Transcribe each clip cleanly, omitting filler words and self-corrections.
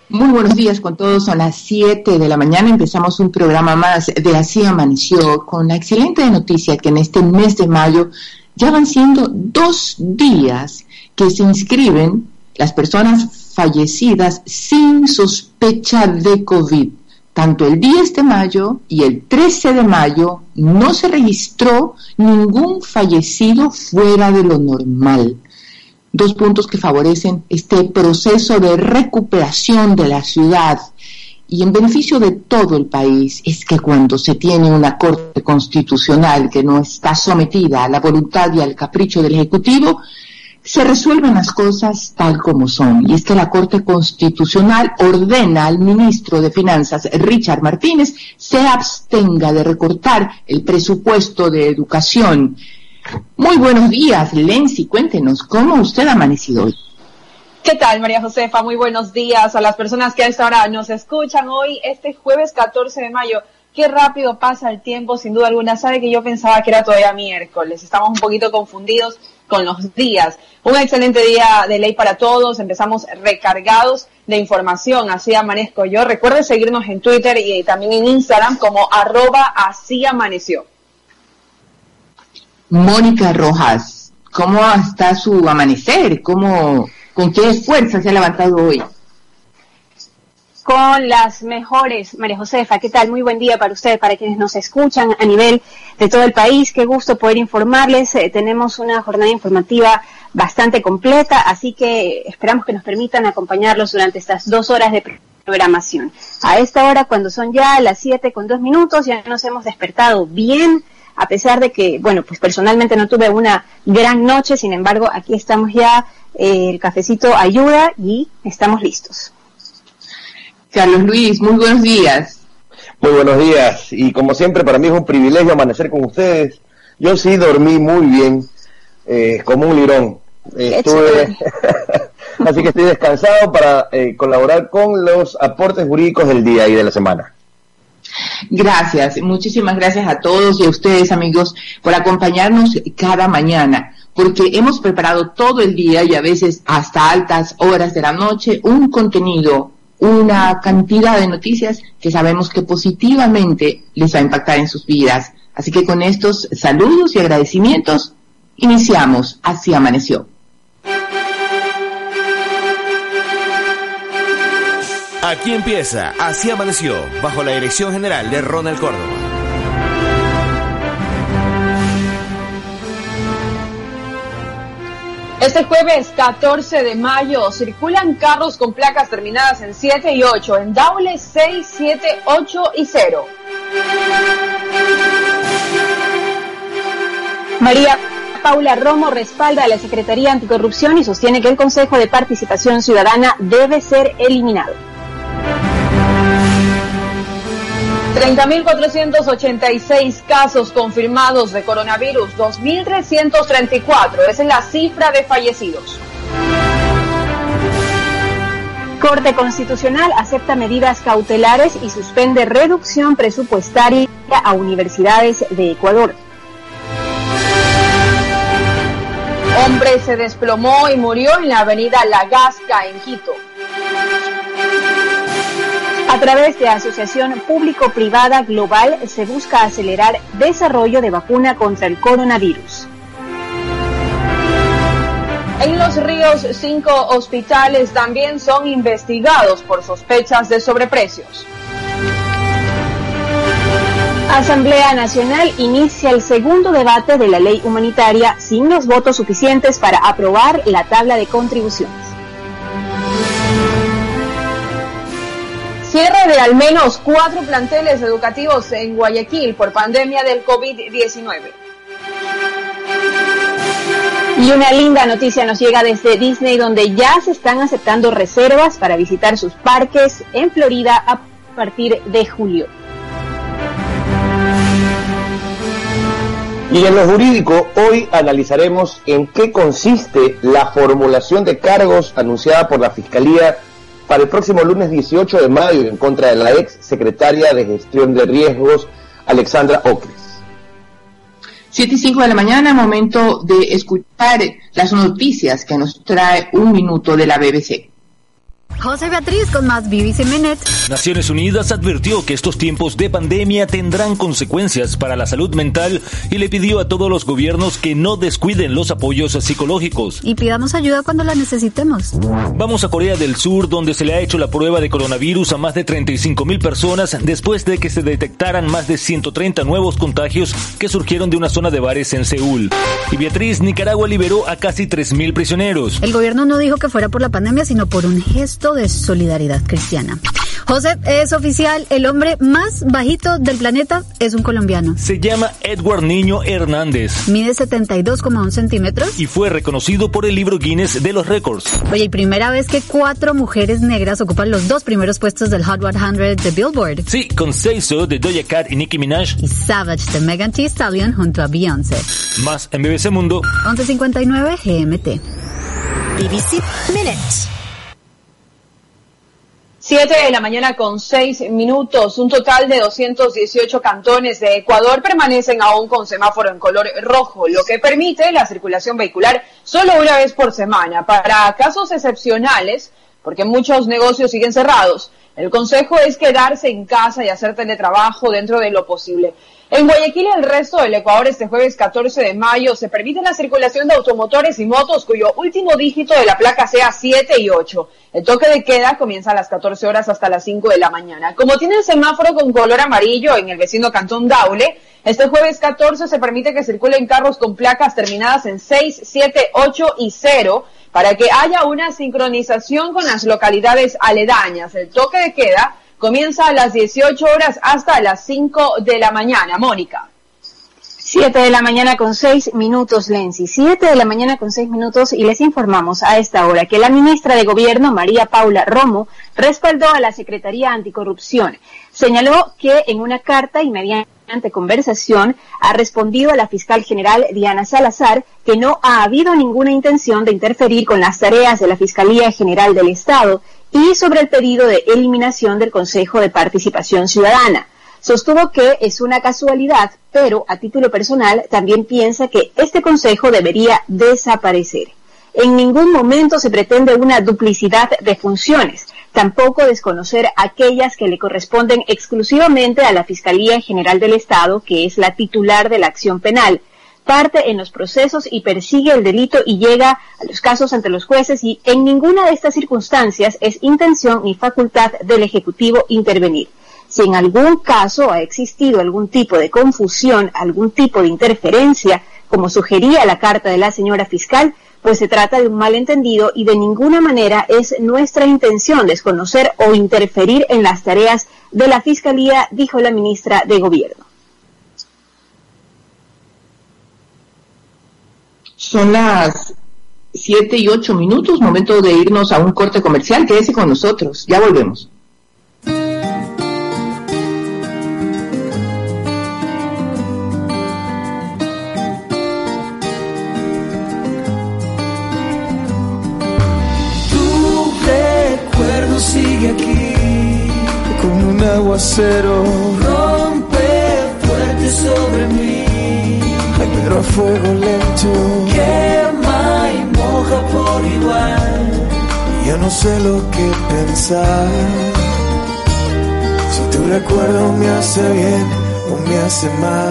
Muy buenos días con todos, son las 7 de la mañana, empezamos un programa más de Así Amaneció con la excelente noticia que en este mes de mayo ya van siendo 2 días que se inscriben las personas fallecidas sin sospecha de COVID. Tanto el 10 de mayo y el 13 de mayo no se registró ningún fallecido fuera de lo normal. 2 puntos que favorecen este proceso de recuperación de la ciudad y en beneficio de todo el país es que cuando se tiene una Corte Constitucional que no está sometida a la voluntad y al capricho del Ejecutivo, se resuelven las cosas tal como son. Y es que la Corte Constitucional ordena al ministro de Finanzas, Richard Martínez, se abstenga de recortar el presupuesto de educación. Muy buenos días, Lency, cuéntenos, ¿cómo usted ha amanecido hoy? ¿Qué tal, María Josefa? Muy buenos días a las personas que a esta hora nos escuchan hoy, este jueves 14 de mayo. Qué rápido pasa el tiempo, sin duda alguna. Sabe que yo pensaba que era todavía miércoles. Estamos un poquito confundidos con los días. Un excelente día de ley para todos. Empezamos recargados de información. Así amanezco yo. Recuerde seguirnos en Twitter y también en Instagram como @asíamaneció. Mónica Rojas, ¿cómo está su amanecer? ¿Con qué fuerza se ha levantado hoy? Con las mejores, María Josefa. ¿Qué tal? Muy buen día para usted, para quienes nos escuchan a nivel de todo el país. Qué gusto poder informarles. Tenemos una jornada informativa bastante completa, así que esperamos que nos permitan acompañarlos durante estas 2 horas de programación. A esta hora, cuando son ya las 7:02, ya nos hemos despertado bien, a pesar de que, bueno, pues personalmente no tuve una gran noche, sin embargo, aquí estamos ya, el cafecito ayuda y estamos listos. Carlos Luis, muy buenos días. Muy buenos días, y como siempre para mí es un privilegio amanecer con ustedes. Yo sí dormí muy bien, como un lirón. Así que estoy descansado para colaborar con los aportes jurídicos del día y de la semana. Gracias, muchísimas gracias a todos y a ustedes, amigos, por acompañarnos cada mañana, porque hemos preparado todo el día y a veces hasta altas horas de la noche un contenido, una cantidad de noticias que sabemos que positivamente les va a impactar en sus vidas. Así que con estos saludos y agradecimientos, iniciamos Así Amaneció. Aquí empieza Así Amaneció, bajo la dirección general de Ronald Córdoba. Este jueves 14 de mayo circulan carros con placas terminadas en 7 y 8, en Daule 6, 7, 8 y 0. María Paula Romo respalda a la Secretaría Anticorrupción y sostiene que el Consejo de Participación Ciudadana debe ser eliminado. 30.486 casos confirmados de coronavirus, 2.334, esa es la cifra de fallecidos. Corte Constitucional acepta medidas cautelares y suspende reducción presupuestaria a universidades de Ecuador. Hombre se desplomó y murió en la avenida La Gasca, en Quito. A través de Asociación Público-Privada Global se busca acelerar desarrollo de vacuna contra el coronavirus. En Los Ríos, 5 hospitales también son investigados por sospechas de sobreprecios. Asamblea Nacional inicia el segundo debate de la ley humanitaria sin los votos suficientes para aprobar la tabla de contribuciones. Cierre de al menos 4 planteles educativos en Guayaquil por pandemia del COVID-19. Y una linda noticia nos llega desde Disney, donde ya se están aceptando reservas para visitar sus parques en Florida a partir de julio. Y en lo jurídico, hoy analizaremos en qué consiste la formulación de cargos anunciada por la Fiscalía para el próximo lunes 18 de mayo en contra de la ex secretaria de Gestión de Riesgos, Alexandra Ocres. 7:05 de la mañana, momento de escuchar las noticias que nos trae un minuto de la BBC. José Beatriz con más BBC Minute. Naciones Unidas advirtió que estos tiempos de pandemia tendrán consecuencias para la salud mental y le pidió a todos los gobiernos que no descuiden los apoyos psicológicos. Y pidamos ayuda cuando la necesitemos. Vamos a Corea del Sur, donde se le ha hecho la prueba de coronavirus a más de 35,000 personas después de que se detectaran más de 130 nuevos contagios que surgieron de una zona de bares en Seúl. Y Beatriz, Nicaragua liberó a casi 3,000 prisioneros. El gobierno no dijo que fuera por la pandemia, sino por un gesto de solidaridad cristiana. José, es oficial, el hombre más bajito del planeta es un colombiano. Se llama Edward Niño Hernández. Mide 72,1 centímetros. Y fue reconocido por el libro Guinness de los récords. Oye, y primera vez que 4 mujeres negras ocupan los 2 primeros puestos del Hot 100 de Billboard. Sí, con Say So de Doja Cat y Nicki Minaj. Y Savage de Megan Thee Stallion junto a Beyoncé. Más en BBC Mundo. 11:59 GMT. BBC Minute. 7 de la mañana con 6 minutos. Un total de 218 cantones de Ecuador permanecen aún con semáforo en color rojo, lo que permite la circulación vehicular solo una vez por semana. Para casos excepcionales, porque muchos negocios siguen cerrados, el consejo es quedarse en casa y hacer teletrabajo dentro de lo posible. En Guayaquil y el resto del Ecuador este jueves 14 de mayo se permite la circulación de automotores y motos cuyo último dígito de la placa sea 7 y 8. El toque de queda comienza a las 14 horas hasta las 5 de la mañana. Como tiene el semáforo con color amarillo en el vecino cantón Daule, este jueves 14 se permite que circulen carros con placas terminadas en 6, 7, 8 y 0 para que haya una sincronización con las localidades aledañas. El toque de queda comienza a las 18 horas hasta las 5 de la mañana. Mónica. 7 de la mañana con 6 minutos, Lenzi. 7 de la mañana con 6 minutos y les informamos a esta hora que la ministra de Gobierno, María Paula Romo, respaldó a la Secretaría Anticorrupción. Señaló que en una carta y mediante conversación ha respondido a la fiscal general Diana Salazar que no ha habido ninguna intención de interferir con las tareas de la Fiscalía General del Estado y sobre el pedido de eliminación del Consejo de Participación Ciudadana. Sostuvo que es una casualidad, pero a título personal también piensa que este consejo debería desaparecer. En ningún momento se pretende una duplicidad de funciones, tampoco desconocer aquellas que le corresponden exclusivamente a la Fiscalía General del Estado, que es la titular de la acción penal. Parte en los procesos y persigue el delito y llega a los casos ante los jueces y en ninguna de estas circunstancias es intención ni facultad del Ejecutivo intervenir. Si en algún caso ha existido algún tipo de confusión, algún tipo de interferencia, como sugería la carta de la señora fiscal, pues se trata de un malentendido y de ninguna manera es nuestra intención desconocer o interferir en las tareas de la Fiscalía, dijo la ministra de Gobierno. Son las 7 y 8 minutos, momento de irnos a un corte comercial. Quédese con nosotros, ya volvemos. Tu recuerdo sigue aquí, como un aguacero, rompe fuerte sobre mí. Pero a fuego lento quema y moja por igual. Ya no sé lo que pensar. Si tu recuerdo me hace bien o me hace mal.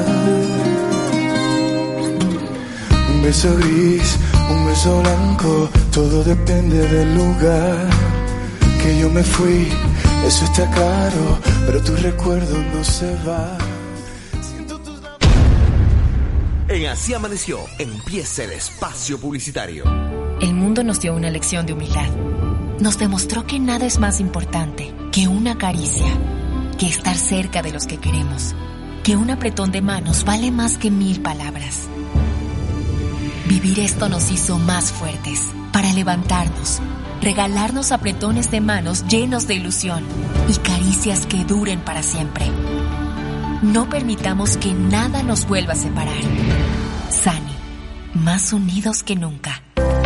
Un beso gris, un beso blanco, todo depende del lugar. Que yo me fui, eso está claro, pero tu recuerdo no se va. En Así Amaneció, empieza el espacio publicitario. El mundo nos dio una lección de humildad. Nos demostró que nada es más importante que una caricia, que estar cerca de los que queremos, que un apretón de manos vale más que 1000 palabras. Vivir esto nos hizo más fuertes, para levantarnos, regalarnos apretones de manos llenos de ilusión y caricias que duren para siempre. No permitamos que nada nos vuelva a separar. Sani, más unidos que nunca.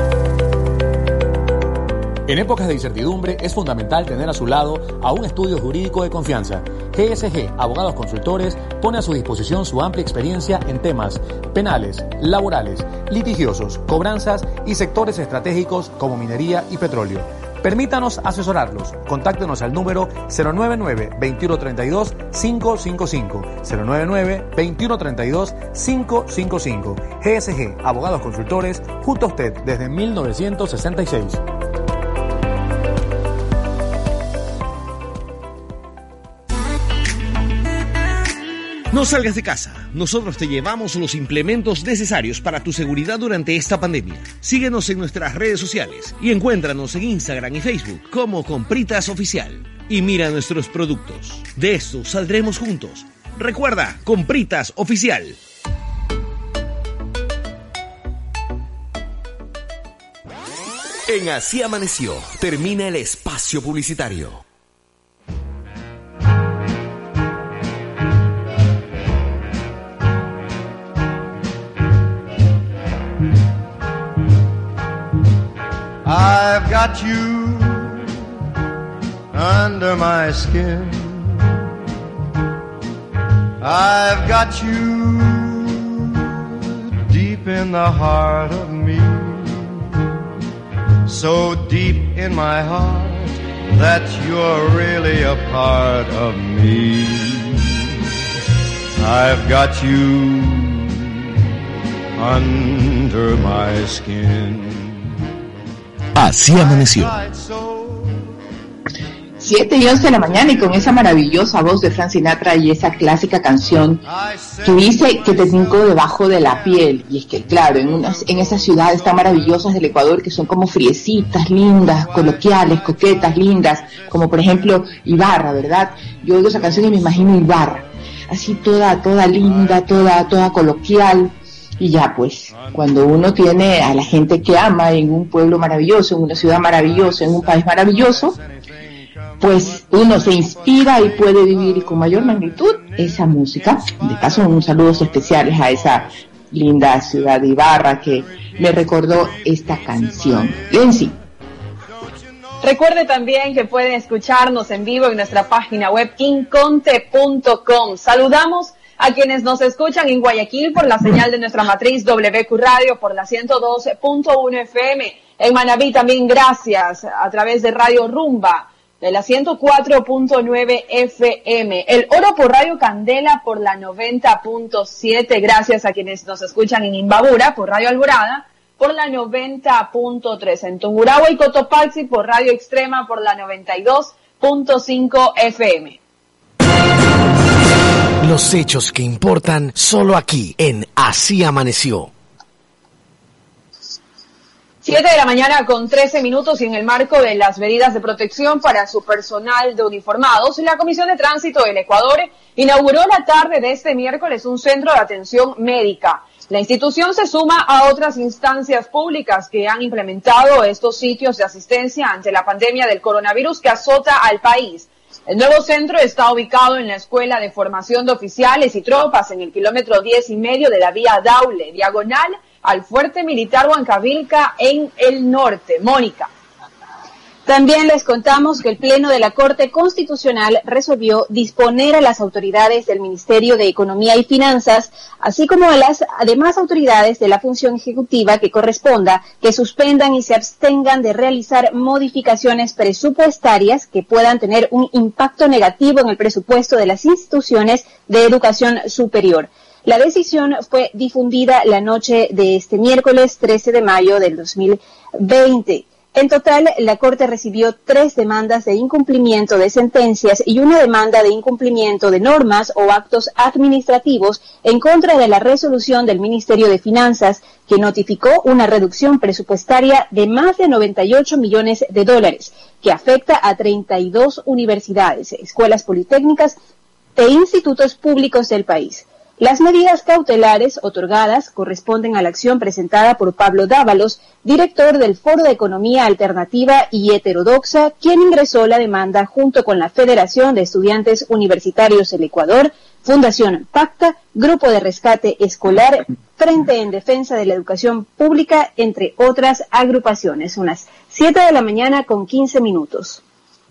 En épocas de incertidumbre es fundamental tener a su lado a un estudio jurídico de confianza. GSG, Abogados Consultores, pone a su disposición su amplia experiencia en temas penales, laborales, litigiosos, cobranzas y sectores estratégicos como minería y petróleo. Permítanos asesorarlos. Contáctenos al número 099-2132-555. 099-2132-555. GSG, Abogados Consultores, junto a usted desde 1966. No salgas de casa, nosotros te llevamos los implementos necesarios para tu seguridad durante esta pandemia. Síguenos en nuestras redes sociales y encuéntranos en Instagram y Facebook como Compritas Oficial. Y mira nuestros productos. De esto saldremos juntos. Recuerda, Compritas Oficial. En Así Amaneció, termina el espacio publicitario. I've got you under my skin. I've got you deep in the heart of me. So deep in my heart that you're really a part of me. I've got you under my skin. Así amaneció. 7:11 de la mañana y con esa maravillosa voz de Frank Sinatra y esa clásica canción que dice que te tengo debajo de la piel. Y es que claro, en esas ciudades tan maravillosas del Ecuador que son como friecitas, lindas, coloquiales, coquetas, lindas, como por ejemplo Ibarra, ¿verdad? Yo oigo esa canción y me imagino Ibarra, así toda linda, toda coloquial. Y ya pues, cuando uno tiene a la gente que ama en un pueblo maravilloso, en una ciudad maravillosa, en un país maravilloso, pues uno se inspira y puede vivir con mayor magnitud esa música. De paso, unos saludos especiales a esa linda ciudad de Ibarra que me recordó esta canción. Lenzi. Recuerde también que pueden escucharnos en vivo en nuestra página web quinconte.com. Saludamos a quienes nos escuchan en Guayaquil por la señal de nuestra matriz WQ Radio por la 102.1 FM. En Manabí también gracias a través de Radio Rumba de la 104.9 FM. El Oro por Radio Candela por la 90.7. Gracias a quienes nos escuchan en Imbabura por Radio Alborada por la 90.3. En Tungurahua y Cotopaxi por Radio Extrema por la 92.5 FM. Los hechos que importan solo aquí en Así Amaneció. 7 de la mañana con 13 minutos y en el marco de las medidas de protección para su personal de uniformados, la Comisión de Tránsito del Ecuador inauguró la tarde de este miércoles un centro de atención médica. La institución se suma a otras instancias públicas que han implementado estos sitios de asistencia ante la pandemia del coronavirus que azota al país. El nuevo centro está ubicado en la Escuela de Formación de Oficiales y Tropas en el kilómetro 10,5 de la vía Daule, diagonal al Fuerte Militar Huancavilca en el norte. Mónica. También les contamos que el Pleno de la Corte Constitucional resolvió disponer a las autoridades del Ministerio de Economía y Finanzas, así como a las demás autoridades de la función ejecutiva que corresponda, que suspendan y se abstengan de realizar modificaciones presupuestarias que puedan tener un impacto negativo en el presupuesto de las instituciones de educación superior. La decisión fue difundida la noche de este miércoles 13 de mayo del 2020. En total, la Corte recibió 3 demandas de incumplimiento de sentencias y una demanda de incumplimiento de normas o actos administrativos en contra de la resolución del Ministerio de Finanzas, que notificó una reducción presupuestaria de más de $98 millones, que afecta a 32 universidades, escuelas politécnicas e institutos públicos del país. Las medidas cautelares otorgadas corresponden a la acción presentada por Pablo Dávalos, director del Foro de Economía Alternativa y Heterodoxa, quien ingresó la demanda junto con la Federación de Estudiantes Universitarios del Ecuador, Fundación Pacta, Grupo de Rescate Escolar, Frente en Defensa de la Educación Pública, entre otras agrupaciones. Unas 7 de la mañana con 15 minutos.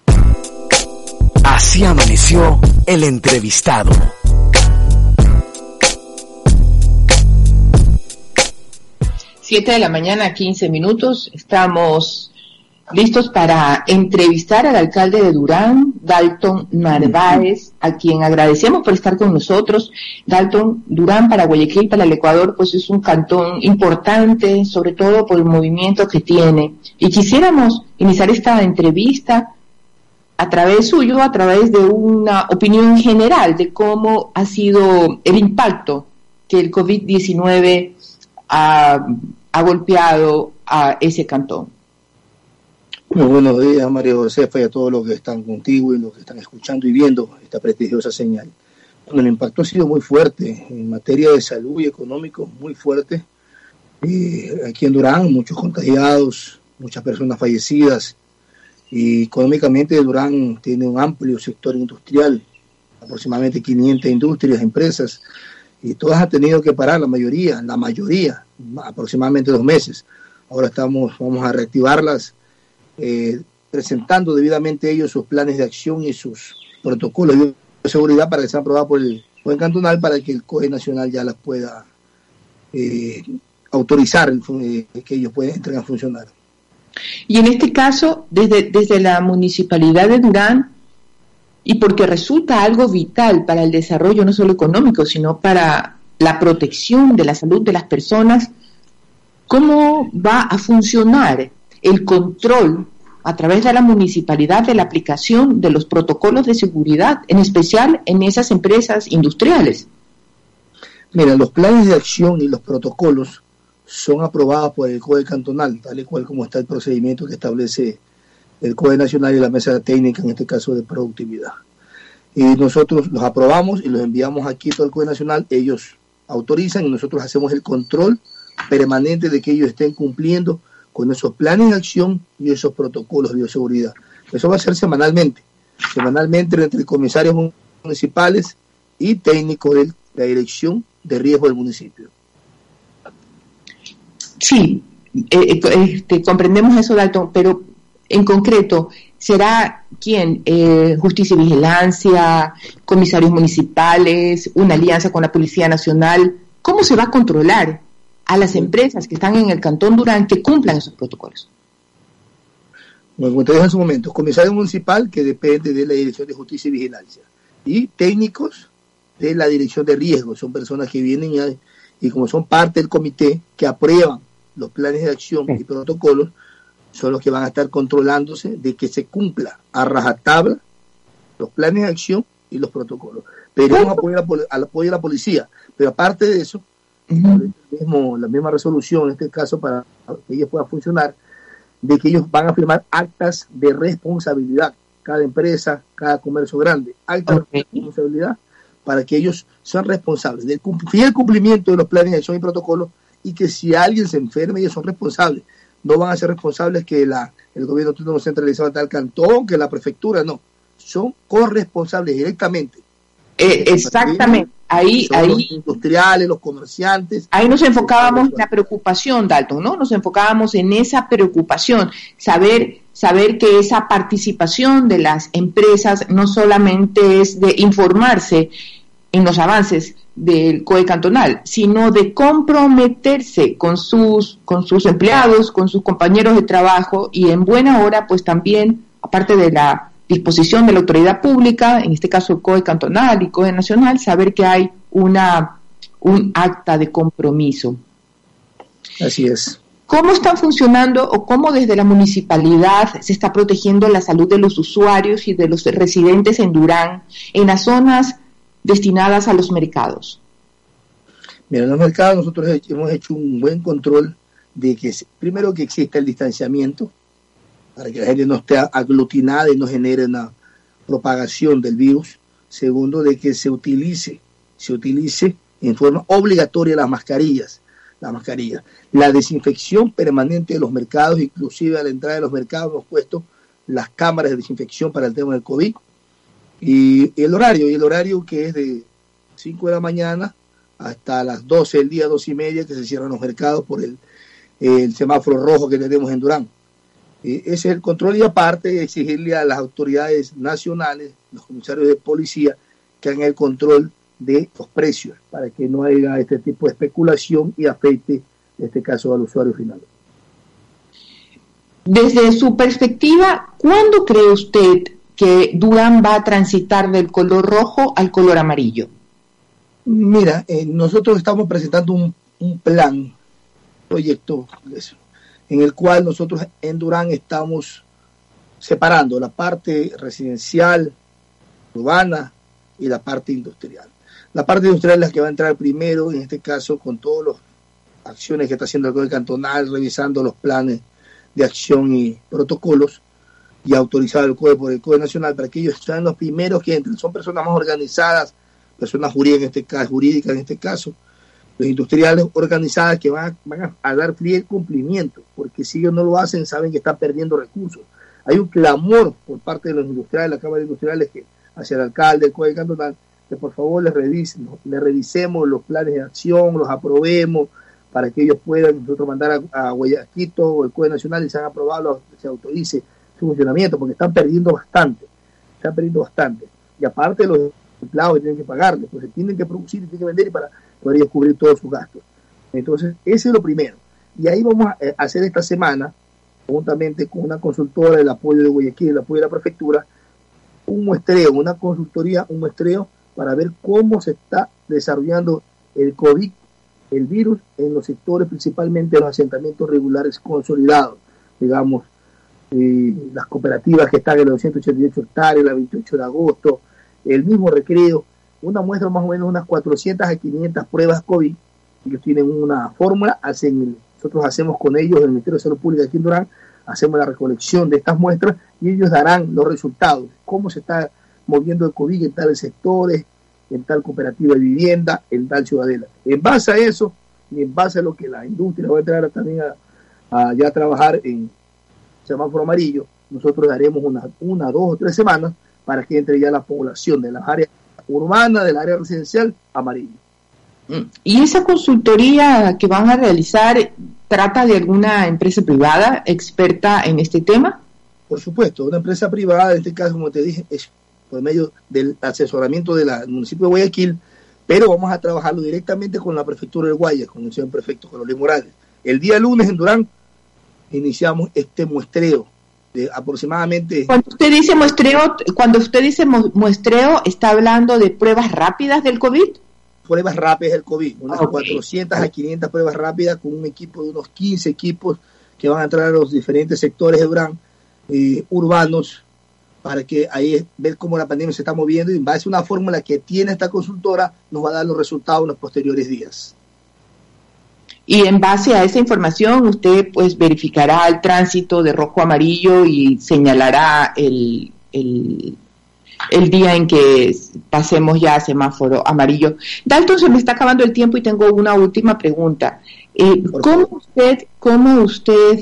Así amaneció el entrevistado. 7 de la mañana, 15 minutos. Estamos listos para entrevistar al alcalde de Durán, Dalton Narváez, a quien agradecemos por estar con nosotros. Dalton, Durán para Guayaquil, para el Ecuador, pues es un cantón importante, sobre todo por el movimiento que tiene. Y quisiéramos iniciar esta entrevista a través suyo, a través de una opinión general de cómo ha sido el impacto que el COVID-19 ha golpeado a ese cantón. Muy buenos días, María Josefa, y a todos los que están contigo y los que están escuchando y viendo esta prestigiosa señal. Bueno, el impacto ha sido muy fuerte en materia de salud y económico, muy fuerte. Aquí en Durán, muchos contagiados, muchas personas fallecidas. Y económicamente Durán tiene un amplio sector industrial, aproximadamente 500 industrias, empresas, y todas han tenido que parar, la mayoría, aproximadamente 2 meses. Ahora vamos a reactivarlas, presentando debidamente ellos sus planes de acción y sus protocolos de seguridad para que sean aprobados por el cantonal, para que el COE nacional ya las pueda autorizar, que ellos puedan entrar a funcionar. Y en este caso, desde la municipalidad de Durán, y porque resulta algo vital para el desarrollo no solo económico, sino para la protección de la salud de las personas, ¿cómo va a funcionar el control a través de la municipalidad de la aplicación de los protocolos de seguridad, en especial en esas empresas industriales? Mira, los planes de acción y los protocolos son aprobados por el COE cantonal, tal y cual como está el procedimiento que establece el COE nacional y la mesa técnica, en este caso de productividad. Y nosotros los aprobamos y los enviamos aquí todo el COE nacional, ellos autorizan y nosotros hacemos el control permanente de que ellos estén cumpliendo con esos planes de acción y esos protocolos de bioseguridad. Eso va a ser semanalmente entre comisarios municipales y técnicos de la dirección de riesgo del municipio. Sí, comprendemos eso, Dalton, pero en concreto, ¿será quién? Justicia y Vigilancia, comisarios municipales, una alianza con la Policía Nacional. ¿Cómo se va a controlar a las empresas que están en el Cantón Durán que cumplan esos protocolos? Bueno, como te dije en su momento, comisario municipal, que depende de la Dirección de Justicia y Vigilancia, y técnicos de la Dirección de Riesgo, son personas que vienen y como son parte del comité que aprueban los planes de acción y protocolos, son los que van a estar controlándose de que se cumpla a rajatabla los planes de acción y los protocolos. Pero un apoyo a la policía. Pero aparte de eso, la misma resolución, en este caso, para que ellos puedan funcionar, de que ellos van a firmar actas de responsabilidad, cada empresa, cada comercio grande, actas de responsabilidad, para que ellos sean responsables del fiel cumplimiento de los planes de acción y protocolos, y que si alguien se enferma, ellos son responsables. No van a ser responsables que el gobierno no centralizado en tal cantón, que la prefectura, no. Son corresponsables directamente. Exactamente. Ahí los industriales, los comerciantes. Ahí nos enfocábamos en la preocupación, Dalton, ¿no? Nos enfocábamos en esa preocupación, saber que esa participación de las empresas no solamente es de informarse en los avances del COE cantonal, sino de comprometerse con sus empleados, con sus compañeros de trabajo, y en buena hora, pues también, aparte de la disposición de la autoridad pública, en este caso el COE cantonal y COE nacional, saber que hay un acta de compromiso. Así es. ¿Cómo están funcionando o cómo desde la municipalidad se está protegiendo la salud de los usuarios y de los residentes en Durán, en las zonas destinadas a los mercados? Mira, en los mercados nosotros hemos hecho un buen control de que, primero, que exista el distanciamiento, para que la gente no esté aglutinada y no genere una propagación del virus. Segundo, de que se utilice en forma obligatoria las mascarillas. La desinfección permanente de los mercados, inclusive a la entrada de los mercados hemos puesto las cámaras de desinfección para el tema del COVID. Y el horario que es de 5 de la mañana hasta las 12 del día, 2:30, que se cierran los mercados por el semáforo rojo que tenemos en Durán. Ese es el control, y aparte exigirle a las autoridades nacionales, los comisarios de policía, que hagan el control de los precios para que no haya este tipo de especulación y afecte, en este caso, al usuario final. Desde su perspectiva, ¿cuándo cree usted que Durán va a transitar del color rojo al color amarillo? Mira, nosotros estamos presentando un plan, proyecto, en el cual nosotros en Durán estamos separando la parte residencial, urbana y la parte industrial. La parte industrial es la que va a entrar primero, en este caso con todas las acciones que está haciendo el Código Cantonal, revisando los planes de acción y protocolos, y autorizado el Código por el Código Nacional para que ellos sean los primeros que entren. Son personas más organizadas, personas jurídicas en este caso, los industriales organizadas que van a dar fiel cumplimiento, porque si ellos no lo hacen, saben que están perdiendo recursos. Hay un clamor por parte de los industriales, la Cámara de Industriales, que hacia el alcalde, el Código Cantonal, que por favor les revisemos los planes de acción, los aprobemos, para que ellos puedan nosotros mandar a Guayaquil o el Código Nacional y sean aprobados, se autorice su funcionamiento, porque están perdiendo bastante. Y aparte los empleados que tienen que pagarles, pues tienen que producir, tienen que vender y para poder ellos cubrir todos sus gastos. Entonces, ese es lo primero. Y ahí vamos a hacer esta semana, juntamente con una consultora, el apoyo de Guayaquil, el apoyo de la prefectura, un muestreo, una consultoría, un muestreo para ver cómo se está desarrollando el COVID, el virus, en los sectores, principalmente los asentamientos regulares consolidados, digamos, las cooperativas que están en los 288 hectáreas, la 28 de agosto, el mismo Recreo, una muestra más o menos unas 400 a 500 pruebas COVID. Ellos tienen una fórmula, nosotros hacemos con ellos, el Ministerio de Salud Pública aquí en Durán, hacemos la recolección de estas muestras y ellos darán los resultados, cómo se está moviendo el COVID en tales sectores, en tal cooperativa de vivienda, en tal ciudadela. En base a eso, y en base a lo que la industria va a entrar también a ya trabajar en semáforo amarillo, nosotros daremos una, 2 o 3 semanas para que entre ya la población de las áreas urbanas, del área residencial, amarillo. ¿Y esa consultoría que van a realizar trata de alguna empresa privada experta en este tema? Por supuesto, una empresa privada, en este caso, como te dije, es por medio del asesoramiento del municipio de Guayaquil, pero vamos a trabajarlo directamente con la prefectura de Guayas, con el señor prefecto Carlos Luis Morales. El día lunes en Durán iniciamos este muestreo de aproximadamente... Cuando usted dice muestreo, ¿está hablando de pruebas rápidas del COVID? Pruebas rápidas del COVID, unas 400 a 500 pruebas rápidas con un equipo de unos 15 equipos que van a entrar a los diferentes sectores de Durán, urbanos, para que ahí ver cómo la pandemia se está moviendo y en base a una fórmula que tiene esta consultora nos va a dar los resultados en los posteriores días. Y en base a esa información usted pues verificará el tránsito de rojo a amarillo y señalará el día en que pasemos ya a semáforo amarillo. Dalton, se me está acabando el tiempo y tengo una última pregunta. ¿Cómo usted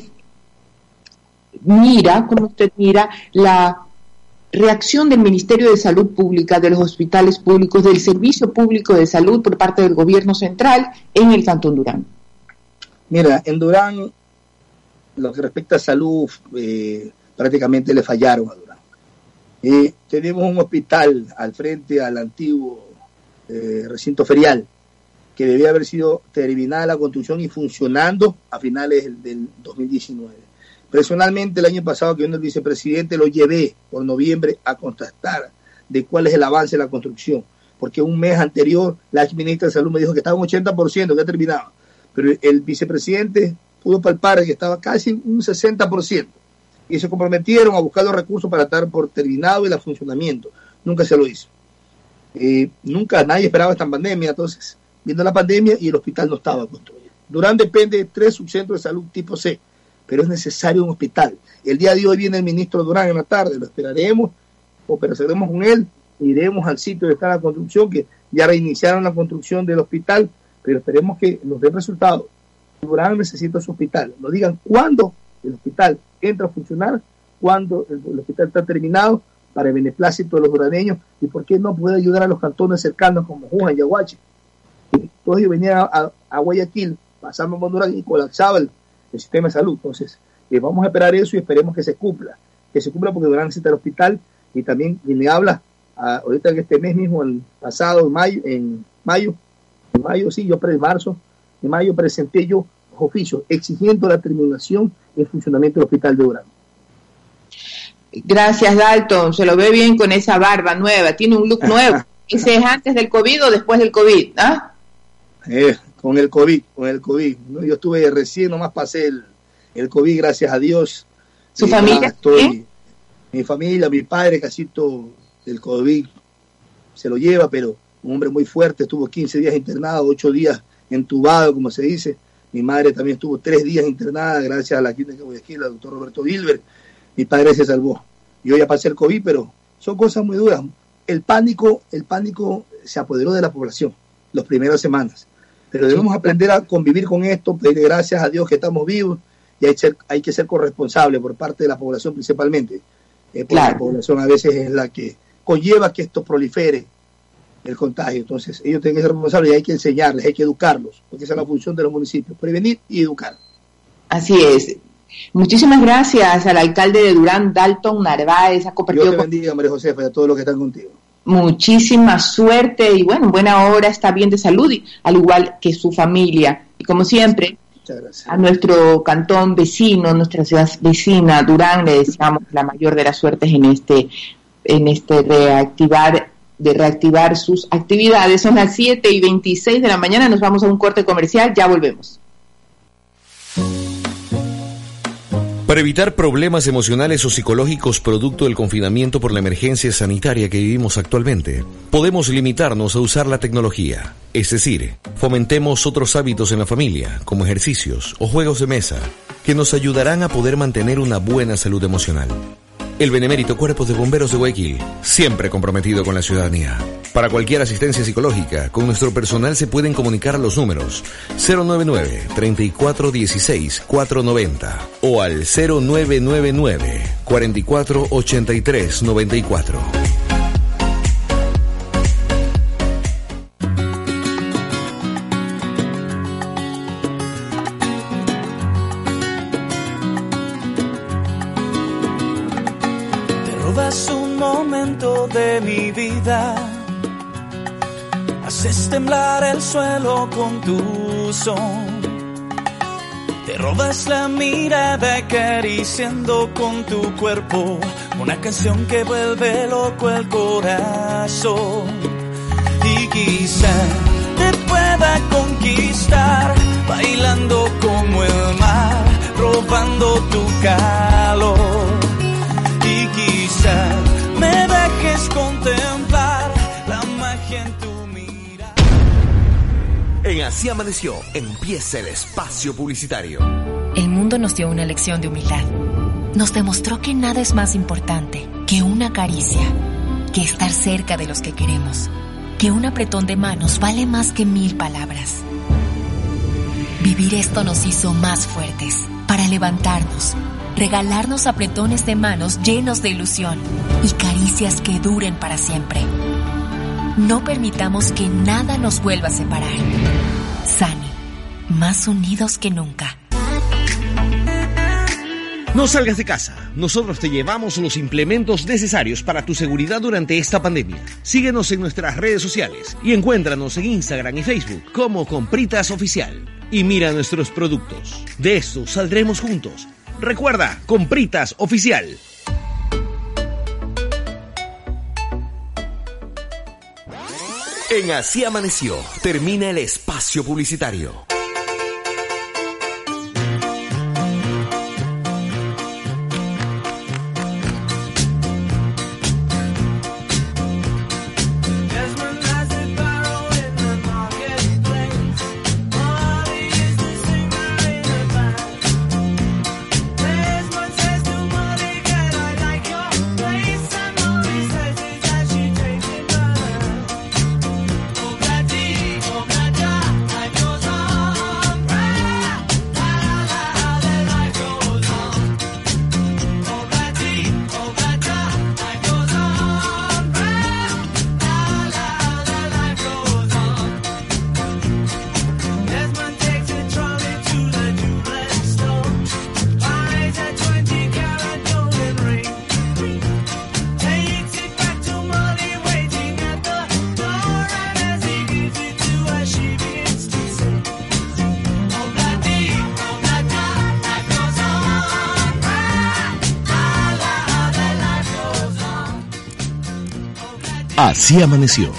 mira la reacción del Ministerio de Salud Pública, de los hospitales públicos, del Servicio Público de Salud por parte del Gobierno Central en el Cantón Durán? Mira, en Durán, lo que respecta a salud, prácticamente le fallaron a Durán. Tenemos un hospital al frente al antiguo recinto ferial, que debía haber sido terminada la construcción y funcionando a finales del 2019. Personalmente, el año pasado, que vino el vicepresidente, lo llevé por noviembre a constatar de cuál es el avance de la construcción, porque un mes anterior la exministra de Salud me dijo que estaba un 80%, que ha terminado, pero el vicepresidente pudo palpar que estaba casi un 60%, y se comprometieron a buscar los recursos para estar por terminado el funcionamiento. Nunca se lo hizo. Nunca nadie esperaba esta pandemia, entonces vino la pandemia y el hospital no estaba construido. Durán depende de 3 subcentros de salud tipo C, pero es necesario un hospital. El día de hoy viene el ministro Durán en la tarde, lo esperaremos, operaremos con él, iremos al sitio de está la construcción, que ya reiniciaron la construcción del hospital, pero esperemos que nos den resultados. Durán necesita su hospital. Nos digan cuándo el hospital entra a funcionar, cuándo el hospital está terminado, para el beneplácito de los duraneños, y por qué no puede ayudar a los cantones cercanos como Juján y Yaguachi. Todos ellos venían a Guayaquil, pasamos por Durán y colapsaba el sistema de salud. Entonces, vamos a esperar eso y esperemos que se cumpla porque Durán necesita el hospital. Y también quien le habla ahorita en este mes mismo, el pasado en mayo, sí, yo en mayo presenté yo oficios exigiendo la terminación y el funcionamiento del hospital de Durán. Gracias, Dalton. Se lo ve bien con esa barba nueva. Tiene un look nuevo. ¿Ese es antes del COVID o después del COVID? ¿Ah? Con el COVID. ¿No? Yo estuve recién, nomás pasé el COVID, gracias a Dios. ¿Su familia? Mi familia, mi padre, casi todo el COVID se lo lleva, pero un hombre muy fuerte, estuvo 15 días internado, 8 días entubado, como se dice. Mi madre también estuvo 3 días internada, gracias a la clínica de Guayaquil, al doctor Roberto Dilber. Mi padre se salvó. Yo ya pasé el COVID, pero son cosas muy duras. El pánico se apoderó de la población las primeras semanas. Pero debemos aprender a convivir con esto, pedir gracias a Dios que estamos vivos, y hay que ser corresponsable por parte de la población principalmente. Porque la población a veces es la que conlleva que esto prolifere el contagio. Entonces ellos tienen que ser responsables y hay que enseñarles, hay que educarlos, porque esa es la función de los municipios, prevenir y educar. Así es. Muchísimas gracias al alcalde de Durán, Dalton Narváez. Dios te bendiga, María Josefa, y a todos los que están contigo. Muchísima suerte y bueno, en buena hora, está bien de salud, al igual que su familia. Y como siempre, a nuestro cantón vecino, nuestra ciudad vecina, Durán, le deseamos la mayor de las suertes en este reactivar sus actividades. Son las 7:26 de la mañana, nos vamos a un corte comercial, ya volvemos. Para evitar problemas emocionales o psicológicos producto del confinamiento por la emergencia sanitaria que vivimos actualmente, podemos limitarnos a usar la tecnología. Es decir, fomentemos otros hábitos en la familia, como ejercicios o juegos de mesa, que nos ayudarán a poder mantener una buena salud emocional. El Benemérito Cuerpo de Bomberos de Guayaquil, siempre comprometido con la ciudadanía. Para cualquier asistencia psicológica, con nuestro personal se pueden comunicar a los números 099-3416-490 o al 0999-4483-94. Un momento de mi vida, haces temblar el suelo con tu son. Te robas la mirada acariciando con tu cuerpo una canción que vuelve loco el corazón. Y quizá te pueda conquistar bailando como el mar, robando tu calor. Y quizá me dejes contemplar la magia en tu mirada. En Así Amaneció empieza el espacio publicitario. El mundo nos dio una lección de humildad. Nos demostró que nada es más importante que una caricia, que estar cerca de los que queremos, que un apretón de manos vale más que 1000 palabras. Vivir esto nos hizo más fuertes para levantarnos, regalarnos apretones de manos llenos de ilusión y caricias que duren para siempre. No permitamos que nada nos vuelva a separar. Sani, más unidos que nunca. No salgas de casa. Nosotros te llevamos los implementos necesarios para tu seguridad durante esta pandemia. Síguenos en nuestras redes sociales y encuéntranos en Instagram y Facebook como Compritas Oficial. Y mira nuestros productos. De esto saldremos juntos. Recuerda, Compritas Oficial. En Así Amaneció termina el espacio publicitario. Así amaneció.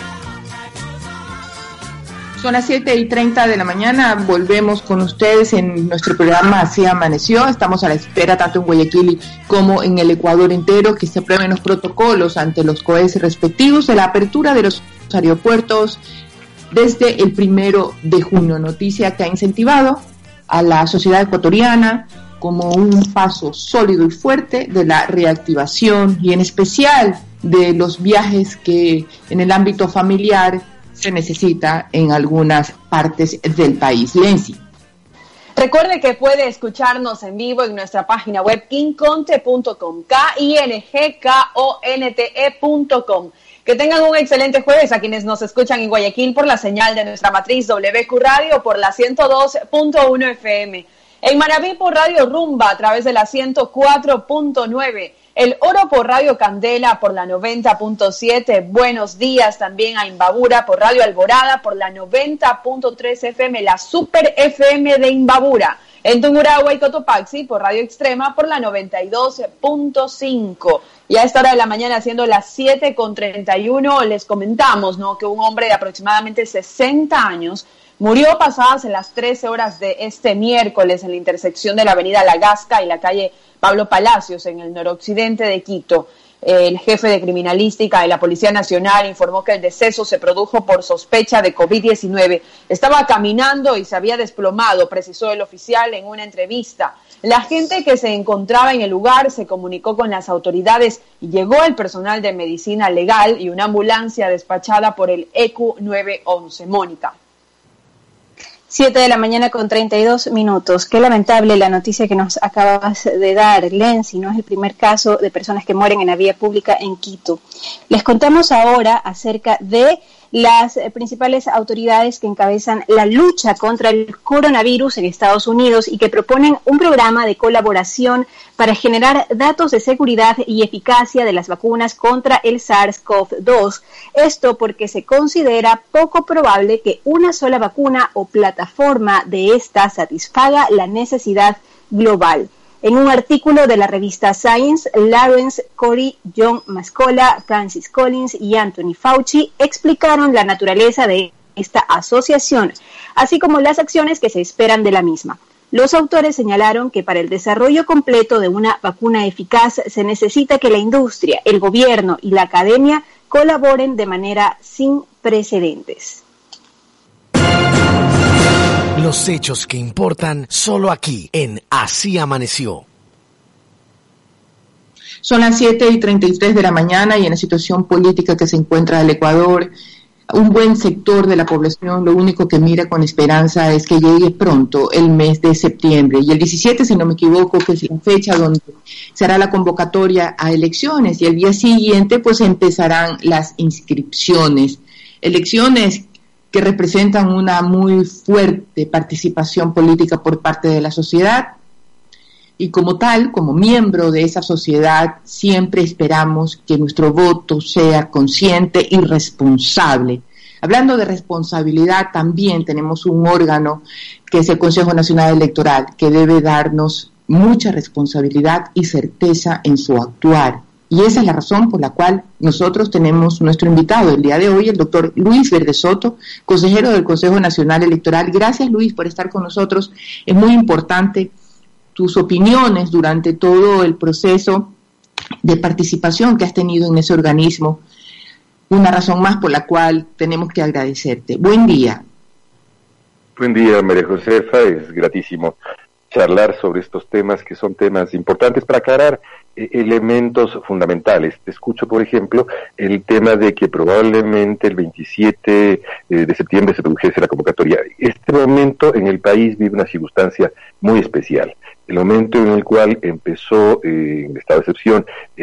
Son las 7:30 de la mañana, volvemos con ustedes en nuestro programa Así Amaneció. Estamos a la espera, tanto en Guayaquil como en el Ecuador entero, que se aprueben los protocolos ante los COEs respectivos de la apertura de los aeropuertos desde el 1 de junio. Noticia que ha incentivado a la sociedad ecuatoriana como un paso sólido y fuerte de la reactivación y en especial de los viajes que en el ámbito familiar se necesita en algunas partes del país. Lenzi. Recuerde que puede escucharnos en vivo en nuestra página web kinconte.com, KINGKONTE.com. Que tengan un excelente jueves a quienes nos escuchan en Guayaquil por la señal de nuestra matriz WQ Radio por la 102.1 FM. En Manabí por Radio Rumba a través de la 104.9. El Oro por Radio Candela por la 90.7. Buenos días también a Imbabura por Radio Alborada por la 90.3 FM, la Super FM de Imbabura. En Tungurahua y Cotopaxi por Radio Extrema por la 92.5. Y a esta hora de la mañana, siendo las 7:31, les comentamos, ¿no?, que un hombre de aproximadamente 60 años murió pasadas en las 13 horas de este miércoles en la intersección de la avenida La Gasca y la calle Pablo Palacios, en el noroccidente de Quito. El jefe de criminalística de la Policía Nacional informó que el deceso se produjo por sospecha de COVID-19. Estaba caminando y se había desplomado, precisó el oficial en una entrevista. La gente que se encontraba en el lugar se comunicó con las autoridades y llegó el personal de medicina legal y una ambulancia despachada por el EQ 911. Mónica. 7:32 a.m. Qué lamentable la noticia que nos acabas de dar, Lenzi. No es el primer caso de personas que mueren en la vía pública en Quito. Les contamos ahora acerca de las principales autoridades que encabezan la lucha contra el coronavirus en Estados Unidos y que proponen un programa de colaboración para generar datos de seguridad y eficacia de las vacunas contra el SARS-CoV-2. Esto porque se considera poco probable que una sola vacuna o plataforma de esta satisfaga la necesidad global. En un artículo de la revista Science, Lawrence Corey, John Mascola, Francis Collins y Anthony Fauci explicaron la naturaleza de esta asociación, así como las acciones que se esperan de la misma. Los autores señalaron que para el desarrollo completo de una vacuna eficaz se necesita que la industria, el gobierno y la academia colaboren de manera sin precedentes. Los hechos que importan solo aquí en Así Amaneció. Son las 7:33 de la mañana y en la situación política que se encuentra el Ecuador, un buen sector de la población lo único que mira con esperanza es que llegue pronto el mes de septiembre. Y el 17, si no me equivoco, que es la fecha donde se hará la convocatoria a elecciones y el día siguiente pues empezarán las inscripciones. Elecciones que representan una muy fuerte participación política por parte de la sociedad y como tal, como miembro de esa sociedad, siempre esperamos que nuestro voto sea consciente y responsable. Hablando de responsabilidad, también tenemos un órgano que es el Consejo Nacional Electoral, que debe darnos mucha responsabilidad y certeza en su actuar. Y esa es la razón por la cual nosotros tenemos nuestro invitado el día de hoy, el doctor Luis Verde Soto, consejero del Consejo Nacional Electoral. Gracias, Luis, por estar con nosotros. Es muy importante tus opiniones durante todo el proceso de participación que has tenido en ese organismo. Una razón más por la cual tenemos que agradecerte. Buen día. Buen día, María Josefa. Es gratísimo charlar sobre estos temas que son temas importantes para aclarar elementos fundamentales. Te escucho, por ejemplo, el tema de que probablemente el 27 de septiembre se produjese la convocatoria. Este momento en el país vive una circunstancia muy especial. El momento en el cual empezó, en estado de excepción,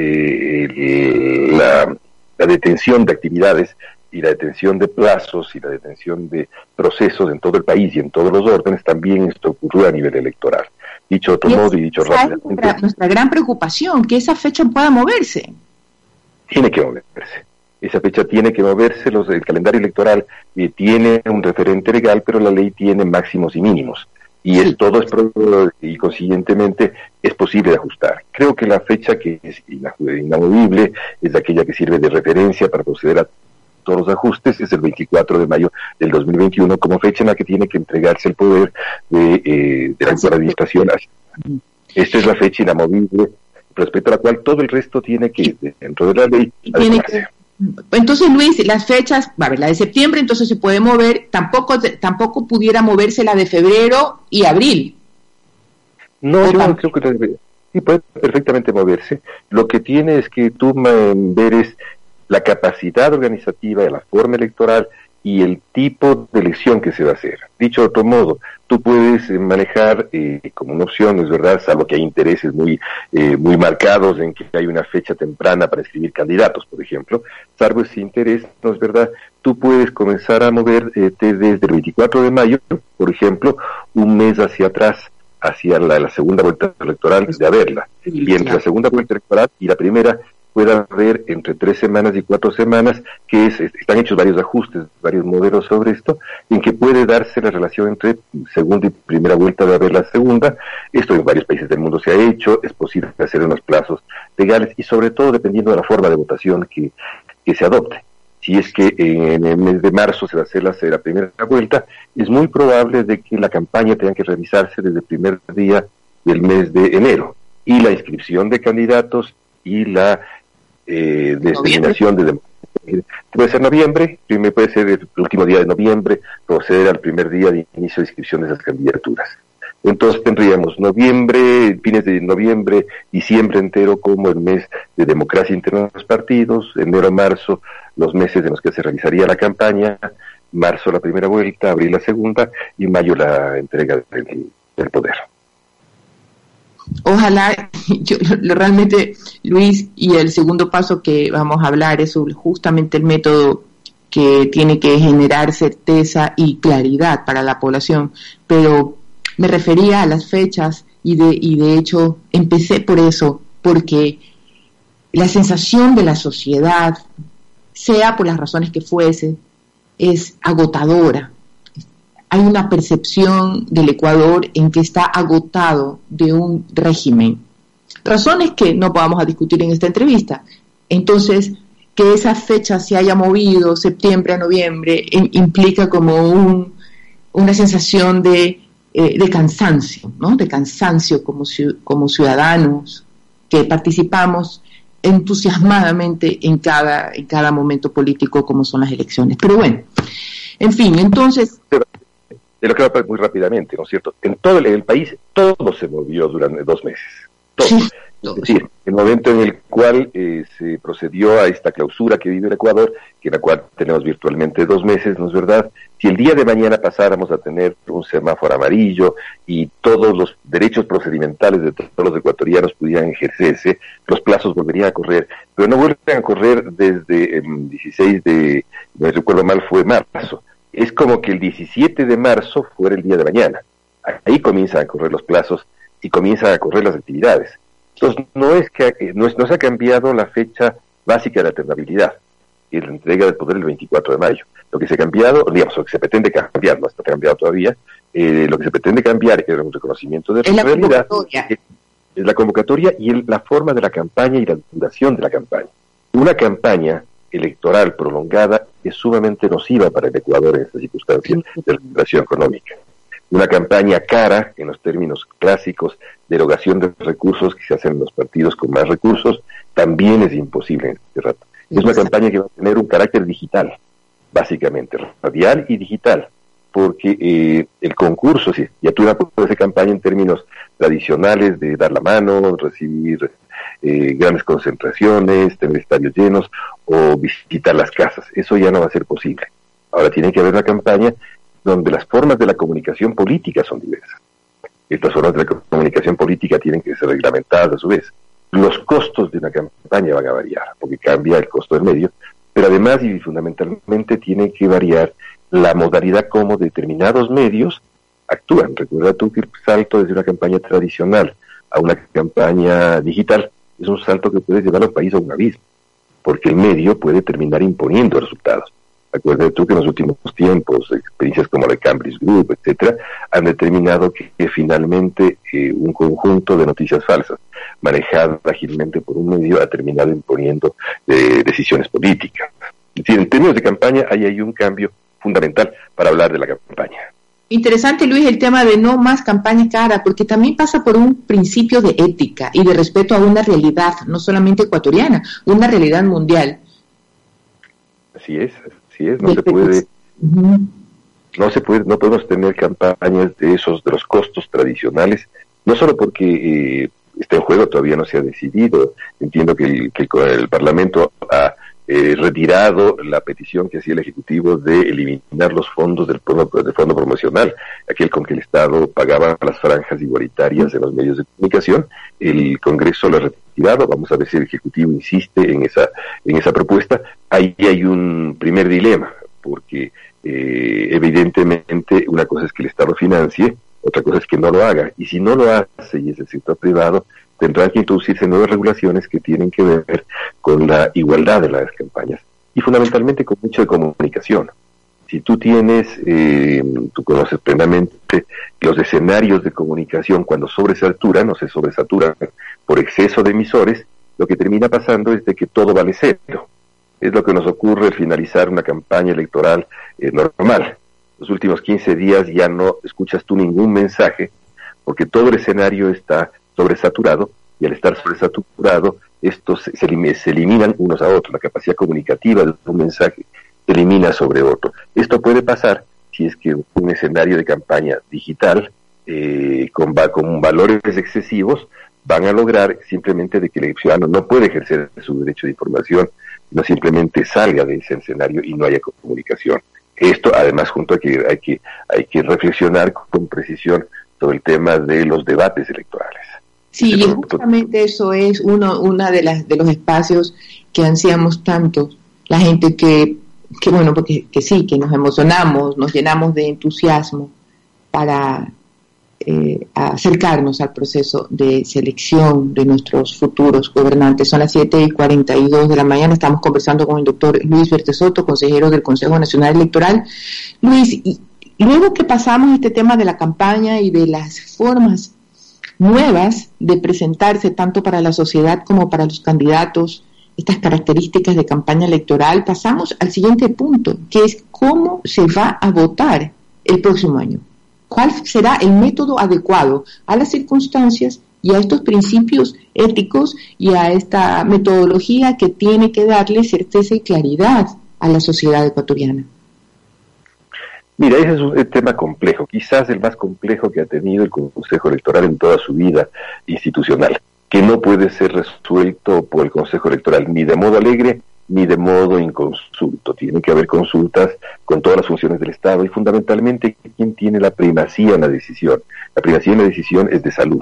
la detención de actividades y la detención de plazos y la detención de procesos en todo el país y en todos los órdenes, también esto ocurrió a nivel electoral. Dicho de otro modo y dicho rápidamente. Nuestra gran preocupación, que esa fecha pueda moverse. Tiene que moverse. Esa fecha tiene que moverse. El calendario electoral tiene un referente legal, pero la ley tiene máximos y mínimos. Y todo es y consiguientemente es posible de ajustar. Creo que la fecha que es inamovible es aquella que sirve de referencia para proceder a todos los ajustes es el 24 de mayo del 2021 como fecha en la que tiene que entregarse el poder de la actual administración. Esta es la fecha inamovible respecto a la cual todo el resto tiene que, dentro de la ley, adecuarse. Entonces, Luis, las fechas, la de septiembre, entonces se puede mover, tampoco pudiera moverse la de febrero y abril. No, yo creo que sí puede perfectamente moverse. Lo que tiene es que tú veres la capacidad organizativa de la forma electoral y el tipo de elección que se va a hacer. Dicho de otro modo, tú puedes manejar como una opción, es verdad, salvo que hay intereses muy marcados en que hay una fecha temprana para escribir candidatos, por ejemplo, salvo ese interés, no es verdad, tú puedes comenzar a moverte desde el 24 de mayo, por ejemplo, un mes hacia atrás, hacia la segunda vuelta electoral de haberla. Y entre la segunda vuelta electoral y la primera puede haber entre 3 semanas y 4 semanas, que están hechos varios ajustes, varios modelos sobre esto, en que puede darse la relación entre segunda y primera vuelta de haber la segunda. Esto en varios países del mundo se ha hecho, es posible hacer en los plazos legales y sobre todo dependiendo de la forma de votación que se adopte. Si es que en el mes de marzo se va a hacer la primera vuelta, es muy probable de que la campaña tenga que realizarse desde el primer día del mes de enero, y la inscripción de candidatos y la determinación puede ser noviembre, puede ser el último día de noviembre, proceder al primer día de inicio de inscripción de esas candidaturas. Entonces tendríamos noviembre, fines de noviembre, diciembre entero como el mes de democracia interna de los partidos, enero, marzo, los meses en los que se realizaría la campaña, marzo la primera vuelta, abril la segunda y mayo la entrega del poder. Ojalá, realmente, Luis, y el segundo paso que vamos a hablar es justamente el método que tiene que generar certeza y claridad para la población, pero me refería a las fechas y de hecho empecé por eso, porque la sensación de la sociedad, sea por las razones que fuese, es agotadora. Hay una percepción del Ecuador en que está agotado de un régimen. Razones que no vamos a discutir en esta entrevista. Entonces, que esa fecha se haya movido septiembre a noviembre implica como una sensación de cansancio, ¿no? De cansancio como ciudadanos que participamos entusiasmadamente en cada momento político como son las elecciones. Pero bueno, en fin, entonces... De lo que va muy rápidamente, ¿no es cierto? En todo el país todo se movió durante 2 meses. Todo. Sí, es decir, el momento en el cual se procedió a esta clausura que vive el Ecuador, que en la cual tenemos virtualmente 2 meses, ¿no es verdad? Si el día de mañana pasáramos a tener un semáforo amarillo y todos los derechos procedimentales de todos los ecuatorianos pudieran ejercerse, los plazos volverían a correr, pero no vuelven a correr desde el 16 de, no recuerdo mal, fue marzo. Es como que el 17 de marzo fuera el día de mañana. Ahí comienzan a correr los plazos y comienzan a correr las actividades. Entonces, no se ha cambiado la fecha básica de la alternabilidad, que es la entrega del poder el 24 de mayo. Lo que se ha cambiado, digamos, lo que se pretende cambiar, no está cambiado todavía, lo que se pretende cambiar, que es un reconocimiento de la realidad, es la convocatoria y la forma de la campaña y la duración de la campaña. Una campaña electoral prolongada es sumamente nociva para el Ecuador en estas circunstancias de recuperación económica. Una campaña cara, en los términos clásicos de erogación de recursos que se hacen en los partidos con más recursos, también es imposible en este rato. Es una campaña que va a tener un carácter digital, básicamente, radial y digital, porque el concurso, si ya tú no puedes hacer campaña en términos tradicionales de dar la mano, recibir grandes concentraciones, tener estadios llenos o visitar las casas. Eso ya no va a ser posible. Ahora tiene que haber una campaña donde las formas de la comunicación política son diversas. Estas formas de la comunicación política tienen que ser reglamentadas a su vez. Los costos de una campaña van a variar, porque cambia el costo del medio, pero además y fundamentalmente tiene que variar la modalidad como determinados medios actúan. Recuerda tú que el salto desde una campaña tradicional a una campaña digital es un salto que puede llevar al país a un abismo, porque el medio puede terminar imponiendo resultados. Acuérdate tú que en los últimos tiempos, experiencias como la Cambridge Group, etcétera, han determinado que finalmente un conjunto de noticias falsas, manejadas ágilmente por un medio, ha terminado imponiendo decisiones políticas. decir, en términos de campaña, ahí hay un cambio fundamental para hablar de la campaña. Interesante, Luis, el tema de no más campaña cara, porque también pasa por un principio de ética y de respeto a una realidad, no solamente ecuatoriana, una realidad mundial. Así es, no se puede, no podemos tener campañas de los costos tradicionales, no solo porque está en juego, todavía no se ha decidido. Entiendo que el Parlamento ha retirado la petición que hacía el Ejecutivo de eliminar los fondos del fondo promocional, aquel con que el Estado pagaba las franjas igualitarias en los medios de comunicación. El Congreso lo ha retirado. Vamos a ver si el Ejecutivo insiste en esa propuesta. Ahí hay un primer dilema, porque evidentemente una cosa es que el Estado financie, otra cosa es que no lo haga, y si no lo hace y es el sector privado, tendrán que introducirse nuevas regulaciones que tienen que ver con la igualdad de las campañas y fundamentalmente con mucho de comunicación. Si tú tú conoces plenamente los escenarios de comunicación cuando sobresaturan por exceso de emisores, lo que termina pasando es de que todo vale cero. Es lo que nos ocurre al finalizar una campaña electoral normal. Los últimos 15 días ya no escuchas tú ningún mensaje porque todo el escenario está sobresaturado, y al estar sobresaturado, estos se eliminan unos a otros. La capacidad comunicativa de un mensaje se elimina sobre otro. Esto puede pasar si es que un escenario de campaña digital con valores excesivos van a lograr simplemente de que el ciudadano no puede ejercer su derecho de información, no simplemente salga de ese escenario y no haya comunicación. Esto, además, junto a que hay que reflexionar con precisión sobre el tema de los debates electorales. Sí, y justamente eso es una de los espacios que ansiamos tanto. La gente que nos emocionamos, nos llenamos de entusiasmo para acercarnos al proceso de selección de nuestros futuros gobernantes. Son las 7:42 de la mañana, estamos conversando con el doctor Luis Bertesoto, consejero del Consejo Nacional Electoral. Luis, y luego que pasamos este tema de la campaña y de las formas nuevas de presentarse tanto para la sociedad como para los candidatos, estas características de campaña electoral, pasamos al siguiente punto, que es cómo se va a votar el próximo año. ¿Cuál será el método adecuado a las circunstancias y a estos principios éticos y a esta metodología que tiene que darle certeza y claridad a la sociedad ecuatoriana? Mira, ese es un tema complejo, quizás el más complejo que ha tenido el Consejo Electoral en toda su vida institucional, que no puede ser resuelto por el Consejo Electoral ni de modo alegre ni de modo inconsulto. Tiene que haber consultas con todas las funciones del Estado y fundamentalmente quién tiene la primacía en la decisión. La primacía en la decisión es de salud.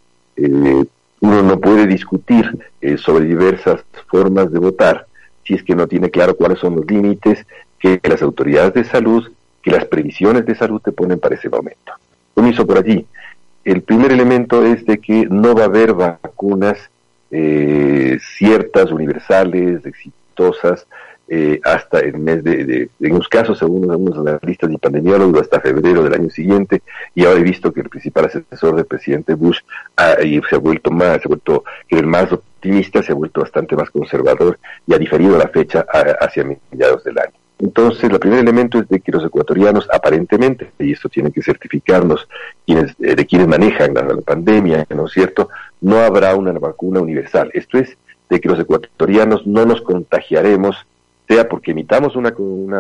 Uno no puede discutir sobre diversas formas de votar si es que no tiene claro cuáles son los límites que las autoridades de salud, que las previsiones de salud te ponen para ese momento. Comienzo por allí. El primer elemento es de que no va a haber vacunas ciertas, universales, exitosas, hasta el mes en unos casos, según algunos analistas y epidemiólogos, hasta febrero del año siguiente. Y ahora he visto que el principal asesor del presidente Bush se ha vuelto más optimista, se ha vuelto bastante más conservador y ha diferido la fecha hacia mediados del año. Entonces, el primer elemento es de que los ecuatorianos, aparentemente, y esto tienen que certificarnos de quienes manejan la pandemia, ¿no es cierto?, no habrá una vacuna universal. Esto es de que los ecuatorianos no nos contagiaremos, sea porque emitamos una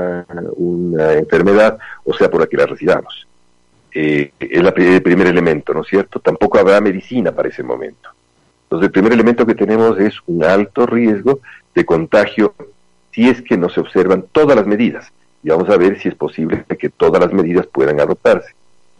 enfermedad o sea por la que la recibamos. Es el primer elemento, ¿no es cierto? Tampoco habrá medicina para ese momento. Entonces, el primer elemento que tenemos es un alto riesgo de contagio si es que no se observan todas las medidas, y vamos a ver si es posible que todas las medidas puedan adoptarse.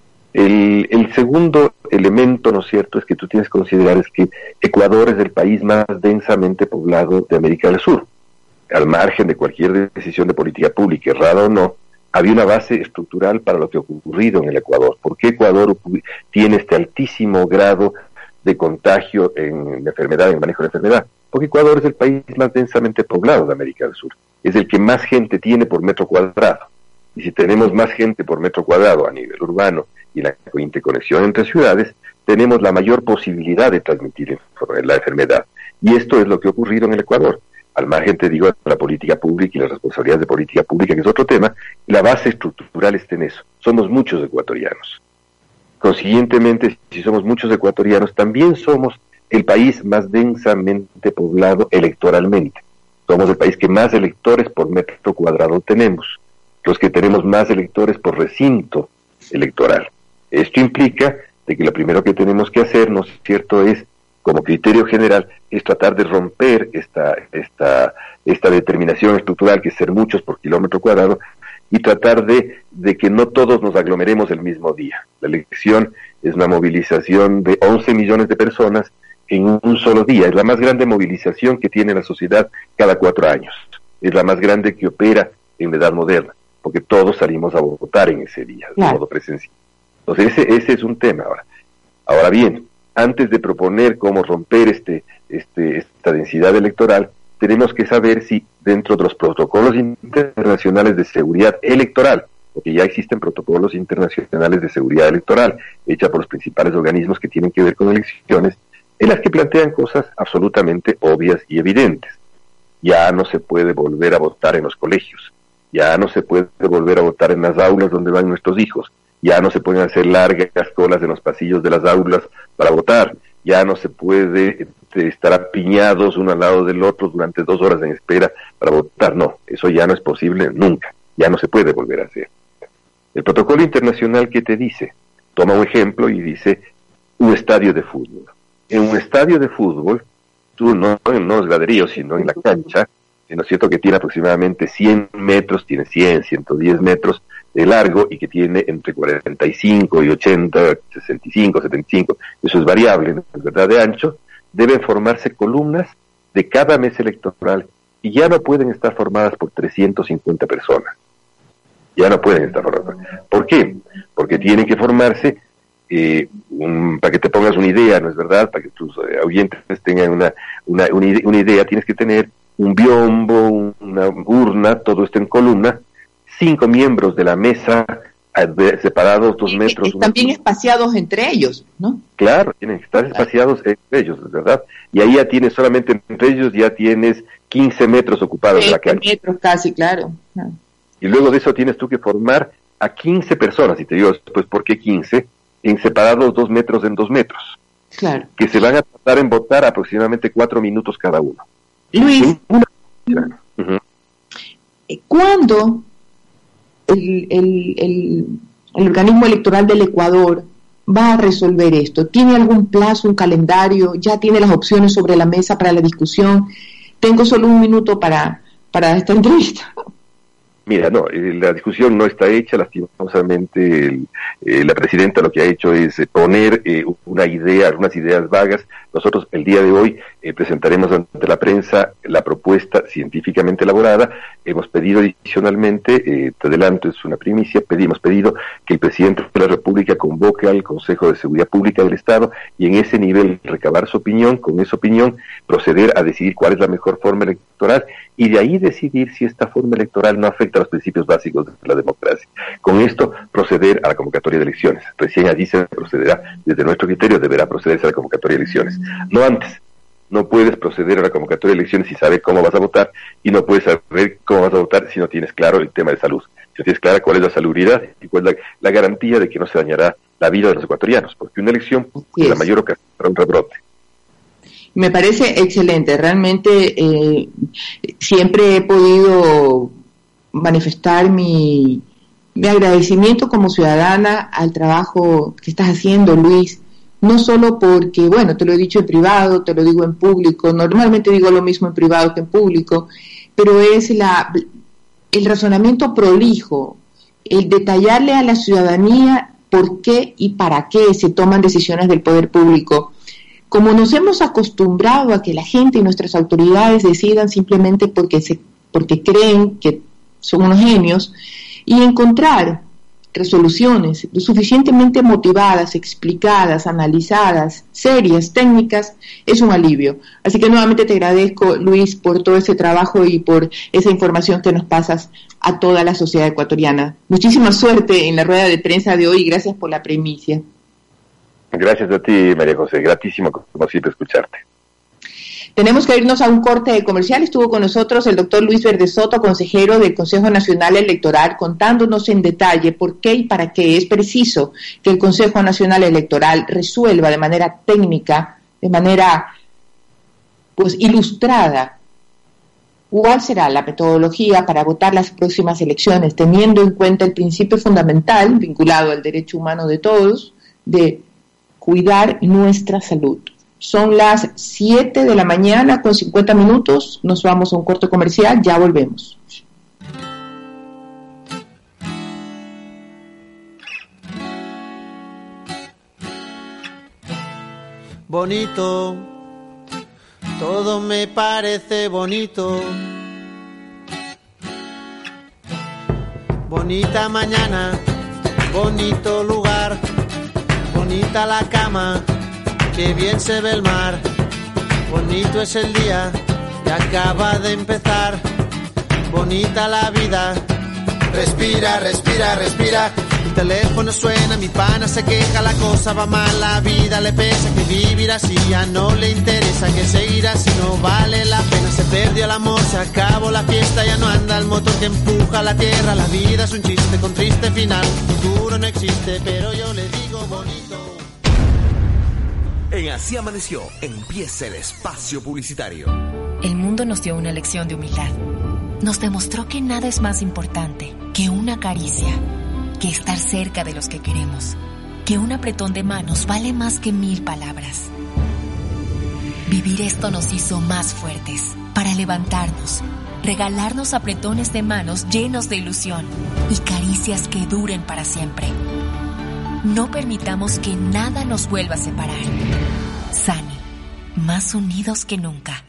El segundo elemento, ¿no es cierto?, es que tú tienes que considerar es que Ecuador es el país más densamente poblado de América del Sur. Al margen de cualquier decisión de política pública, errada o no, había una base estructural para lo que ha ocurrido en el Ecuador. ¿Por qué Ecuador tiene este altísimo grado de contagio en la enfermedad, en el manejo de la enfermedad? Porque Ecuador es el país más densamente poblado de América del Sur. Es el que más gente tiene por metro cuadrado. Y si tenemos más gente por metro cuadrado a nivel urbano y la interconexión entre ciudades, tenemos la mayor posibilidad de transmitir la enfermedad. Y esto es lo que ha ocurrido en el Ecuador. al margen, te digo, de la política pública y las responsabilidades de política pública, que es otro tema, la base estructural está en eso. Somos muchos ecuatorianos. Consiguientemente, si somos muchos ecuatorianos, también somos el país más densamente poblado electoralmente. Somos el país que más electores por metro cuadrado tenemos, los que tenemos más electores por recinto electoral. Esto implica de que lo primero que tenemos que hacer, ¿no es cierto?, es, como criterio general, es tratar de romper esta determinación estructural, que es ser muchos por kilómetro cuadrado, y tratar de que no todos nos aglomeremos el mismo día. La elección es una movilización de 11 millones de personas en un solo día. Es la más grande movilización que tiene la sociedad cada 4 años. Es la más grande que opera en la edad moderna, porque todos salimos a votar en ese día, de modo presencial. Entonces ese es un tema. Ahora bien, antes de proponer cómo romper esta densidad electoral, tenemos que saber si dentro de los protocolos internacionales de seguridad electoral, porque ya existen protocolos internacionales de seguridad electoral, hechos por los principales organismos que tienen que ver con elecciones, en las que plantean cosas absolutamente obvias y evidentes. Ya no se puede volver a votar en los colegios, ya no se puede volver a votar en las aulas donde van nuestros hijos, ya no se pueden hacer largas colas en los pasillos de las aulas para votar, ya no se puede estar apiñados uno al lado del otro durante 2 horas en espera para votar. No, eso ya no es posible nunca, ya no se puede volver a hacer. El protocolo internacional, que te dice, toma un ejemplo y dice un estadio de fútbol. En un estadio de fútbol, tú no en los graderíos, sino en la cancha, ¿no es cierto?, que tiene aproximadamente 100 metros, tiene 100, 110 metros de largo, y que tiene entre 45 y 80, 65, 75, eso es variable, ¿no?, es verdad, de ancho. Deben formarse columnas de cada mesa electoral, y ya no pueden estar formadas por 350 personas. Ya no pueden estar formadas. ¿Por qué? Porque tienen que formarse, para que te pongas una idea, ¿no es verdad?, para que tus oyentes tengan una idea, tienes que tener un biombo, una urna, todo esto en columna, 5 miembros de la mesa separados 2 metros. Están bien espaciados entre ellos, ¿no? Claro, tienen que estar espaciados entre ellos, ¿verdad? Y ahí ya tienes, solamente entre ellos, ya tienes 15 metros ocupados de la cancha. 15 metros casi, claro. Y luego de eso tienes tú que formar a 15 personas, y te digo, pues, ¿por qué 15? En separados 2 metros en 2 metros. Claro. Que se van a tratar en votar aproximadamente 4 minutos cada uno. Luis, ¿cuándo el organismo electoral del Ecuador va a resolver esto? ¿Tiene algún plazo, un calendario? ¿Ya tiene las opciones sobre la mesa para la discusión? Tengo solo 1 minuto para esta entrevista. Mira, no, la discusión no está hecha, lastimosamente la presidenta lo que ha hecho es poner algunas ideas vagas. Nosotros el día de hoy presentaremos ante la prensa la propuesta científicamente elaborada. Hemos pedido adicionalmente, te adelanto, es una primicia, hemos pedido que el presidente de la República convoque al Consejo de Seguridad Pública del Estado y en ese nivel recabar su opinión, con esa opinión proceder a decidir cuál es la mejor forma electoral, y de ahí decidir si esta forma electoral no afecta a los principios básicos de la democracia. Con esto, proceder a la convocatoria de elecciones. Recién allí se procederá, desde nuestro criterio, deberá procederse a la convocatoria de elecciones. No antes. No puedes proceder a la convocatoria de elecciones sin saber cómo vas a votar, y no puedes saber cómo vas a votar si no tienes claro el tema de salud. Si no tienes clara cuál es la salubridad y cuál es la garantía de que no se dañará la vida de los ecuatorianos, porque una elección es la mayor ocasión para un rebrote. Me parece excelente, realmente siempre he podido manifestar mi agradecimiento como ciudadana al trabajo que estás haciendo, Luis, no solo porque, bueno, te lo he dicho en privado, te lo digo en público, normalmente digo lo mismo en privado que en público, pero es el razonamiento prolijo, el detallarle a la ciudadanía por qué y para qué se toman decisiones del poder público. Como nos hemos acostumbrado a que la gente y nuestras autoridades decidan simplemente porque creen que son unos genios, y encontrar resoluciones lo suficientemente motivadas, explicadas, analizadas, serias, técnicas, es un alivio. Así que nuevamente te agradezco, Luis, por todo ese trabajo y por esa información que nos pasas a toda la sociedad ecuatoriana. Muchísima suerte en la rueda de prensa de hoy y gracias por la primicia. Gracias a ti, María José, gratísimo como siempre escucharte. Tenemos que irnos a un corte de comercial. Estuvo con nosotros el doctor Luis Verde Soto, consejero del Consejo Nacional Electoral, contándonos en detalle por qué y para qué es preciso que el Consejo Nacional Electoral resuelva de manera técnica, de manera ilustrada, cuál será la metodología para votar las próximas elecciones, teniendo en cuenta el principio fundamental vinculado al derecho humano de todos, de cuidar nuestra salud. Son las 7 de la mañana con 50 minutos. Nos vamos a un corte comercial. Ya volvemos. Bonito, todo me parece bonito. Bonita mañana, bonito lugar, bonita la cama. Qué bien se ve el mar, bonito es el día que acaba de empezar, bonita la vida. Respira, respira, respira. El teléfono suena, mi pana se queja, la cosa va mal, la vida le pesa, que vivir así ya no le interesa, que seguir así no vale la pena. Se perdió el amor, se acabó la fiesta, ya no anda el motor que empuja la tierra. La vida es un chiste con triste final, futuro no existe, pero yo le digo bonito. En Así Amaneció, empieza el espacio publicitario. El mundo nos dio una lección de humildad. Nos demostró que nada es más importante que una caricia, que estar cerca de los que queremos, que un apretón de manos vale más que 1000 palabras. Vivir esto nos hizo más fuertes, para levantarnos, regalarnos apretones de manos llenos de ilusión y caricias que duren para siempre. No permitamos que nada nos vuelva a separar. Sani, más unidos que nunca.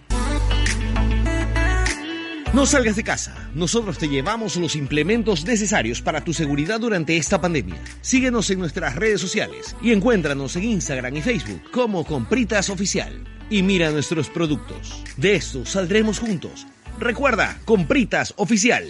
No salgas de casa. Nosotros te llevamos los implementos necesarios para tu seguridad durante esta pandemia. Síguenos en nuestras redes sociales y encuéntranos en Instagram y Facebook como Compritas Oficial. Y mira nuestros productos. De esto saldremos juntos. Recuerda, Compritas Oficial.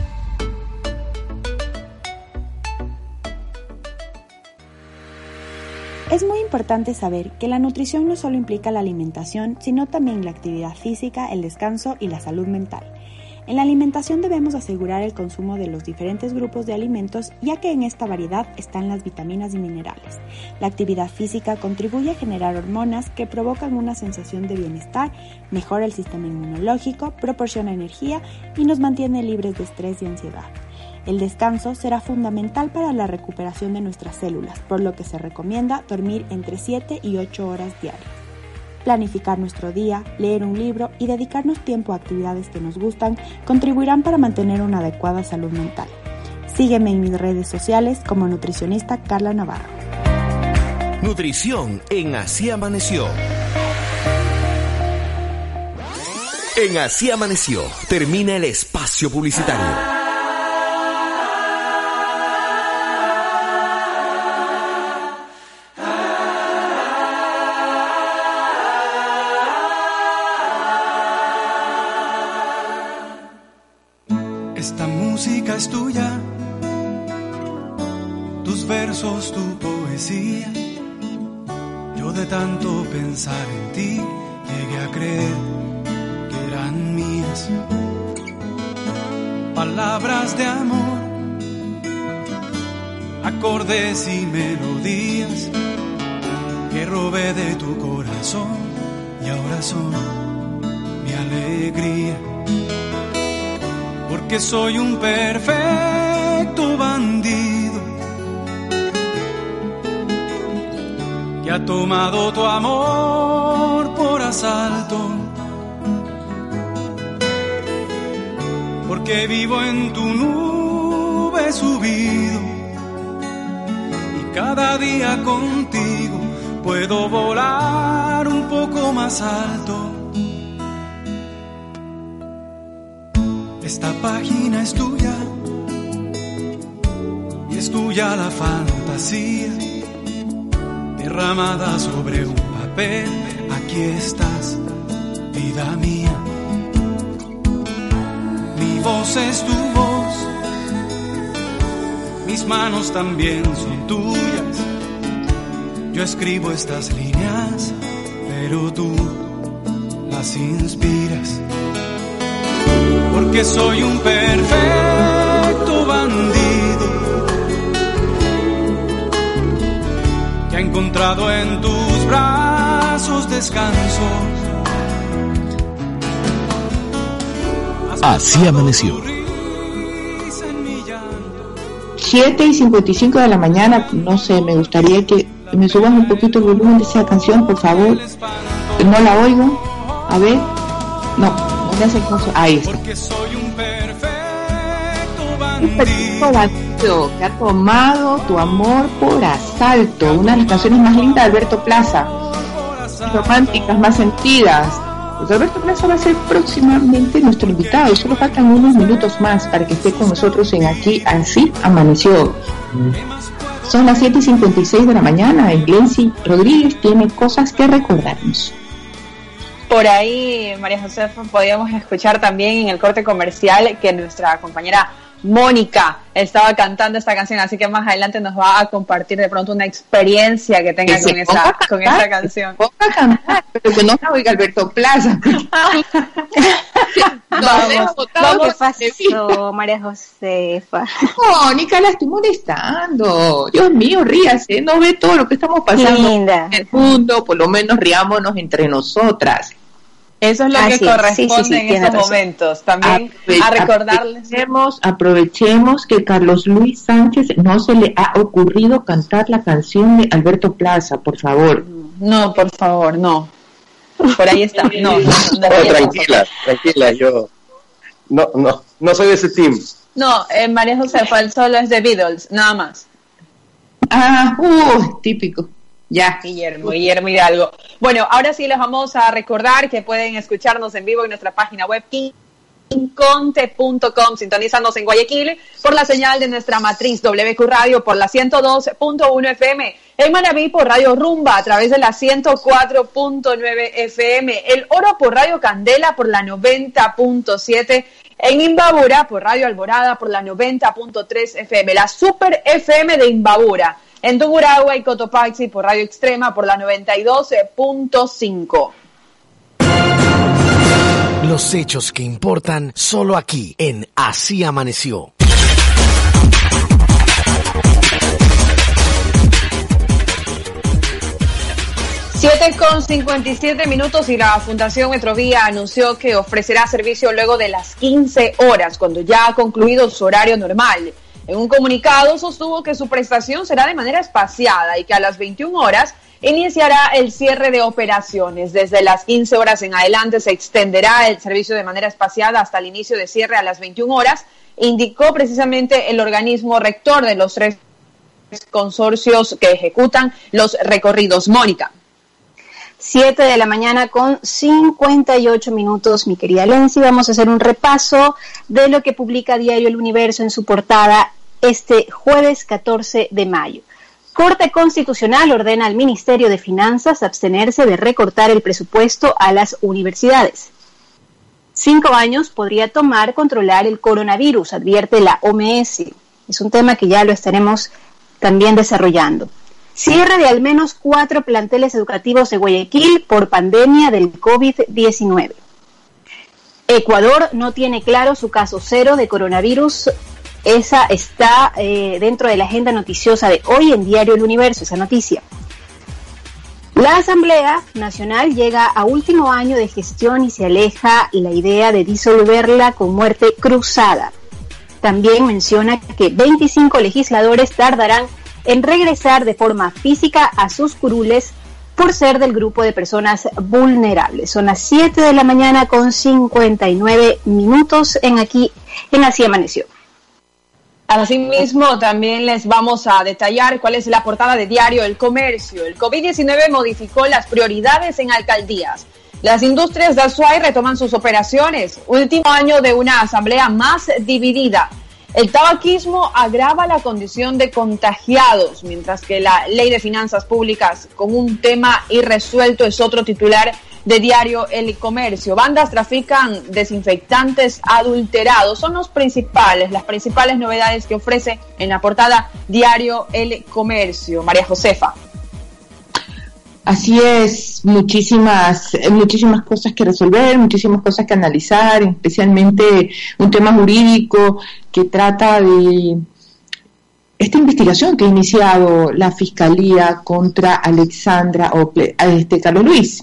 Es muy importante saber que la nutrición no solo implica la alimentación, sino también la actividad física, el descanso y la salud mental. En la alimentación debemos asegurar el consumo de los diferentes grupos de alimentos, ya que en esta variedad están las vitaminas y minerales. La actividad física contribuye a generar hormonas que provocan una sensación de bienestar, mejora el sistema inmunológico, proporciona energía y nos mantiene libres de estrés y ansiedad. El descanso será fundamental para la recuperación de nuestras células, por lo que se recomienda dormir entre 7 y 8 horas diarias. Planificar nuestro día, leer un libro y dedicarnos tiempo a actividades que nos gustan contribuirán para mantener una adecuada salud mental. Sígueme en mis redes sociales como nutricionista Carla Navarro. Nutrición en Así Amaneció. En Así Amaneció termina el espacio publicitario. Es tuya, tus versos, tu poesía. Yo de tanto pensar en ti llegué a creer que eran mías. Palabras de amor, acordes y melodías que robé de tu corazón y ahora son mi alegría. Porque soy un perfecto bandido que ha tomado tu amor por asalto. Porque vivo en tu nube subido y cada día contigo puedo volar un poco más alto. Esta página es tuya y es tuya la fantasía derramada sobre un papel. Aquí estás, vida mía. Mi voz es tu voz, mis manos también son tuyas. Yo escribo estas líneas, pero tú así inspiras. Porque soy un perfecto bandido que ha encontrado en tus brazos descanso. Así amaneció. 7:55 de la mañana, no sé, me gustaría que me subas un poquito el volumen de esa canción, por favor. No la oigo. A ver. No me hacen caso. Ahí está. Un perfecto bandido que ha tomado tu amor por asalto. Una de las canciones más lindas de Alberto Plaza. Románticas, más sentidas. Pues Alberto Plaza va a ser próximamente nuestro invitado. Solo faltan unos minutos más para que esté con nosotros en Aquí Así Amaneció. Son las 7:56 de la mañana y Glency Rodríguez tiene cosas que recordarnos. Por ahí, María Josefa, podíamos escuchar también en el corte comercial que nuestra compañera Mónica estaba cantando esta canción, así que más adelante nos va a compartir de pronto una experiencia que tenga con esa canción. Ponga a cantar, pero que no la oiga Alberto Plaza. ¿Qué pasó, María Josefa? Mónica, la estoy molestando. Dios mío, ríase, no ve todo lo que estamos pasando en el mundo, por lo menos riámonos entre nosotras. Eso es lo que corresponde en estos momentos. También a recordarles. Aprovechemos que Carlos Luis Sánchez no se le ha ocurrido cantar la canción de Alberto Plaza, por favor. No, por favor, no. Por ahí está. No, tranquila, yo no soy de ese team. No, María Josefa, el solo es de Beatles, nada más. Típico. Ya, Guillermo Hidalgo. Bueno, ahora sí les vamos a recordar que pueden escucharnos en vivo en nuestra página web quinconte.com, sintonizarnos en Guayaquil por la señal de nuestra matriz WQ Radio por la 102.1 FM, en Manabí por Radio Rumba a través de la 104.9 FM, El Oro por Radio Candela por la 90.7, en Imbabura por Radio Alborada por la 90.3 FM, la Super FM de Imbabura. En Tungurahua y Cotopaxi por Radio Extrema por la 92.5. Los hechos que importan solo aquí en Así Amaneció. 7:57 y la Fundación Metrovía anunció que ofrecerá servicio luego de las 15 horas, cuando ya ha concluido su horario normal. En un comunicado sostuvo que su prestación será de manera espaciada y que a las 21 horas iniciará el cierre de operaciones. Desde las 15 horas en adelante se extenderá el servicio de manera espaciada hasta el inicio de cierre a las 21 horas, indicó precisamente el organismo rector de los 3 consorcios que ejecutan los recorridos. Mónica. 7 de la mañana con 58 minutos, mi querida Lency. Vamos a hacer un repaso de lo que publica Diario El Universo en su portada este jueves 14 de mayo. Corte Constitucional ordena al Ministerio de Finanzas abstenerse de recortar el presupuesto a las universidades. 5 años podría tomar controlar el coronavirus, advierte la OMS. Es un tema que ya lo estaremos también desarrollando. Cierre de al menos 4 planteles educativos de Guayaquil por pandemia del COVID-19. Ecuador no tiene claro su caso cero de coronavirus. Esa está dentro de la agenda noticiosa de hoy en Diario El Universo, esa noticia. La Asamblea Nacional llega a último año de gestión y se aleja la idea de disolverla con muerte cruzada. También menciona que 25 legisladores tardarán en regresar de forma física a sus curules por ser del grupo de personas vulnerables. Son las 7 de la mañana con 59 minutos en Así Amaneció. Asimismo, también les vamos a detallar cuál es la portada de Diario El Comercio. El COVID-19 modificó las prioridades en alcaldías. Las industrias de Azuay retoman sus operaciones. Último año de una asamblea más dividida. El tabaquismo agrava la condición de contagiados, mientras que la Ley de Finanzas Públicas, con un tema irresuelto, es otro titular de Diario El Comercio. Bandas trafican desinfectantes adulterados. Son las principales novedades que ofrece en la portada Diario El Comercio. María Josefa. Así es, muchísimas cosas que resolver, muchísimas cosas que analizar, especialmente un tema jurídico que trata de esta investigación que ha iniciado la Fiscalía contra Alexandra Ocle, Carlos Luis.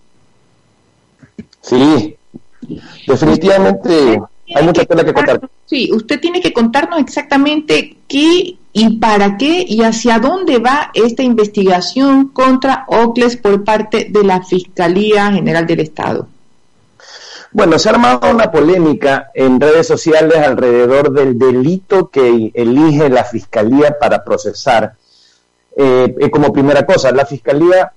Sí, definitivamente hay mucha tela que contar. Sí, usted tiene que contarnos exactamente qué y para qué y hacia dónde va esta investigación contra Ocles por parte de la Fiscalía General del Estado. Bueno, se ha armado una polémica en redes sociales alrededor del delito que elige la Fiscalía para procesar. Como primera cosa, la Fiscalía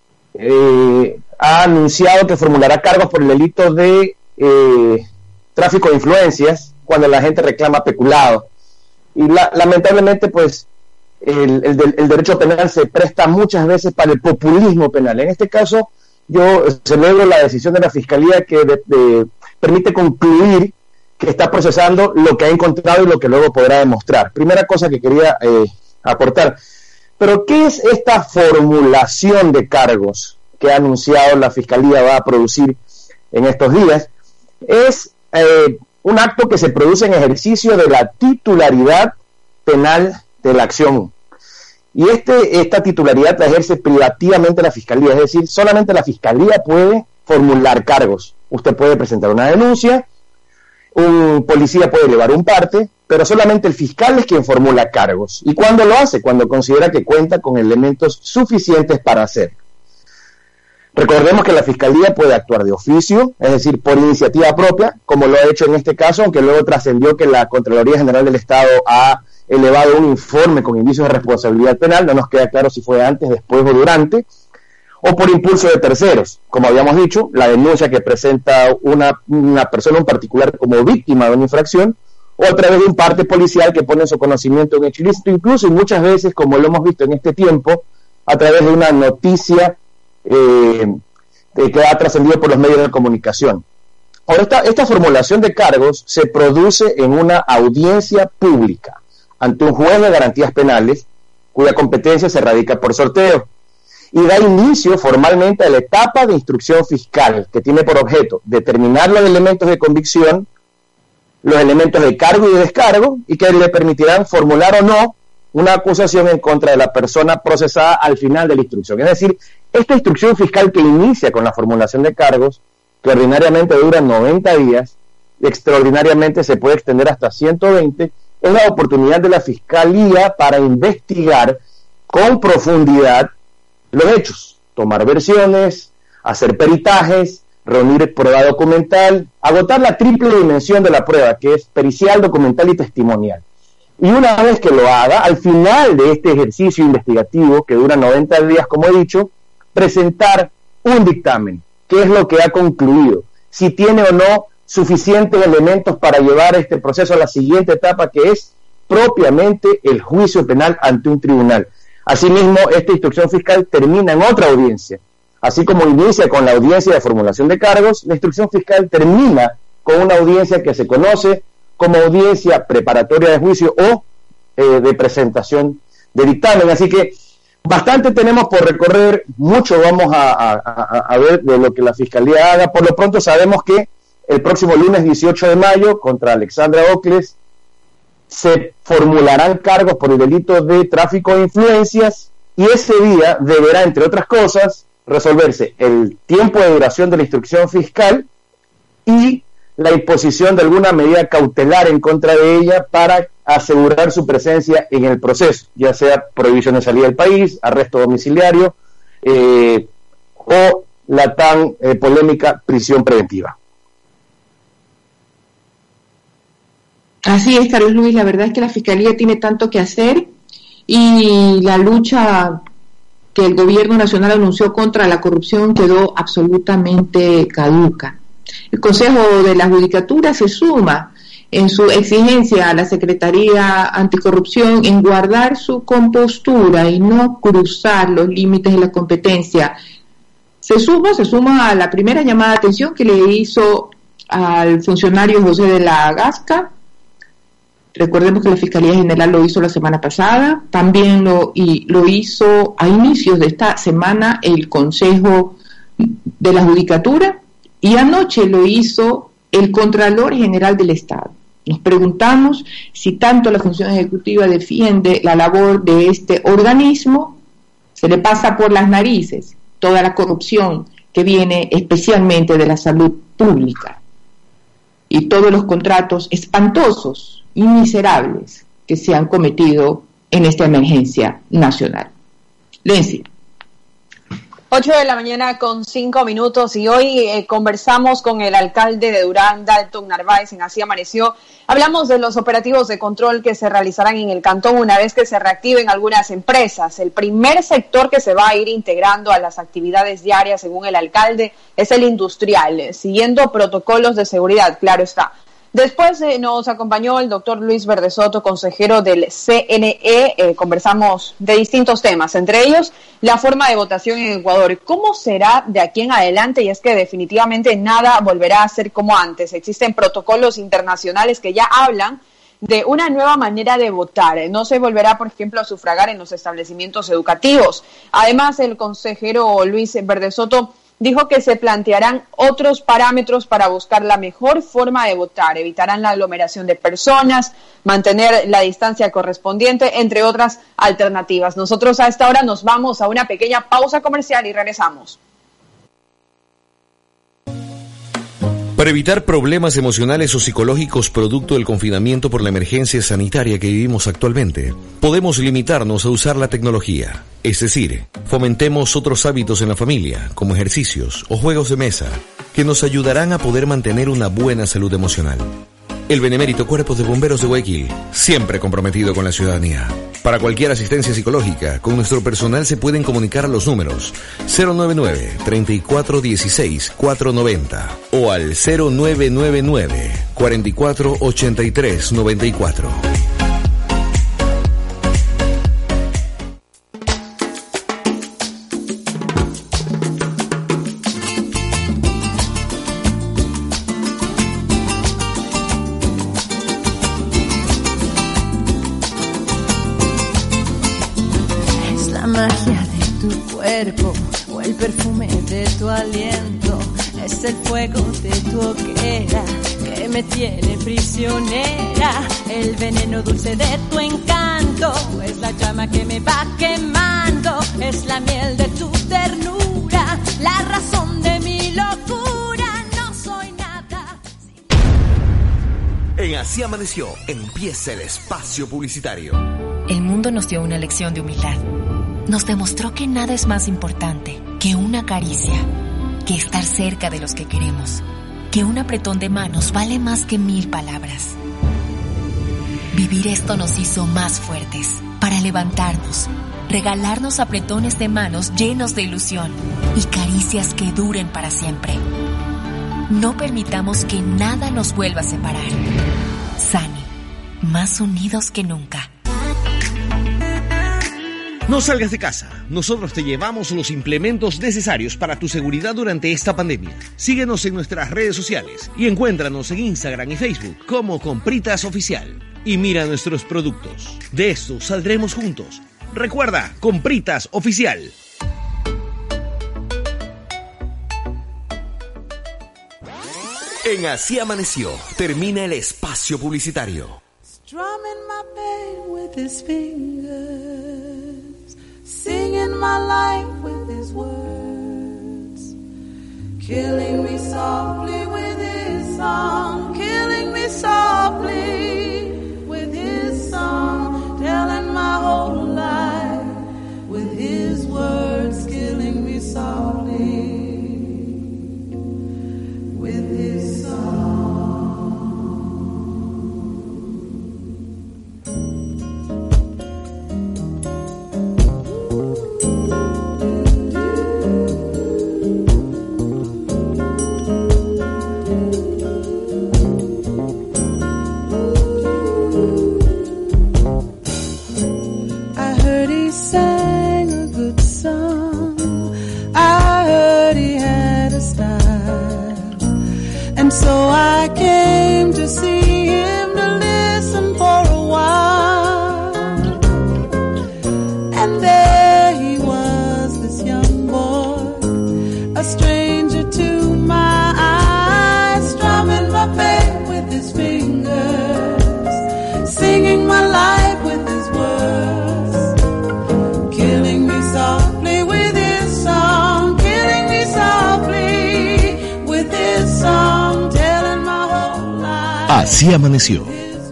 ha anunciado que formulará cargos por el delito de tráfico de influencias cuando la gente reclama peculado. Y lamentablemente, pues, el derecho penal se presta muchas veces para el populismo penal. En este caso, yo celebro la decisión de la Fiscalía que permite concluir que está procesando lo que ha encontrado y lo que luego podrá demostrar. Primera cosa que quería aportar. Pero, ¿qué es esta formulación de cargos que ha anunciado la Fiscalía va a producir en estos días? Es un acto que se produce en ejercicio de la titularidad penal de la acción. Y esta titularidad la ejerce privativamente la Fiscalía, es decir, solamente la Fiscalía puede formular cargos. Usted puede presentar una denuncia, un policía puede llevar un parte, pero solamente el fiscal es quien formula cargos. ¿Y cuándo lo hace? Cuando considera que cuenta con elementos suficientes para hacer. Recordemos que la Fiscalía puede actuar de oficio, es decir, por iniciativa propia, como lo ha hecho en este caso, aunque luego trascendió que la Contraloría General del Estado ha elevado un informe con indicios de responsabilidad penal, no nos queda claro si fue antes, después o durante, o por impulso de terceros, como habíamos dicho, la denuncia que presenta una persona en particular como víctima de una infracción, o a través de un parte policial que pone en su conocimiento un hecho ilícito, incluso y muchas veces, como lo hemos visto en este tiempo, a través de una noticia que ha trascendido por los medios de comunicación. Ahora, esta formulación de cargos se produce en una audiencia pública ante un juez de garantías penales cuya competencia se radica por sorteo y da inicio formalmente a la etapa de instrucción fiscal que tiene por objeto determinar los elementos de convicción, los elementos de cargo y de descargo y que le permitirán formular o no una acusación en contra de la persona procesada al final de la instrucción. Es decir, esta instrucción fiscal que inicia con la formulación de cargos, que ordinariamente dura 90 días, extraordinariamente se puede extender hasta 120, es la oportunidad de la Fiscalía para investigar con profundidad los hechos, tomar versiones, hacer peritajes, reunir prueba documental, agotar la triple dimensión de la prueba, que es pericial, documental y testimonial. Y una vez que lo haga, al final de este ejercicio investigativo, que dura 90 días, como he dicho, presentar un dictamen, qué es lo que ha concluido, si tiene o no suficientes elementos para llevar este proceso a la siguiente etapa, que es propiamente el juicio penal ante un tribunal. Asimismo, esta instrucción fiscal termina en otra audiencia. Así como inicia con la audiencia de formulación de cargos, la instrucción fiscal termina con una audiencia que se conoce como audiencia preparatoria de juicio o de presentación de dictamen. Así que bastante tenemos por recorrer, mucho vamos a ver de lo que la Fiscalía haga. Por lo pronto sabemos que el próximo lunes 18 de mayo contra Alexandra Ocles se formularán cargos por el delito de tráfico de influencias y ese día deberá, entre otras cosas, resolverse el tiempo de duración de la instrucción fiscal y la imposición de alguna medida cautelar en contra de ella para asegurar su presencia en el proceso, ya sea prohibición de salida del país, arresto domiciliario o la tan polémica prisión preventiva. Así es, Carlos Luis, la verdad es que la Fiscalía tiene tanto que hacer y la lucha que el gobierno nacional anunció contra la corrupción quedó absolutamente caduca. El Consejo de la Judicatura se suma en su exigencia a la Secretaría Anticorrupción en guardar su compostura y no cruzar los límites de la competencia. Se suma a la primera llamada de atención que le hizo al funcionario José de la Gasca Recordemos que la Fiscalía General lo hizo la semana pasada, también lo hizo a inicios de esta semana el Consejo de la Judicatura y anoche lo hizo el Contralor General del Estado. Nos preguntamos si tanto la función ejecutiva defiende la labor de este organismo, se le pasa por las narices toda la corrupción que viene especialmente de la salud pública y todos los contratos espantosos y miserables que se han cometido en esta emergencia nacional. Lenzi. 8:05 y hoy conversamos con el alcalde de Durán, Dalton Narváez, en Así Amaneció. Hablamos de los operativos de control que se realizarán en el cantón una vez que se reactiven algunas empresas. El primer sector que se va a ir integrando a las actividades diarias, según el alcalde, es el industrial, siguiendo protocolos de seguridad, claro está. Después nos acompañó el doctor Luis Verdesoto, consejero del CNE. Conversamos de distintos temas, entre ellos la forma de votación en Ecuador. ¿Cómo será de aquí en adelante? Y es que definitivamente nada volverá a ser como antes. Existen protocolos internacionales que ya hablan de una nueva manera de votar. No se volverá, por ejemplo, a sufragar en los establecimientos educativos. Además, el consejero Luis Verdesoto dijo que se plantearán otros parámetros para buscar la mejor forma de votar. Evitarán la aglomeración de personas, mantener la distancia correspondiente, entre otras alternativas. Nosotros a esta hora nos vamos a una pequeña pausa comercial y regresamos. Para evitar problemas emocionales o psicológicos producto del confinamiento por la emergencia sanitaria que vivimos actualmente, podemos limitarnos a usar la tecnología. Es decir, fomentemos otros hábitos en la familia, como ejercicios o juegos de mesa, que nos ayudarán a poder mantener una buena salud emocional. El Benemérito Cuerpo de Bomberos de Guayaquil, siempre comprometido con la ciudadanía. Para cualquier asistencia psicológica, con nuestro personal se pueden comunicar a los números 099-3416-490 o al 0999-448394. O el perfume de tu aliento, es el fuego de tu hoguera que me tiene prisionera, el veneno dulce de tu encanto, es la llama que me va quemando, es la miel de tu ternura, la razón de mi locura, no soy nada. En Así Amaneció, empieza el espacio publicitario. El mundo nos dio una lección de humildad. Nos demostró que nada es más importante que una caricia, que estar cerca de los que queremos, que un apretón de manos vale más que 1000 palabras. Vivir esto nos hizo más fuertes, para levantarnos, regalarnos apretones de manos llenos de ilusión y caricias que duren para siempre. No permitamos que nada nos vuelva a separar. Sani, más unidos que nunca. No salgas de casa, nosotros te llevamos los implementos necesarios para tu seguridad durante esta pandemia. Síguenos en nuestras redes sociales y encuéntranos en Instagram y Facebook como Compritas Oficial. Y mira nuestros productos. De esto saldremos juntos. Recuerda, Compritas Oficial. En Así Amaneció, termina el espacio publicitario. Strumming my pain with his fingers, singing my life with his words, killing me softly with his song, killing me softly with his song, telling my whole life with his words, killing me softly with his song. Así amaneció.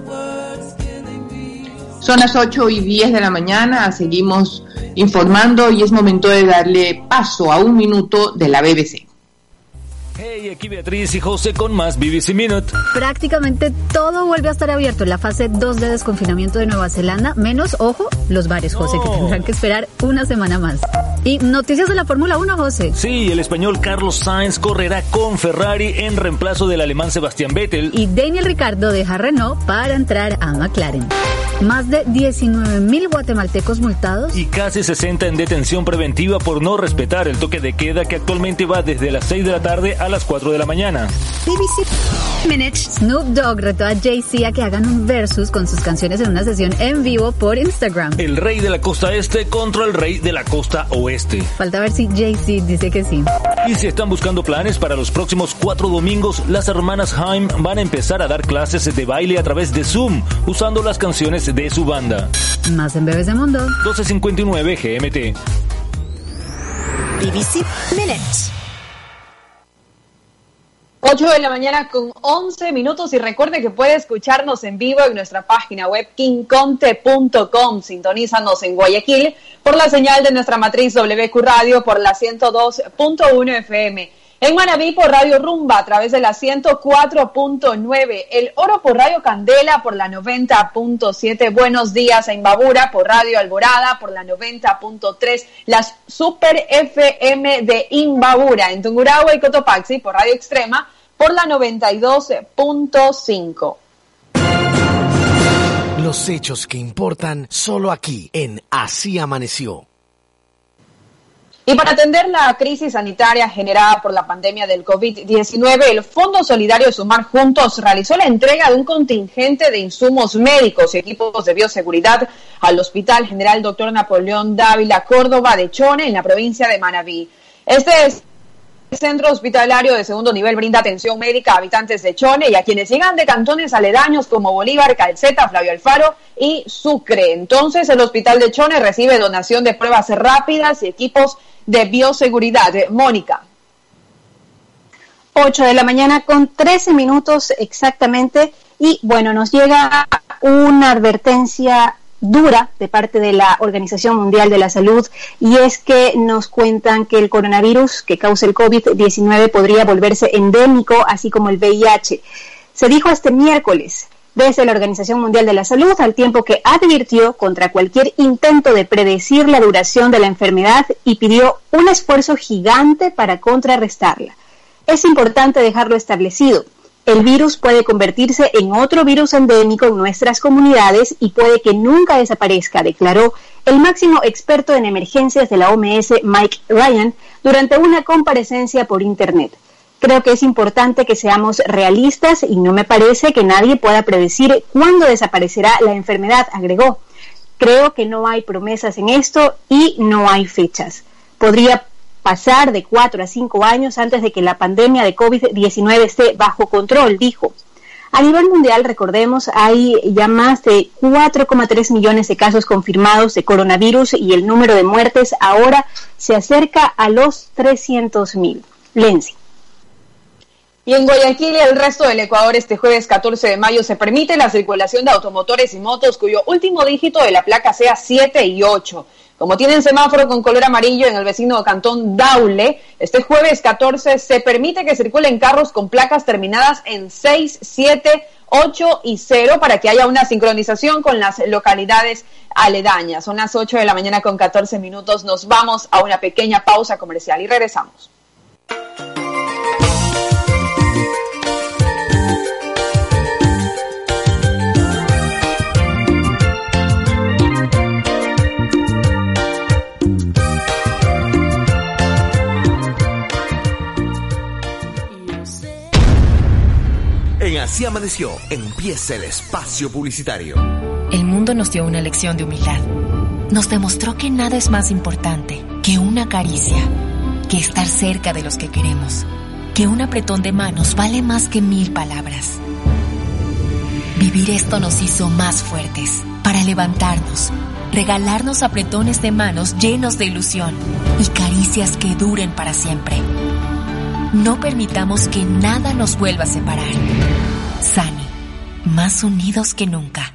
Son las 8:10 de la mañana, seguimos informando y es momento de darle paso a un minuto de la BBC. Hey, aquí Beatriz y José con más BBC Minute. Prácticamente todo vuelve a estar abierto en la fase 2 de desconfinamiento de Nueva Zelanda, menos, ojo, los bares, José, que tendrán que esperar una semana más. Y noticias de la Fórmula 1, José. Sí, el español Carlos Sainz correrá con Ferrari en reemplazo del alemán Sebastián Vettel. Y Daniel Ricciardo deja Renault para entrar a McLaren. Más de 19,000 guatemaltecos multados. Y casi 60 en detención preventiva por no respetar el toque de queda que actualmente va desde las 6 de la tarde a las 4 de la mañana. BBC Minutes. Snoop Dogg retó a Jay-Z a que hagan un versus con sus canciones en una sesión en vivo por Instagram. El rey de la costa este contra el rey de la costa oeste. Falta ver si Jay-Z dice que sí. Y si están buscando planes para los próximos 4 domingos, las hermanas Haim van a empezar a dar clases de baile a través de Zoom, usando las canciones de su banda. Más en BBC Mundo. 12:59 GMT. BBC Minutes. 8 de la mañana con 11 minutos y recuerde que puede escucharnos en vivo en nuestra página web quinconte.com. Sintonízanos en Guayaquil por la señal de nuestra matriz WQ Radio por la 102.1 FM. En Manabí por Radio Rumba a través de la 104.9. El Oro por Radio Candela por la 90.7. Buenos días a Imbabura por Radio Alborada por la 90.3. Las Super FM de Imbabura en Tungurahua y Cotopaxi por Radio Extrema por la 92.5. Los hechos que importan solo aquí en Así Amaneció. Y para atender la crisis sanitaria generada por la pandemia del COVID-19, el Fondo Solidario Sumar Juntos realizó la entrega de un contingente de insumos médicos y equipos de bioseguridad al Hospital General Dr. Napoleón Dávila Córdoba de Chone, en la provincia de Manabí. Este centro hospitalario de segundo nivel brinda atención médica a habitantes de Chone y a quienes llegan de cantones aledaños como Bolívar, Calceta, Flavio Alfaro y Sucre. Entonces, el Hospital de Chone recibe donación de pruebas rápidas y equipos de bioseguridad. Mónica. 8 de la mañana con 13 minutos exactamente. Y bueno, nos llega una advertencia dura de parte de la Organización Mundial de la Salud, y es que nos cuentan que el coronavirus que causa el COVID-19 podría volverse endémico, así como el VIH. Se dijo este miércoles desde la Organización Mundial de la Salud, al tiempo que advirtió contra cualquier intento de predecir la duración de la enfermedad y pidió un esfuerzo gigante para contrarrestarla. Es importante dejarlo establecido. El virus puede convertirse en otro virus endémico en nuestras comunidades y puede que nunca desaparezca, declaró el máximo experto en emergencias de la OMS, Mike Ryan, durante una comparecencia por Internet. Creo que es importante que seamos realistas y no me parece que nadie pueda predecir cuándo desaparecerá la enfermedad, agregó. Creo que no hay promesas en esto y no hay fechas. Podría pasar de 4 a 5 años antes de que la pandemia de COVID-19 esté bajo control, dijo. A nivel mundial, recordemos, hay ya más de 4,3 millones de casos confirmados de coronavirus y el número de muertes ahora se acerca a los 300,000. Lenzi. Y en Guayaquil y el resto del Ecuador, este jueves 14 de mayo se permite la circulación de automotores y motos cuyo último dígito de la placa sea 7 y 8. Como tienen semáforo con color amarillo en el vecino cantón Daule, este jueves 14 se permite que circulen carros con placas terminadas en 6, 7, 8 y 0 para que haya una sincronización con las localidades aledañas. Son las 8 de la mañana con 14 minutos. Nos vamos a una pequeña pausa comercial y regresamos. En Así Amaneció, empieza el espacio publicitario. El mundo nos dio una lección de humildad. Nos demostró que nada es más importante que una caricia, que estar cerca de los que queremos, que un apretón de manos vale más que 1000 palabras. Vivir esto nos hizo más fuertes, para levantarnos, regalarnos apretones de manos llenos de ilusión y caricias que duren para siempre. No permitamos que nada nos vuelva a separar. Sani, más unidos que nunca.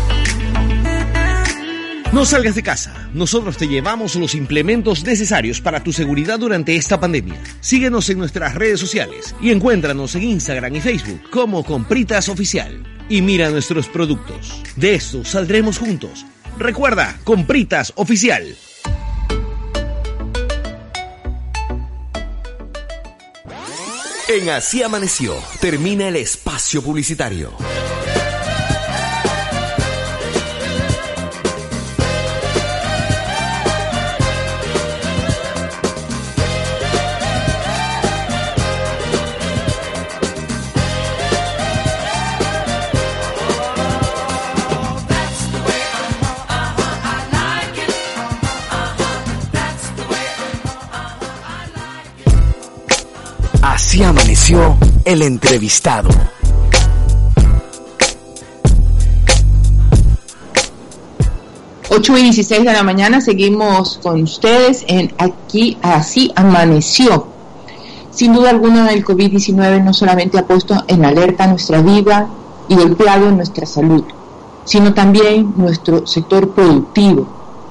No salgas de casa, nosotros te llevamos los implementos necesarios para tu seguridad durante esta pandemia. Síguenos en nuestras redes sociales y encuéntranos en Instagram y Facebook como Compritas Oficial. Y mira nuestros productos. De esto saldremos juntos. Recuerda, Compritas Oficial. En Así Amaneció, termina el espacio publicitario. Así amaneció el entrevistado. Ocho y 16 de la mañana, seguimos con ustedes en Aquí Así Amaneció. Sin duda alguna, el COVID-19 no solamente ha puesto en alerta nuestra vida y golpeado nuestra salud, sino también nuestro sector productivo.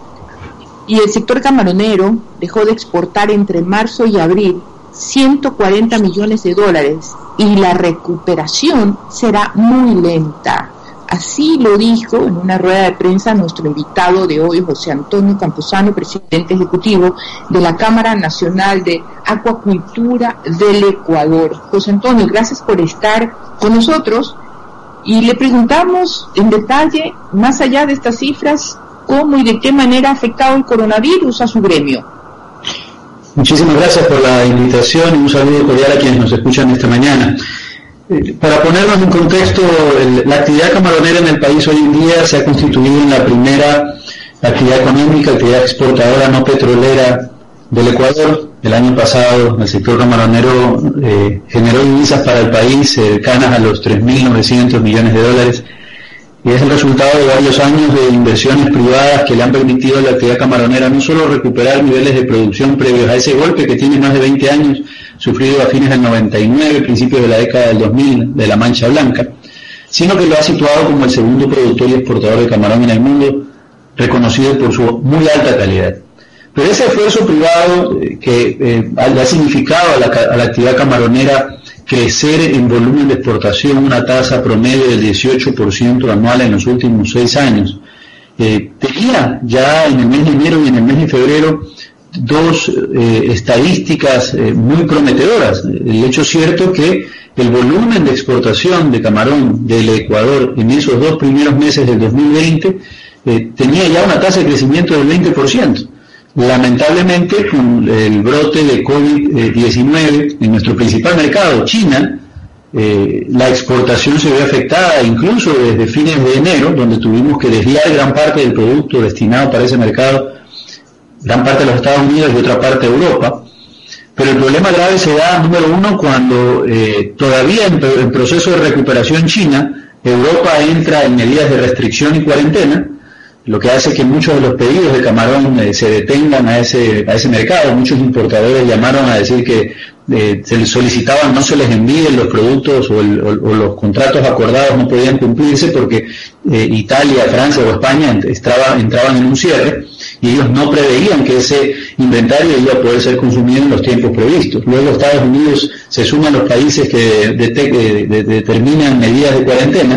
Y el sector camaronero dejó de exportar entre marzo y abril 140 millones de dólares y la recuperación será muy lenta. Así lo dijo en una rueda de prensa nuestro invitado de hoy, José Antonio Camposano, presidente ejecutivo de la Cámara Nacional de Acuacultura del Ecuador. José Antonio, gracias por estar con nosotros y le preguntamos en detalle, más allá de estas cifras, cómo y de qué manera ha afectado el coronavirus a su gremio. Muchísimas gracias por la invitación y un saludo cordial a quienes nos escuchan esta mañana. Para ponernos en contexto, la actividad camaronera en el país hoy en día se ha constituido en la primera actividad económica, actividad exportadora no petrolera del Ecuador. El año pasado el sector camaronero generó divisas para el país cercanas a los 3.900 millones de dólares. Y es el resultado de varios años de inversiones privadas que le han permitido a la actividad camaronera no solo recuperar niveles de producción previos a ese golpe que tiene más de 20 años, sufrido a fines del 99, principios de la década del 2000, de la Mancha Blanca, sino que lo ha situado como el segundo productor y exportador de camarón en el mundo, reconocido por su muy alta calidad. Pero ese esfuerzo privado que ha significado a la actividad camaronera crecer en volumen de exportación una tasa promedio del 18% anual en los últimos 6 años. Tenía ya en el mes de enero y en el mes de febrero dos estadísticas muy prometedoras. El hecho cierto que el volumen de exportación de camarón del Ecuador en esos 2 primeros meses del 2020 tenía ya una tasa de crecimiento del 20%. Lamentablemente, con el brote de COVID-19 en nuestro principal mercado, China, la exportación se ve afectada incluso desde fines de enero, donde tuvimos que desviar gran parte del producto destinado para ese mercado, gran parte de los Estados Unidos y otra parte de Europa. Pero el problema grave se da, número uno, cuando todavía en proceso de recuperación China, Europa entra en medidas de restricción y cuarentena, lo que hace que muchos de los pedidos de camarón se detengan a ese mercado. Muchos importadores llamaron a decir que se les solicitaban no se les envíen los productos o los contratos acordados no podían cumplirse porque Italia, Francia o España entraban en un cierre y ellos no preveían que ese inventario iba a poder ser consumido en los tiempos previstos. Luego Estados Unidos se suman los países que determinan medidas de cuarentena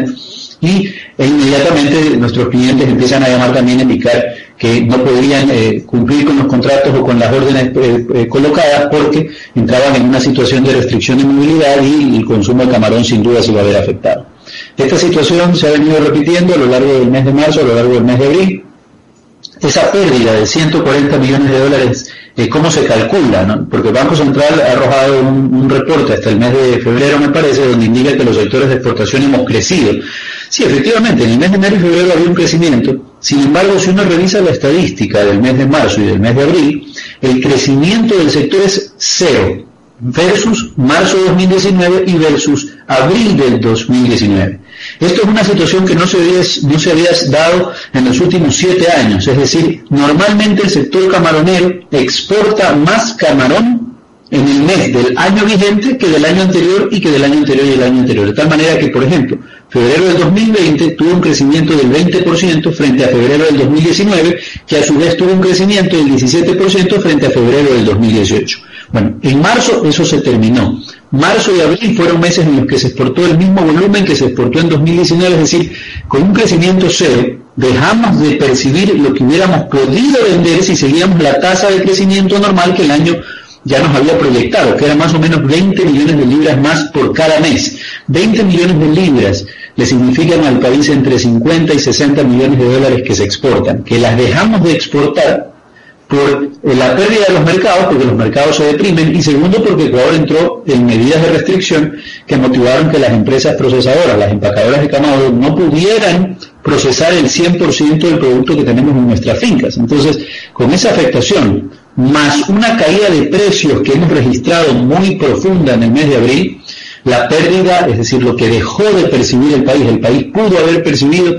e inmediatamente nuestros clientes empiezan a llamar también a indicar que no podían cumplir con los contratos o con las órdenes colocadas porque entraban en una situación de restricción de movilidad y el consumo de camarón sin duda se iba a ver afectado. Esta situación se ha venido repitiendo a lo largo del mes de marzo, a lo largo del mes de abril. Esa pérdida de 140 millones de dólares, ¿cómo se calcula? ¿No? Porque el Banco Central ha arrojado un reporte hasta el mes de febrero, me parece, donde indica que los sectores de exportación hemos crecido. Sí, efectivamente, en el mes de enero y febrero había un crecimiento. Sin embargo, si uno revisa la estadística del mes de marzo y del mes de abril, el crecimiento del sector es 0 versus marzo de 2019 y versus abril del 2019. Esto es una situación que no se había dado en los últimos 7 años, es decir, normalmente el sector camaronero exporta más camarón en el mes del año vigente que del año anterior y que del año anterior y el año anterior. De tal manera que, por ejemplo, Febrero del 2020 tuvo un crecimiento del 20% frente a febrero del 2019, que a su vez tuvo un crecimiento del 17% frente a febrero del 2018. Bueno, en marzo eso se terminó. Marzo y abril fueron meses en los que se exportó el mismo volumen que se exportó en 2019, es decir, con un crecimiento cero. Dejamos de percibir lo que hubiéramos podido vender si seguíamos la tasa de crecimiento normal que el año ya nos había proyectado, que era más o menos 20 millones de libras más por cada mes. 20 millones de libras le significan al país entre 50 y 60 millones de dólares que se exportan, que las dejamos de exportar por la pérdida de los mercados, porque los mercados se deprimen, y segundo porque Ecuador entró en medidas de restricción que motivaron que las empresas procesadoras, las empacadoras de camarón, no pudieran procesar el 100% del producto que tenemos en nuestras fincas. Entonces, con esa afectación, más una caída de precios que hemos registrado muy profunda en el mes de abril, la pérdida, es decir, lo que dejó de percibir el país pudo haber percibido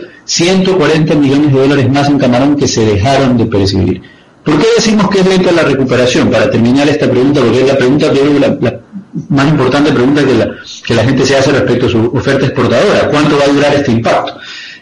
140 millones de dólares más en camarón que se dejaron de percibir. ¿Por qué decimos que es lenta la recuperación? Para terminar esta pregunta, porque es la pregunta, la más importante pregunta que la gente se hace respecto a su oferta exportadora. ¿Cuánto va a durar este impacto?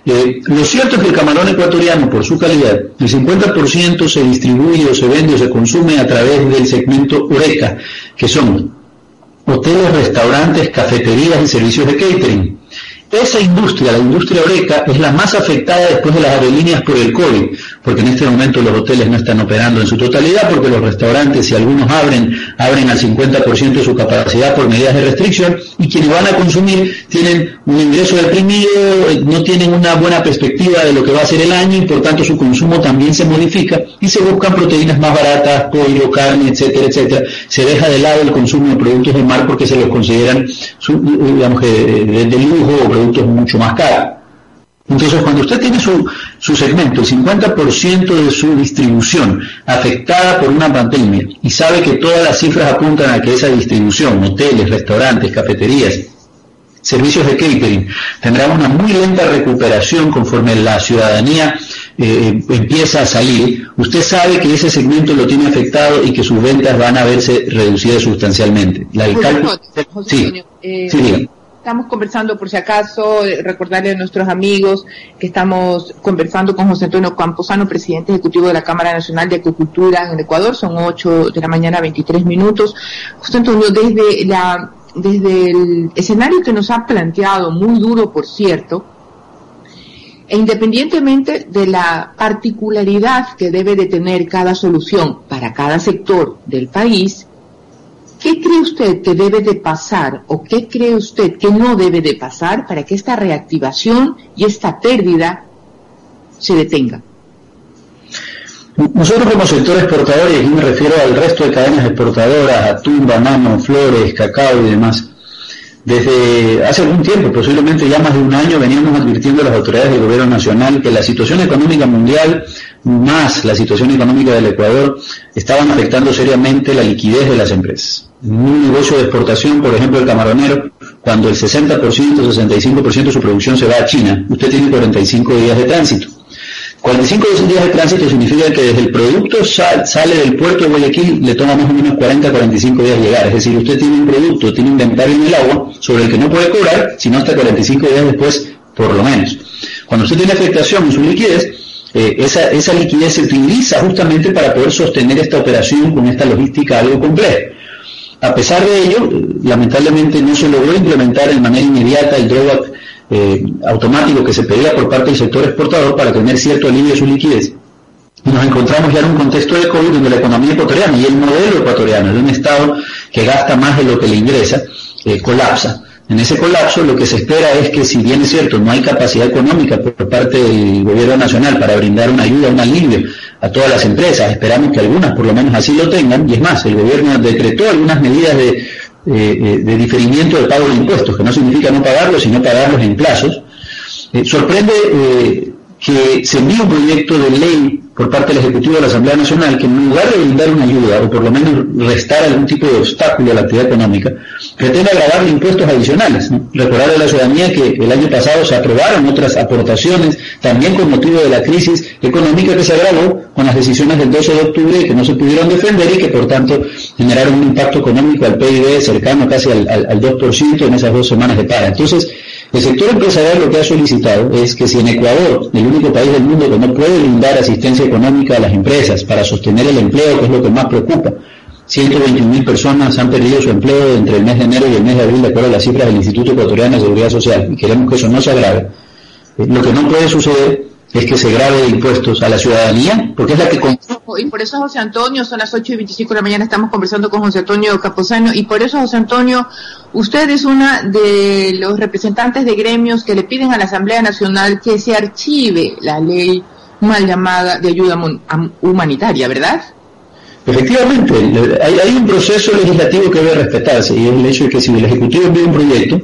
Lo cierto es que el camarón ecuatoriano, por su calidad, el 50% se distribuye o se vende o se consume a través del segmento Horeca, que son hoteles, restaurantes, cafeterías y servicios de catering. Esa industria, la industria Horeca, es la más afectada después de las aerolíneas por el COVID, porque en este momento los hoteles no están operando en su totalidad, porque los restaurantes, si algunos abren al 50% de su capacidad por medidas de restricción, y quienes van a consumir tienen un ingreso deprimido, no tienen una buena perspectiva de lo que va a ser el año, y por tanto su consumo también se modifica, y se buscan proteínas más baratas, pollo, carne, etcétera, etcétera. Se deja de lado el consumo de productos de mar porque se los consideran, digamos, de lujo o productos mucho más caros. Entonces, cuando usted tiene su segmento, el 50% de su distribución afectada por una pandemia, y sabe que todas las cifras apuntan a que esa distribución, hoteles, restaurantes, cafeterías, servicios de catering, tendrá una muy lenta recuperación conforme la ciudadanía empieza a salir, usted sabe que ese segmento lo tiene afectado y que sus ventas van a verse reducidas sustancialmente. Sí. Estamos conversando, por si acaso, recordarle a nuestros amigos que estamos conversando con José Antonio Camposano, presidente ejecutivo de la Cámara Nacional de Acuicultura en Ecuador. Son 8 de la mañana, 23 minutos. José Antonio, desde el escenario que nos ha planteado, muy duro por cierto, e independientemente de la particularidad que debe de tener cada solución para cada sector del país, ¿qué cree usted que debe de pasar o qué cree usted que no debe de pasar para que esta reactivación y esta pérdida se detenga? Nosotros como sector exportador, y aquí me refiero al resto de cadenas exportadoras, atún, banano, flores, cacao y demás, desde hace algún tiempo, posiblemente ya más de un año, veníamos advirtiendo a las autoridades del gobierno nacional que la situación económica mundial más la situación económica del Ecuador estaban afectando seriamente la liquidez de las empresas. En un negocio de exportación, por ejemplo, el camaronero, cuando el 60%, 65% de su producción se va a China, usted tiene 45 días de tránsito. 45 días de tránsito significa que desde el producto sale del puerto de Guayaquil, le toma más o menos 40 a 45 días llegar. Es decir, usted tiene un producto, tiene un inventario en el agua sobre el que no puede cobrar, sino hasta 45 días después, por lo menos. Cuando usted tiene afectación en su liquidez, esa liquidez se utiliza justamente para poder sostener esta operación con esta logística algo compleja. A pesar de ello, lamentablemente no se logró implementar de manera inmediata el drawback automático que se pedía por parte del sector exportador para tener cierto alivio de su liquidez. Y nos encontramos ya en un contexto de COVID donde la economía ecuatoriana y el modelo ecuatoriano de un Estado que gasta más de lo que le ingresa, colapsa. En ese colapso lo que se espera es que, si bien es cierto, no hay capacidad económica por parte del gobierno nacional para brindar una ayuda, un alivio a todas las empresas, esperamos que algunas por lo menos así lo tengan, y es más, el gobierno decretó algunas medidas de diferimiento de pago de impuestos, que no significa no pagarlos, sino pagarlos en plazos. Sorprende que se envíe un proyecto de ley por parte del Ejecutivo de la Asamblea Nacional que, en lugar de brindar una ayuda o por lo menos restar algún tipo de obstáculo a la actividad económica, pretende agravarle impuestos adicionales, ¿no? Recordarle a la ciudadanía que el año pasado se aprobaron otras aportaciones también con motivo de la crisis económica que se agravó con las decisiones del 12 de octubre que no se pudieron defender y que por tanto generaron un impacto económico al PIB cercano casi al 2% en esas 2 semanas de para. Entonces, El sector empresarial lo que ha solicitado es que si en Ecuador, el único país del mundo que no puede brindar asistencia económica a las empresas para sostener el empleo, que es lo que más preocupa, 121.000 personas han perdido su empleo entre el mes de enero y el mes de abril, de acuerdo a las cifras del Instituto Ecuatoriano de Seguridad Social, y queremos que eso no se agrave. Lo que no puede suceder es que se grave de impuestos a la ciudadanía, porque es la que... Y por eso, José Antonio, son las 8:25 de la mañana, estamos conversando con José Antonio Camposano, y por eso, José Antonio, usted es una de los representantes de gremios que le piden a la Asamblea Nacional que se archive la ley mal llamada de ayuda humanitaria, ¿verdad? Efectivamente, hay un proceso legislativo que debe respetarse, y es el hecho de que si el Ejecutivo envía un proyecto,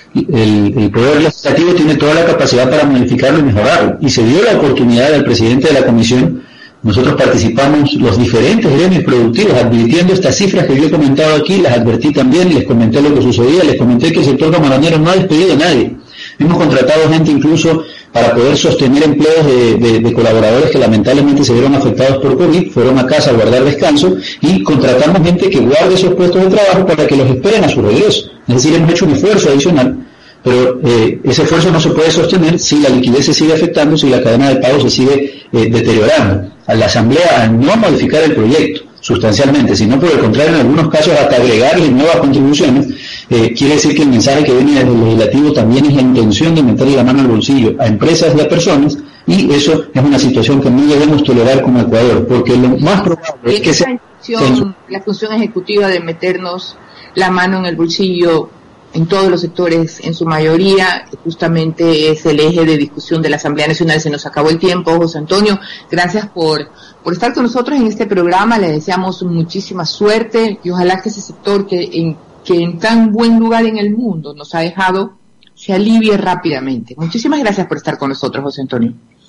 el Poder Legislativo tiene toda la capacidad para modificarlo y mejorarlo, y se dio la oportunidad al presidente de la Comisión. Nosotros participamos los diferentes gremios productivos advirtiendo estas cifras que yo he comentado aquí, las advertí también, les comenté lo que sucedía, les comenté que el sector camaronero no ha despedido a nadie. Hemos contratado gente incluso para poder sostener empleos de colaboradores que lamentablemente se vieron afectados por COVID, fueron a casa a guardar descanso, y contratamos gente que guarde esos puestos de trabajo para que los esperen a su regreso. Es decir, hemos hecho un esfuerzo adicional, pero ese esfuerzo no se puede sostener si la liquidez se sigue afectando, si la cadena de pago se sigue deteriorando. A la Asamblea, al no modificar el proyecto sustancialmente, sino por el contrario, en algunos casos hasta agregarle nuevas contribuciones, quiere decir que el mensaje que viene desde el legislativo también es la intención de meterle la mano al bolsillo a empresas y a personas, y eso es una situación que no debemos tolerar como Ecuador, porque lo más probable es que sea la función ejecutiva de meternos la mano en el bolsillo en todos los sectores, en su mayoría, justamente es el eje de discusión de la Asamblea Nacional. Se nos acabó el tiempo, José Antonio. Gracias por estar con nosotros en este programa. Le deseamos muchísima suerte y ojalá que ese sector que en tan buen lugar en el mundo nos ha dejado se alivie rápidamente. Muchísimas gracias por estar con nosotros, José Antonio.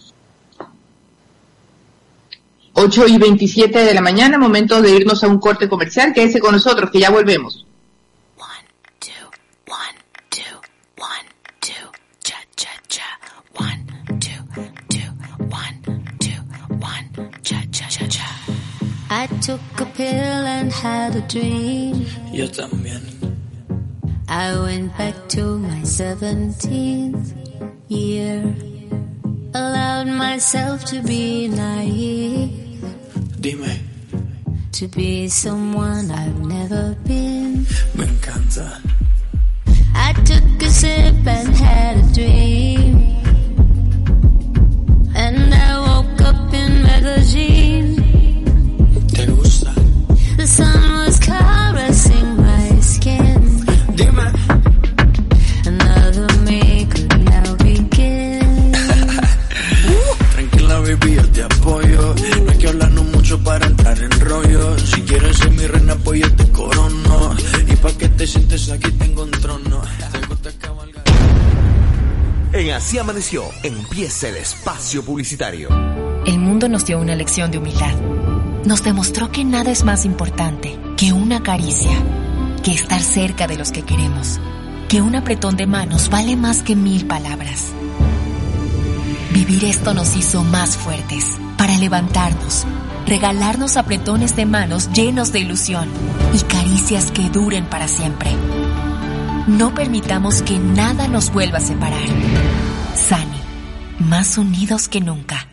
8:27 de la mañana, momento de irnos a un corte comercial. Quédese con nosotros, que ya volvemos. I took a pill and had a dream. Yo también. I went back to my 17th year. Allowed myself to be naive. Dime. To be someone I've never been. Me encanta. I took a sip and had a dream. And I woke up in Medellín. ¿Te gusta? The sun was caressing my skin. Dime. Another me could now begin. Tranquila, baby, yo te apoyo. No hay que hablarnos mucho para entrar en rollo. Si quieres ser mi reina, pues yo te corono. Y pa' que te sientes aquí tengo un trono. Te gusta cabalgar. En Así Amaneció, empieza el espacio publicitario. El mundo nos dio una lección de humildad. Nos demostró que nada es más importante que una caricia, que estar cerca de los que queremos, que un apretón de manos vale más que 1000 palabras. Vivir esto nos hizo más fuertes, para levantarnos, regalarnos apretones de manos llenos de ilusión y caricias que duren para siempre. No permitamos que nada nos vuelva a separar. Sani, más unidos que nunca.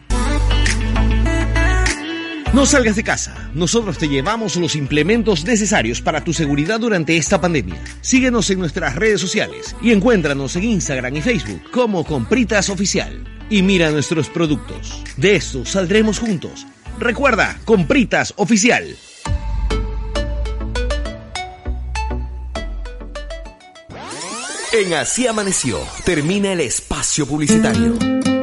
No salgas de casa, nosotros te llevamos los implementos necesarios para tu seguridad durante esta pandemia. Síguenos en nuestras redes sociales y encuéntranos en Instagram y Facebook como Compritas Oficial. Y mira nuestros productos. De esto saldremos juntos. Recuerda, Compritas Oficial. En Así Amaneció, termina el espacio publicitario.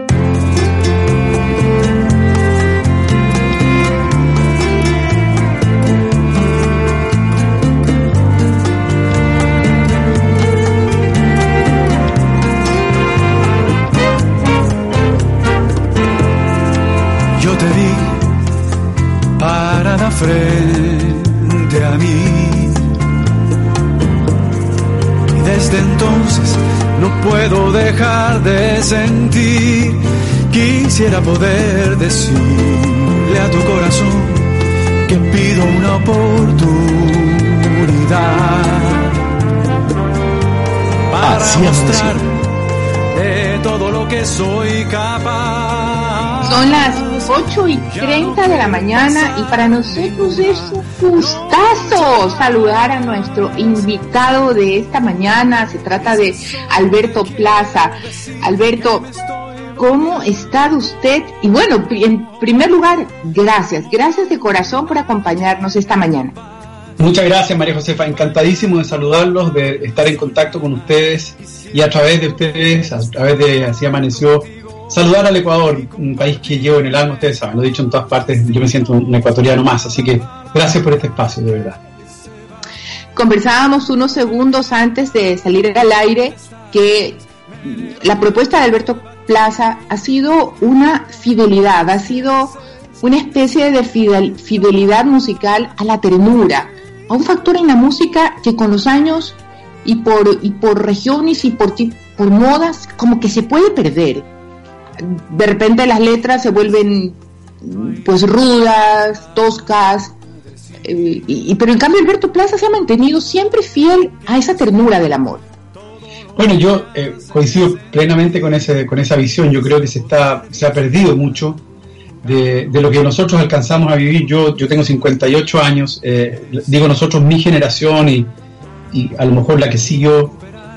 Yo te vi parada frente a mí y desde entonces no puedo dejar de sentir. Quisiera poder decirle a tu corazón que pido una oportunidad para Así mostrar que soy capaz. Son las 8:30 de la mañana y para nosotros es un gustazo saludar a nuestro invitado de esta mañana. Se trata de Alberto Plaza. Alberto, ¿cómo está usted? Y bueno, en primer lugar, gracias de corazón por acompañarnos esta mañana. Muchas gracias, María Josefa, encantadísimo de saludarlos, de estar en contacto con ustedes y a través de ustedes, a través de Así Amaneció, saludar al Ecuador, un país que llevo en el alma, ustedes saben, lo he dicho en todas partes, yo me siento un ecuatoriano más, así que gracias por este espacio, de verdad. Conversábamos unos segundos antes de salir al aire que la propuesta de Alberto Plaza ha sido una fidelidad, ha sido una especie de fidelidad musical a la ternura, a un factor en la música que con los años y por regiones y por modas como que se puede perder. De repente las letras se vuelven pues rudas, toscas, pero en cambio Alberto Plaza se ha mantenido siempre fiel a esa ternura del amor. Bueno, yo coincido plenamente con esa visión. Yo creo que se ha perdido mucho de lo que nosotros alcanzamos a vivir. Yo tengo 58 años, digo nosotros, mi generación y a lo mejor la que siguió,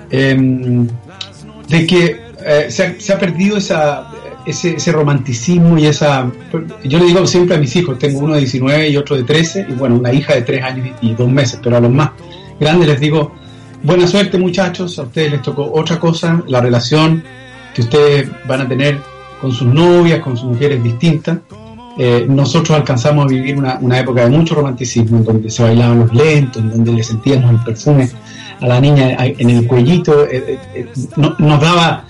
de que se ha perdido ese romanticismo y yo le digo siempre a mis hijos, tengo uno de 19 y otro de 13, y bueno, una hija de 3 años y 2 meses, pero a los más grandes les digo, buena suerte muchachos, a ustedes les tocó otra cosa, la relación que ustedes van a tener con sus novias, con sus mujeres distintas. Nosotros alcanzamos a vivir una época de mucho romanticismo, en donde se bailaban los lentos, en donde le sentíamos el perfume a la niña en el cuellito, nos daba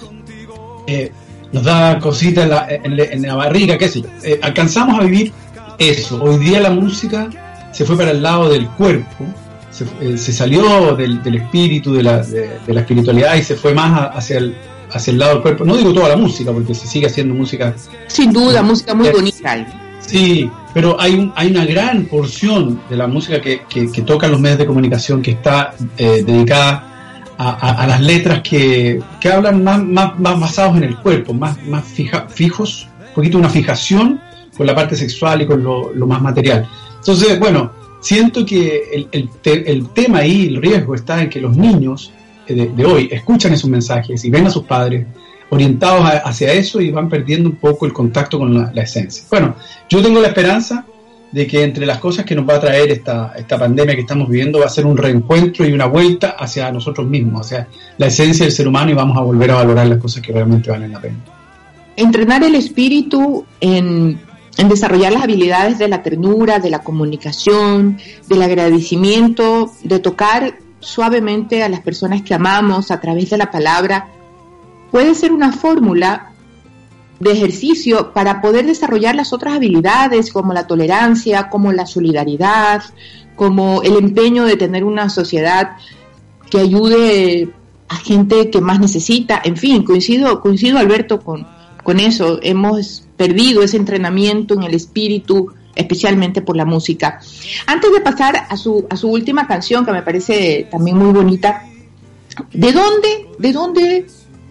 cositas en la barriga, qué sé yo. Alcanzamos a vivir eso. Hoy día la música se fue para el lado del cuerpo, se salió del espíritu, de la espiritualidad, y se fue más hacia el lado del cuerpo. No digo toda la música, porque se sigue haciendo música. Sin duda, música muy bonita. Sí, pero hay una gran porción de la música que tocan los medios de comunicación que está dedicada a las letras que hablan más basados en el cuerpo, más fijos, un poquito una fijación con la parte sexual y con lo más material. Entonces, bueno, siento que el tema ahí, el riesgo está en que los niños de hoy escuchan esos mensajes y ven a sus padres orientados hacia eso y van perdiendo un poco el contacto con la esencia. Bueno, yo tengo la esperanza de que entre las cosas que nos va a traer esta pandemia que estamos viviendo va a ser un reencuentro y una vuelta hacia nosotros mismos, hacia la esencia del ser humano, y vamos a volver a valorar las cosas que realmente valen la pena. Entrenar el espíritu en desarrollar las habilidades de la ternura, de la comunicación, del agradecimiento, de tocar suavemente a las personas que amamos a través de la palabra, puede ser una fórmula de ejercicio para poder desarrollar las otras habilidades como la tolerancia, como la solidaridad, como el empeño de tener una sociedad que ayude a gente que más necesita. En fin, coincido Alberto con eso. Hemos perdido ese entrenamiento en el espíritu, especialmente por la música. Antes de pasar a su última canción, que me parece también muy bonita, ¿de dónde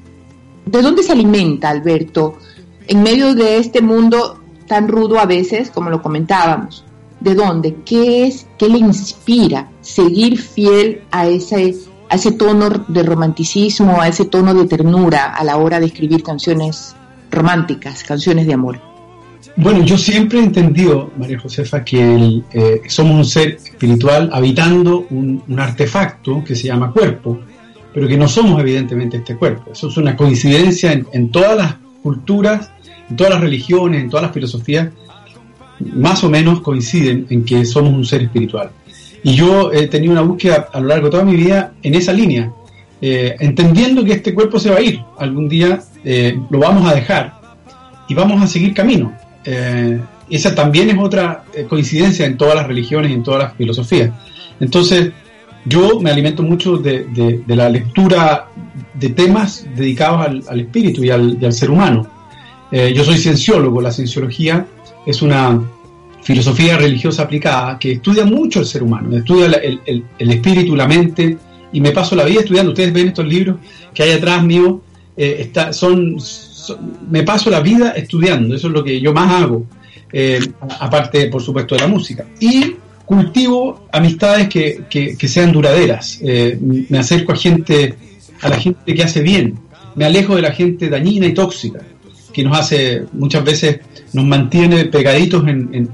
se alimenta Alberto en medio de este mundo tan rudo a veces, como lo comentábamos? ¿De dónde? ¿Qué le inspira seguir fiel a ese tono de romanticismo, a ese tono de ternura a la hora de escribir canciones románticas, canciones de amor? Bueno, yo siempre he entendido, María Josefa, que somos un ser espiritual habitando un artefacto que se llama cuerpo, pero que no somos evidentemente este cuerpo. Eso es una coincidencia en todas las culturas, en todas las religiones, en todas las filosofías, más o menos coinciden en que somos un ser espiritual. Y yo he tenido una búsqueda a lo largo de toda mi vida en esa línea, entendiendo que este cuerpo se va a ir, algún día lo vamos a dejar y vamos a seguir camino. Esa también es otra coincidencia en todas las religiones y en todas las filosofías. Entonces, yo me alimento mucho de la lectura de temas dedicados al espíritu y al ser humano. Yo soy cienciólogo. La cienciología es una filosofía religiosa aplicada que estudia mucho el ser humano, estudia el espíritu, la mente, y me paso la vida estudiando. Ustedes ven estos libros que hay atrás mío, son me paso la vida estudiando, eso es lo que yo más hago, aparte, por supuesto, de la música. Y cultivo amistades que sean duraderas. Me acerco a la gente que hace bien. Me alejo de la gente dañina y tóxica, que muchas veces nos mantiene pegaditos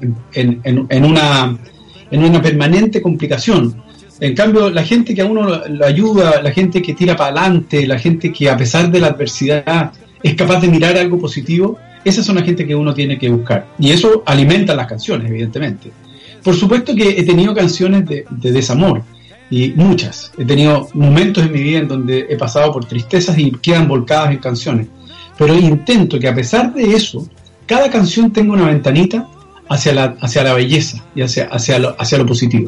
en una permanente complicación. En cambio, la gente que a uno lo ayuda, la gente que tira para adelante, la gente que a pesar de la adversidad es capaz de mirar algo positivo, esas son la gente que uno tiene que buscar. Y eso alimenta las canciones, evidentemente. Por supuesto que he tenido canciones de desamor, y muchas. He tenido momentos en mi vida en donde he pasado por tristezas y quedan volcadas en canciones. Pero intento que a pesar de eso, cada canción tenga una ventanita hacia la belleza y hacia lo positivo.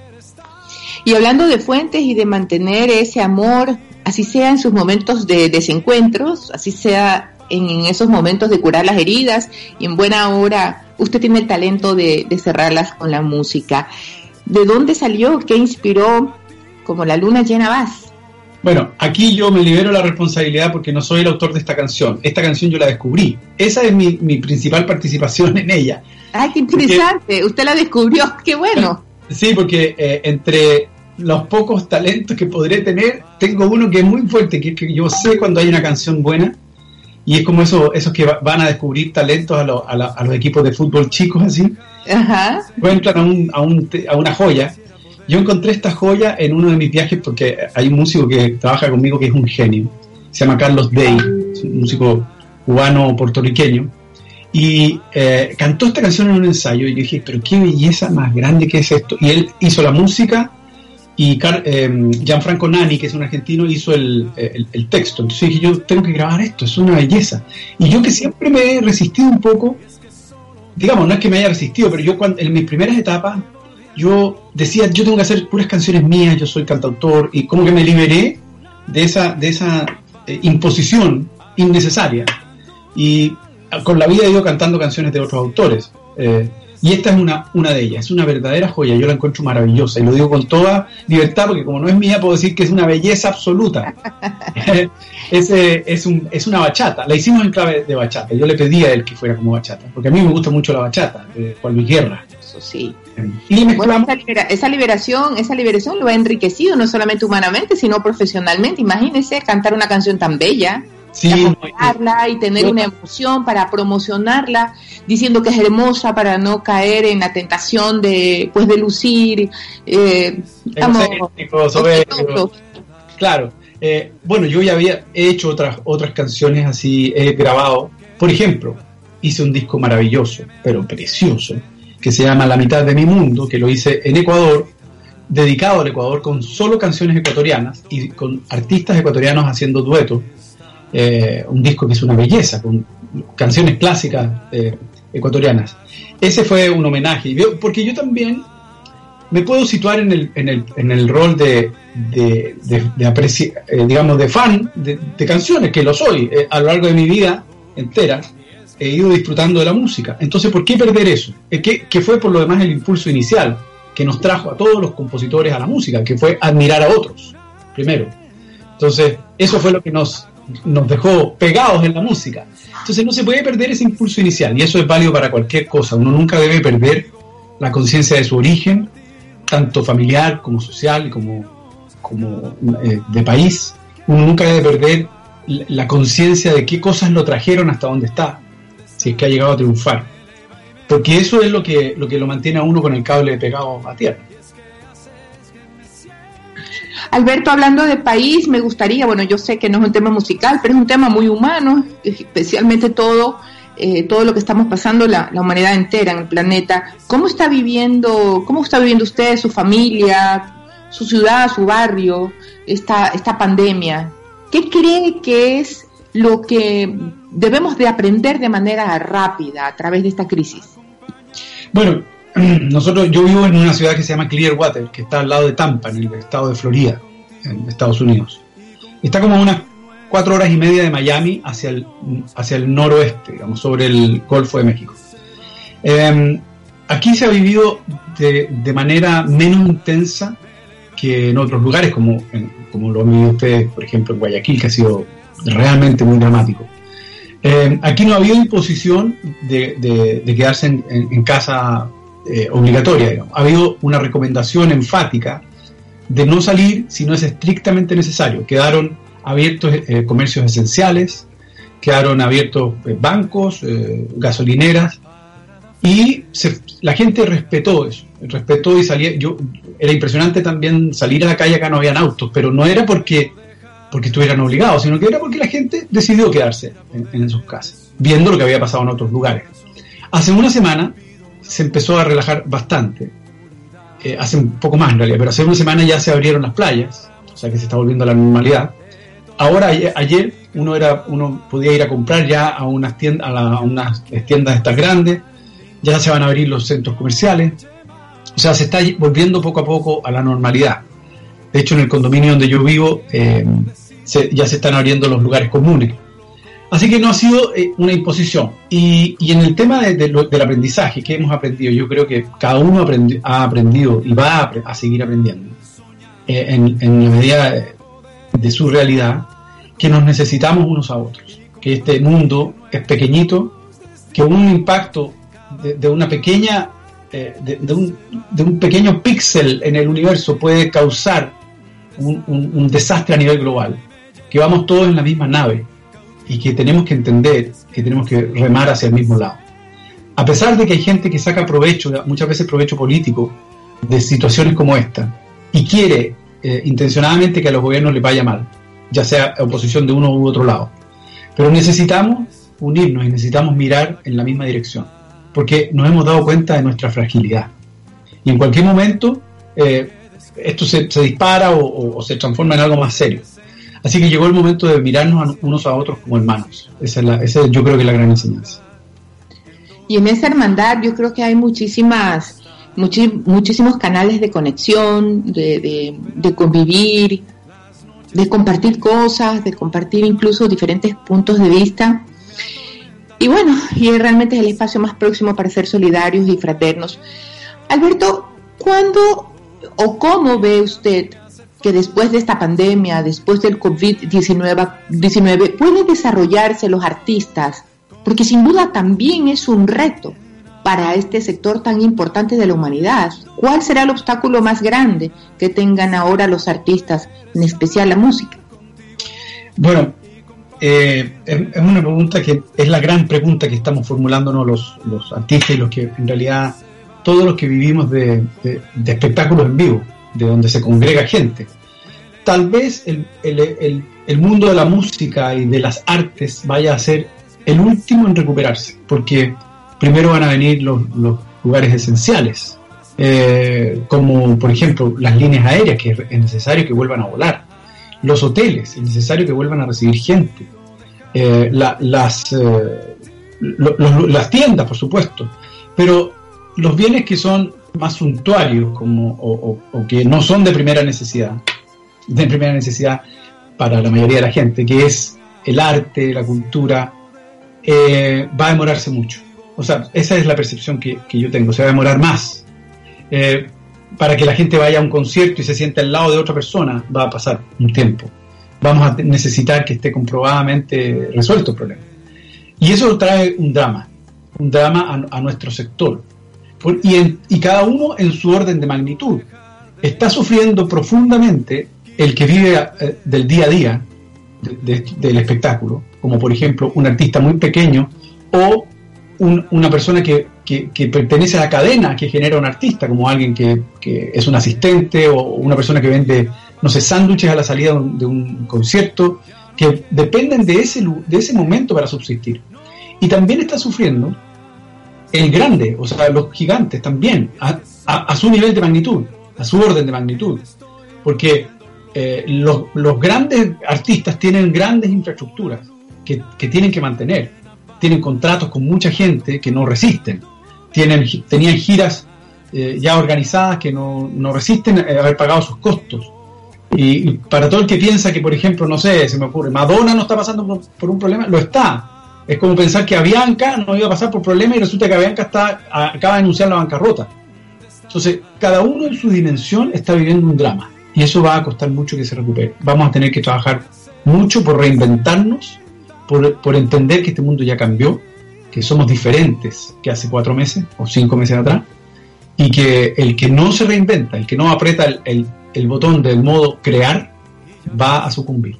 Y hablando de fuentes y de mantener ese amor, así sea en sus momentos de desencuentros, así sea en esos momentos de curar las heridas, y en buena hora usted tiene el talento de cerrarlas con la música. ¿De dónde salió? ¿Qué inspiró? Como la luna llena vas. Bueno, aquí yo me libero la responsabilidad porque no soy el autor de esta canción. Esta canción yo la descubrí. Esa es mi principal participación en ella. ¡Ay, qué interesante! Usted la descubrió, ¡qué bueno! Sí, porque entre los pocos talentos que podré tener, tengo uno que es muy fuerte, que es que yo sé cuando hay una canción buena, y es como esos que van a descubrir talentos a los equipos de fútbol chicos, así. Ajá. Encuentran a una joya. Yo encontré esta joya en uno de mis viajes porque hay un músico que trabaja conmigo que es un genio, se llama Carlos Day, es un músico cubano-puertorriqueño, y cantó esta canción en un ensayo, y yo dije, pero qué belleza más grande que es esto. Y él hizo la música, y Gianfranco Nani, que es un argentino, hizo el texto. Entonces dije, yo tengo que grabar esto, es una belleza. Y yo que siempre me he resistido un poco, digamos, no es que me haya resistido, pero yo en mis primeras etapas, yo decía, yo tengo que hacer puras canciones mías, yo soy cantautor, y como que me liberé de esa imposición innecesaria. Y con la vida he ido cantando canciones de otros autores. Y esta es una de ellas, es una verdadera joya, yo la encuentro maravillosa, y lo digo con toda libertad, porque como no es mía, puedo decir que es una belleza absoluta. Es una bachata, la hicimos en clave de bachata, yo le pedí a él que fuera como bachata, porque a mí me gusta mucho la bachata, de Juan Luis Guerra. Eso sí. Y bueno, esa liberación lo ha enriquecido, no solamente humanamente, sino profesionalmente. Imagínese cantar una canción tan bella. Sí, y tener una emoción para promocionarla, diciendo que es hermosa para no caer en la tentación de lucir claro. Bueno, yo ya había hecho otras canciones así, he grabado, por ejemplo, hice un disco maravilloso, pero precioso, que se llama La mitad de mi mundo, que lo hice en Ecuador, dedicado al Ecuador, con solo canciones ecuatorianas y con artistas ecuatorianos haciendo duetos. Un disco que es una belleza, con canciones clásicas ecuatorianas. Ese fue un homenaje, porque yo también me puedo situar en el rol de digamos, de fan de canciones, que lo soy. A lo largo de mi vida entera he ido disfrutando de la música. Entonces, ¿por qué perder eso? Que fue por lo demás el impulso inicial que nos trajo a todos los compositores a la música, que fue admirar a otros, primero. Entonces, eso fue lo que nos dejó pegados en la música. Entonces no se puede perder ese impulso inicial, y eso es válido para cualquier cosa. Uno nunca debe perder la conciencia de su origen, tanto familiar como social, como de país. Uno nunca debe perder la conciencia de qué cosas lo trajeron hasta donde está, si es que ha llegado a triunfar, porque eso es lo que lo mantiene a uno con el cable pegado a tierra. Alberto, hablando de país, me gustaría, bueno, yo sé que no es un tema musical, pero es un tema muy humano, especialmente todo lo que estamos pasando, la humanidad entera en el planeta. ¿Cómo está viviendo usted, su familia, su ciudad, su barrio, esta pandemia? ¿Qué cree que es lo que debemos de aprender de manera rápida a través de esta crisis? Bueno, yo vivo en una ciudad que se llama Clearwater, que está al lado de Tampa, en el estado de Florida, en Estados Unidos. Está como a unas 4 horas y media de Miami hacia el noroeste, digamos, sobre el Golfo de México. Aquí se ha vivido de manera menos intensa que en otros lugares, como lo han vivido ustedes, por ejemplo, en Guayaquil, que ha sido realmente muy dramático. Aquí no ha habido imposición de quedarse en casa obligatoria, digamos. Ha habido una recomendación enfática de no salir si no es estrictamente necesario. Quedaron abiertos comercios esenciales, quedaron abiertos bancos, gasolineras, y la gente respetó eso, y salía. Era impresionante también salir a la calle. Acá no habían autos, pero no era porque estuvieran obligados, sino que era porque la gente decidió quedarse en sus casas, viendo lo que había pasado en otros lugares. Hace una semana se empezó a relajar bastante, hace un poco más en realidad, pero hace una semana ya se abrieron las playas, o sea que se está volviendo a la normalidad. Ahora, ayer uno podía ir a comprar ya a unas tiendas estas grandes, ya se van a abrir los centros comerciales, o sea, se está volviendo poco a poco a la normalidad. De hecho, en el condominio donde yo vivo ya se están abriendo los lugares comunes. Así que no ha sido una imposición. Y en el tema del aprendizaje, ¿qué hemos aprendido? Yo creo que cada uno ha aprendido y va a seguir aprendiendo en la medida de su realidad, que nos necesitamos unos a otros, que este mundo es pequeñito, que un impacto de una pequeña de un pequeño píxel en el universo puede causar un desastre a nivel global, que vamos todos en la misma nave y que tenemos que entender que tenemos que remar hacia el mismo lado. A pesar de que hay gente que saca provecho, muchas veces provecho político, de situaciones como esta, y quiere intencionadamente que a los gobiernos les vaya mal, ya sea oposición de uno u otro lado. Pero necesitamos unirnos y necesitamos mirar en la misma dirección, porque nos hemos dado cuenta de nuestra fragilidad. Y en cualquier momento esto se dispara o se transforma en algo más serio. Así que llegó el momento de mirarnos unos a otros como hermanos. Esa yo creo que es la gran enseñanza. Y en esa hermandad yo creo que hay muchísimos canales de conexión, de convivir, de compartir cosas, de compartir incluso diferentes puntos de vista. Y bueno, y realmente es el espacio más próximo para ser solidarios y fraternos. Alberto, ¿cuándo o cómo ve usted que después de esta pandemia, después del COVID-19, pueden desarrollarse los artistas? Porque sin duda también es un reto para este sector tan importante de la humanidad. ¿Cuál será el obstáculo más grande que tengan ahora los artistas, en especial la música? Bueno, es una pregunta que es la gran pregunta que estamos formulándonos los artistas y los que en realidad todos los que vivimos de espectáculos en vivo, de donde se congrega gente. Tal vez el mundo de la música y de las artes vaya a ser el último en recuperarse, porque primero van a venir los lugares esenciales, como por ejemplo las líneas aéreas, que es necesario que vuelvan a volar, los hoteles, es necesario que vuelvan a recibir gente, las tiendas, por supuesto, pero los bienes que son más suntuarios o que no son de primera necesidad para la mayoría de la gente, que es el arte, la cultura, va a demorarse mucho. O sea, esa es la percepción que yo tengo. Se va a demorar más. Para que la gente vaya a un concierto y se sienta al lado de otra persona, va a pasar un tiempo. Vamos a necesitar que esté comprobadamente resuelto el problema. Y eso trae un drama a nuestro sector. Y cada uno en su orden de magnitud. Está sufriendo profundamente el que vive del día a día del espectáculo, como por ejemplo un artista muy pequeño o una persona que pertenece a la cadena que genera un artista, como alguien que es un asistente o una persona que vende, no sé, sándwiches a la salida de un concierto, que dependen de ese momento para subsistir. Y también está sufriendo el grande, o sea, los gigantes también, a su nivel de magnitud, a su orden de magnitud, porque los grandes artistas tienen grandes infraestructuras que tienen que mantener, tienen contratos con mucha gente que no resisten, tenían giras ya organizadas que no resisten haber pagado sus costos. Y para todo el que piensa que, por ejemplo, no sé, se me ocurre, Madonna no está pasando por un problema, lo está. Es como pensar que Avianca no iba a pasar por problemas y resulta que Avianca acaba de anunciar la bancarrota. Entonces, cada uno en su dimensión está viviendo un drama y eso va a costar mucho que se recupere. Vamos a tener que trabajar mucho por reinventarnos por entender que este mundo ya cambió, que somos diferentes que hace 4 meses o 5 meses atrás, y que el que no se reinventa, el que no aprieta el botón del modo crear, va a sucumbir.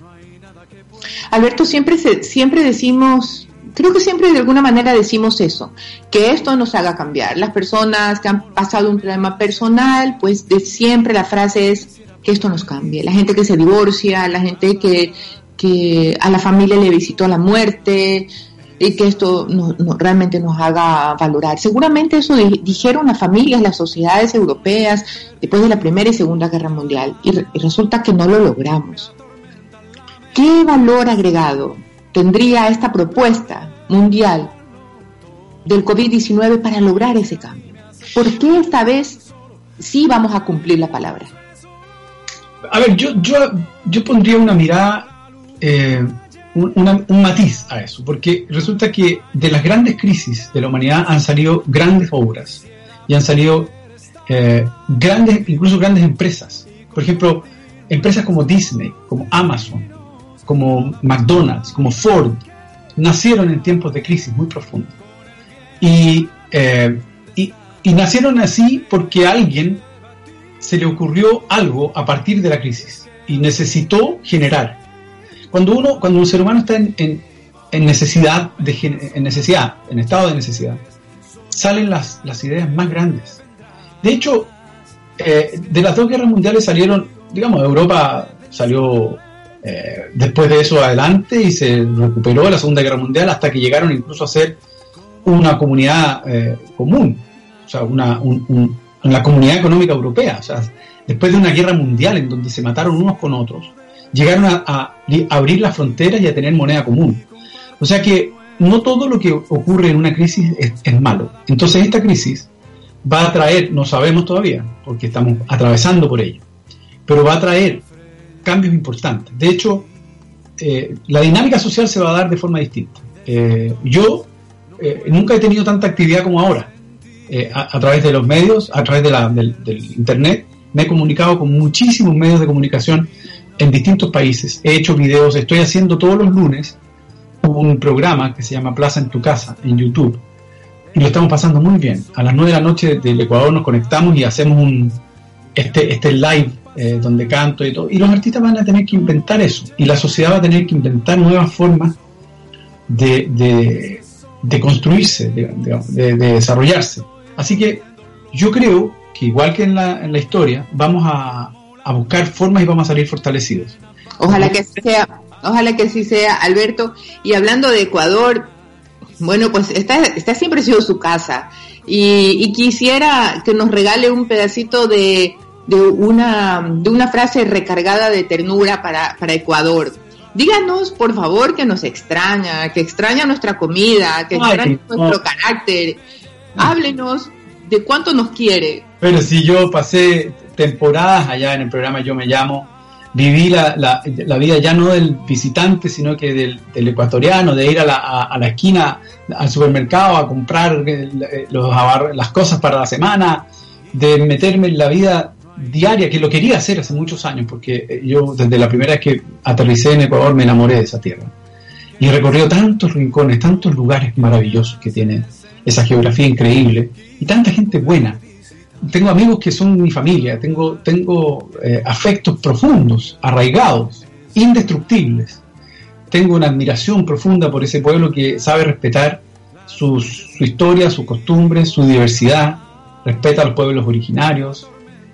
Alberto, siempre decimos, creo que siempre de alguna manera decimos eso, que esto nos haga cambiar. Las personas que han pasado un problema personal, pues de siempre la frase es que esto nos cambie. La gente que se divorcia, la gente que a la familia le visitó la muerte, y que esto realmente nos haga valorar. Seguramente eso dijeron las familias, las sociedades europeas después de la Primera y Segunda Guerra Mundial, y resulta que no lo logramos. ¿Qué valor agregado tendría esta propuesta mundial del COVID-19 para lograr ese cambio? ¿Por qué esta vez sí vamos a cumplir la palabra? A ver, yo pondría una mirada, un matiz a eso, porque resulta que de las grandes crisis de la humanidad han salido grandes obras y han salido incluso grandes empresas. Por ejemplo, empresas como Disney, como Amazon, como McDonald's, como Ford, nacieron en tiempos de crisis muy profundas. Y nacieron así porque a alguien se le ocurrió algo a partir de la crisis y necesitó generar. Cuando un ser humano está en necesidad, en estado de necesidad, salen las ideas más grandes. De hecho, de las 2 guerras mundiales salieron, digamos, Europa salió después de eso adelante y se recuperó de la Segunda Guerra Mundial hasta que llegaron incluso a ser una comunidad común, o sea, una comunidad económica europea. O sea, después de una guerra mundial en donde se mataron unos con otros, llegaron a abrir las fronteras y a tener moneda común. O sea que no todo lo que ocurre en una crisis es malo. Entonces esta crisis va a traer, no sabemos todavía, porque estamos atravesando por ello, pero va a traer cambios importantes. De hecho, la dinámica social se va a dar de forma distinta. Yo nunca he tenido tanta actividad como ahora. A través de los medios, a través del internet, me he comunicado con muchísimos medios de comunicación en distintos países. He hecho videos, estoy haciendo todos los lunes un programa que se llama Plaza en tu Casa, en YouTube, y lo estamos pasando muy bien. A las 9 de la noche del Ecuador nos conectamos y hacemos este live donde canto y todo, y los artistas van a tener que inventar eso, y la sociedad va a tener que inventar nuevas formas de construirse, de desarrollarse. Así que yo creo que igual que en la historia, vamos a buscar formas y vamos a salir fortalecidos. Ojalá que sí sea, Alberto. Y hablando de Ecuador, bueno, pues esta siempre ha sido su casa, y quisiera que nos regale un pedacito de una frase recargada de ternura para Ecuador. Díganos, por favor, que nos extraña, que extraña nuestra comida, que extraña nuestro carácter. Háblenos de cuánto nos quiere. Pero si yo pasé temporadas allá en el programa Yo Me Llamo, viví la vida ya no del visitante, sino que del ecuatoriano, de ir a la esquina, al supermercado a comprar las cosas para la semana, de meterme en la vida diaria, que lo quería hacer hace muchos años, porque yo desde la primera vez que aterricé en Ecuador me enamoré de esa tierra. Y he recorrido tantos rincones, tantos lugares maravillosos que tiene esa geografía increíble, y tanta gente buena. Tengo amigos que son mi familia, tengo afectos profundos, arraigados, indestructibles. Tengo una admiración profunda por ese pueblo que sabe respetar su historia, sus costumbres, su diversidad, respeta a los pueblos originarios,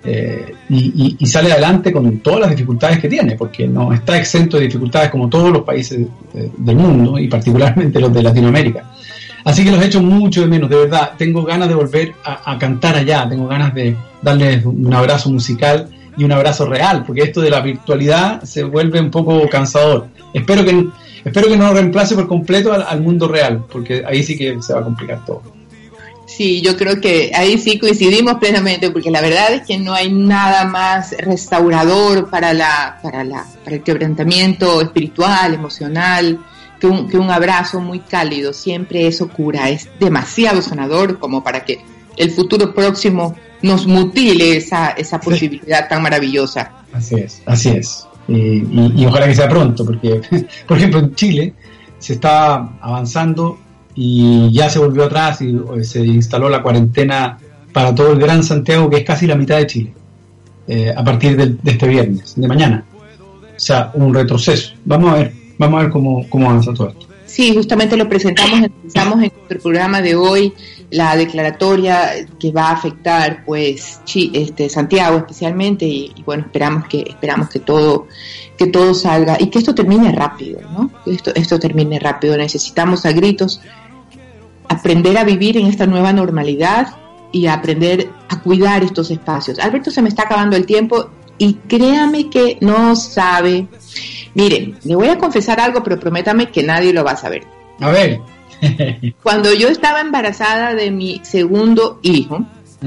y sale adelante con todas las dificultades que tiene, porque no está exento de dificultades como todos los países del mundo, y particularmente los de Latinoamérica. Así que los echo mucho de menos, de verdad. Tengo ganas de volver a cantar allá, tengo ganas de darles un abrazo musical y un abrazo real, porque esto de la virtualidad se vuelve un poco cansador. Espero que no lo reemplace por completo al mundo real, porque ahí sí que se va a complicar todo. Sí, yo creo que ahí sí coincidimos plenamente, porque la verdad es que no hay nada más restaurador para el quebrantamiento espiritual, emocional, que un abrazo muy cálido. Siempre eso cura, es demasiado sanador como para que el futuro próximo nos mutile esa posibilidad tan maravillosa. Así es. Y ojalá que sea pronto, porque, por ejemplo, en Chile se está avanzando y ya se volvió atrás y se instaló la cuarentena para todo el Gran Santiago, que es casi la mitad de Chile, a partir de este viernes, de mañana. O sea, un retroceso. Vamos a ver cómo avanza todo esto. Sí, justamente lo empezamos en nuestro programa de hoy, la declaratoria que va a afectar pues Santiago especialmente, y bueno, esperamos que todo salga y que esto termine rápido, ¿no? Esto termine rápido. Necesitamos a gritos aprender a vivir en esta nueva normalidad y aprender a cuidar estos espacios. Alberto, se me está acabando el tiempo y créame que no sabe. Miren, le voy a confesar algo, pero prométame que nadie lo va a saber. A ver. Cuando yo estaba embarazada de mi segundo hijo,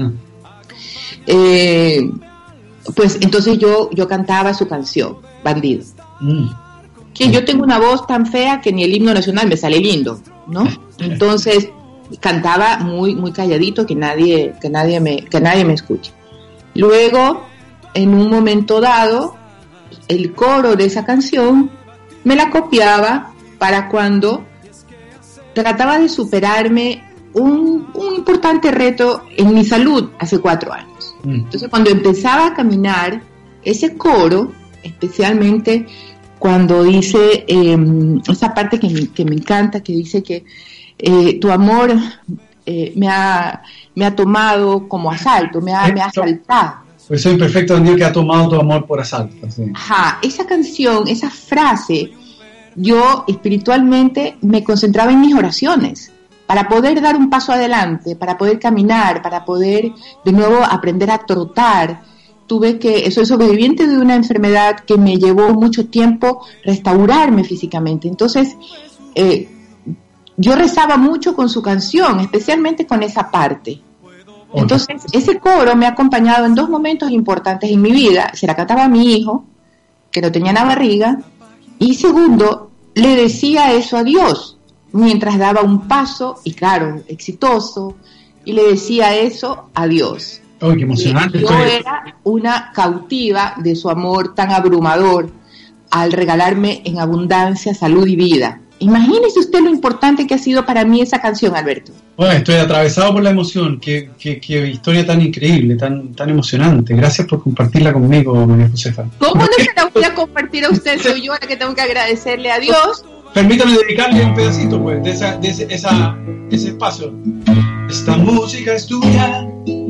pues entonces yo cantaba su canción, Bandido. Que yo tengo una voz tan fea que ni el himno nacional me sale lindo, ¿no? Entonces cantaba muy muy calladito, que nadie me escuche. Luego, en un momento dado, el coro de esa canción me la copiaba para cuando trataba de superarme un importante reto en mi salud hace 4 años. Entonces, cuando empezaba a caminar, ese coro, especialmente cuando dice esa parte que me encanta, que dice que tu amor me ha tomado como asalto, me ha asaltado. Pues soy imperfecto bandido que ha tomado tu amor por asalto. Sí. Ajá, esa canción, esa frase, yo espiritualmente me concentraba en mis oraciones para poder dar un paso adelante, para poder caminar, para poder de nuevo aprender a trotar. Soy sobreviviente de una enfermedad que me llevó mucho tiempo restaurarme físicamente. Entonces, yo rezaba mucho con su canción, especialmente con esa parte. Entonces, ese coro me ha acompañado en 2 momentos importantes en mi vida. Se la cantaba a mi hijo, que lo tenía en la barriga, y segundo, le decía eso a Dios, mientras daba un paso, y claro, exitoso, y le decía eso a Dios. ¡Oh, qué emocionante! Yo era una cautiva de su amor tan abrumador al regalarme en abundancia salud y vida. Imagínese usted lo importante que ha sido para mí esa canción, Alberto. Bueno, estoy atravesado por la emoción. Qué historia tan increíble, tan emocionante. Gracias por compartirla conmigo, María Josefa. ¿Cómo no se la voy a compartir a usted? Soy yo la que tengo que agradecerle a Dios. Permítame dedicarle un pedacito, pues, de ese espacio. Esta música es tuya,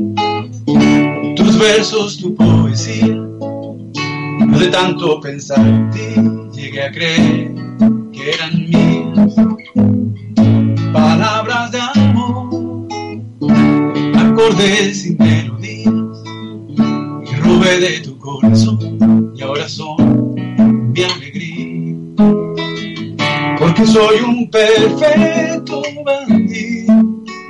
tus versos, tu poesía. No de tanto pensar en ti, llegué a creer que eran mías. Palabras de amor, acordes y melodías, que robé de tu corazón y ahora son mi alegría. Porque soy un perfecto bandido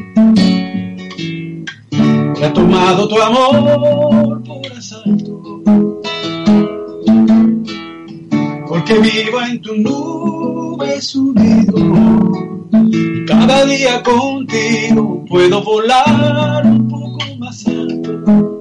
que ha tomado tu amor por asalto. Porque vivo en tu nube subido y cada día contigo puedo volar un poco más alto.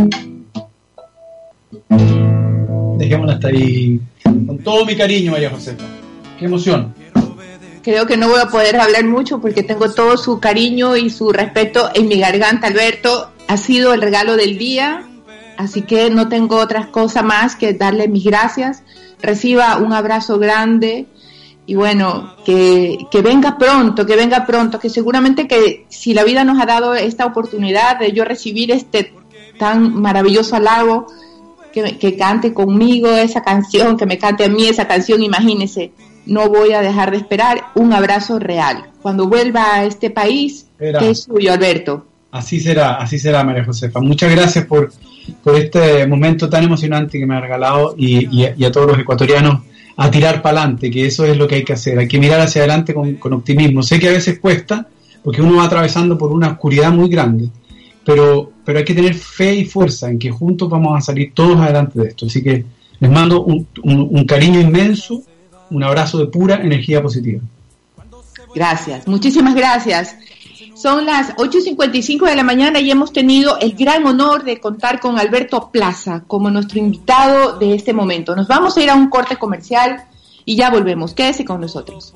Dejémosla hasta ahí. Con todo mi cariño, María Josefa. Qué emoción. Creo que no voy a poder hablar mucho porque tengo todo su cariño y su respeto en mi garganta, Alberto. Ha sido el regalo del día, así que no tengo otras cosas más que darle mis gracias. Reciba un abrazo grande y bueno, que venga pronto, que seguramente que si la vida nos ha dado esta oportunidad de yo recibir este tan maravilloso halago, que cante conmigo esa canción, que me cante a mí esa canción, imagínese, no voy a dejar de esperar un abrazo real. Cuando vuelva a este país, que es suyo, Alberto. Así será, María Josefa. Muchas gracias por este momento tan emocionante que me ha regalado y a todos los ecuatorianos a tirar para adelante, que eso es lo que hay que hacer. Hay que mirar hacia adelante con optimismo. Sé que a veces cuesta, porque uno va atravesando por una oscuridad muy grande, pero hay que tener fe y fuerza en que juntos vamos a salir todos adelante de esto. Así que les mando un cariño inmenso, un abrazo de pura energía positiva. Gracias, muchísimas gracias. Son las 8:55 de la mañana y hemos tenido el gran honor de contar con Alberto Plaza como nuestro invitado de este momento. Nos vamos a ir a un corte comercial y ya volvemos. Quédese con nosotros.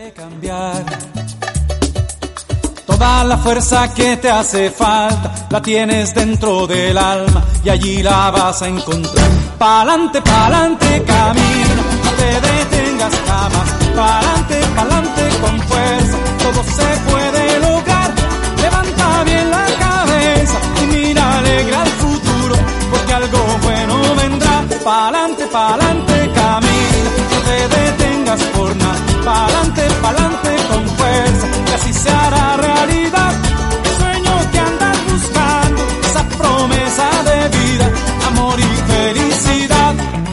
Toda la fuerza que te hace falta la tienes dentro del alma y allí la vas a encontrar. Pa'lante, pa'lante, camina, no te detengas jamás. Pa'lante, pa'lante con fuerza, todo se puede lograr. Levanta bien la cabeza y mira alegra el futuro, porque algo bueno vendrá. Pa'lante, pa'lante, camina, no te detengas por nada. Pa'lante, pa'lante con fuerza, que así se hará realidad. El sueño que andas buscando, esa promesa de vida, amor y felicidad.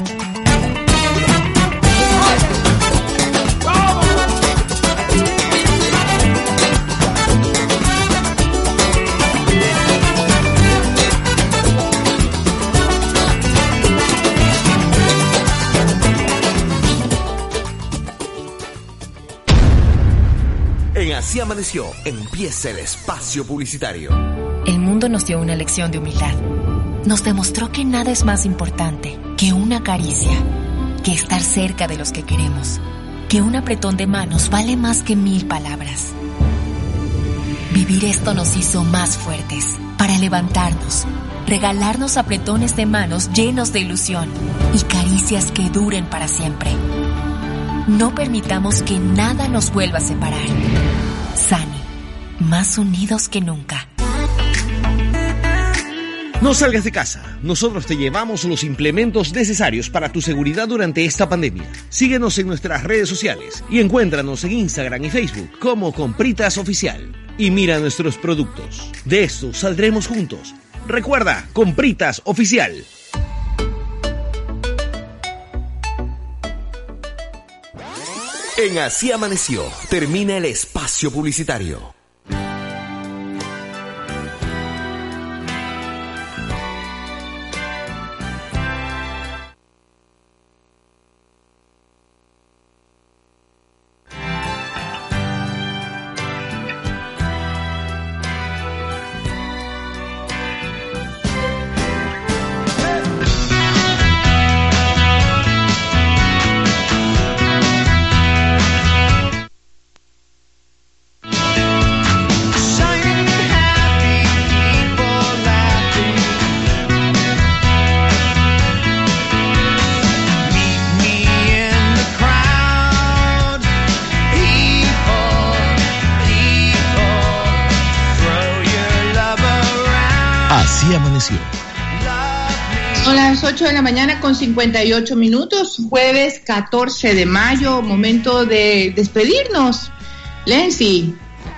En Así Amaneció, empieza el espacio publicitario. El mundo nos dio una lección de humildad. Nos demostró que nada es más importante que una caricia, que estar cerca de los que queremos, que un apretón de manos vale más que 1000 palabras. Vivir esto nos hizo más fuertes, para levantarnos, regalarnos apretones de manos llenos de ilusión y caricias que duren para siempre. No permitamos que nada nos vuelva a separar. Sani, más unidos que nunca. No salgas de casa, nosotros te llevamos los implementos necesarios para tu seguridad durante esta pandemia. Síguenos en nuestras redes sociales y encuéntranos en Instagram y Facebook como Compritas Oficial. Y mira nuestros productos. De esto saldremos juntos. Recuerda, Compritas Oficial. En Así Amaneció, termina el espacio publicitario. Así Amaneció. Son las 8 de la mañana con 58 minutos, jueves 14 de mayo, momento de despedirnos. Lenzi.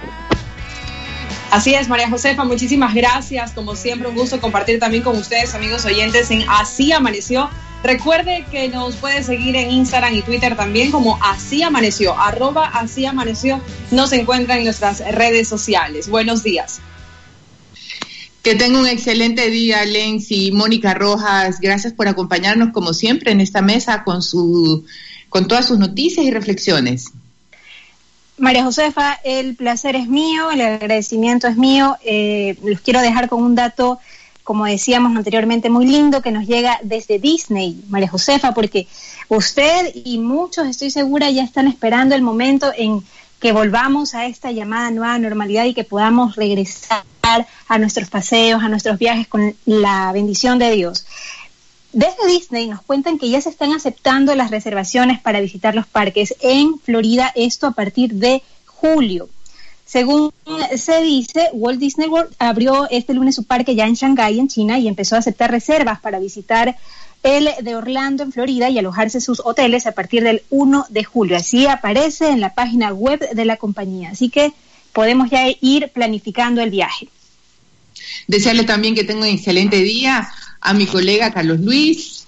Así es, María Josefa, muchísimas gracias. Como siempre, un gusto compartir también con ustedes, amigos oyentes, en Así Amaneció. Recuerde que nos puede seguir en Instagram y Twitter también como Así Amaneció, @Así Amaneció. Nos encuentran en nuestras redes sociales. Buenos días. Que tenga un excelente día, Lenzi. Mónica Rojas, gracias por acompañarnos como siempre en esta mesa con todas sus noticias y reflexiones. María Josefa, el placer es mío, el agradecimiento es mío. Los quiero dejar con un dato, como decíamos anteriormente, muy lindo que nos llega desde Disney, María Josefa, porque usted y muchos, estoy segura, ya están esperando el momento en que volvamos a esta llamada nueva normalidad y que podamos regresar a nuestros paseos, a nuestros viajes con la bendición de Dios. Desde Disney nos cuentan que ya se están aceptando las reservaciones para visitar los parques en Florida, esto a partir de julio. Según se dice, Walt Disney World abrió este lunes su parque ya en Shanghái, en China, y empezó a aceptar reservas para visitar el de Orlando, en Florida, y alojarse en sus hoteles a partir del 1 de julio. Así aparece en la página web de la compañía. Así que podemos ya ir planificando el viaje. Desearle también que tenga un excelente día a mi colega Carlos Luis.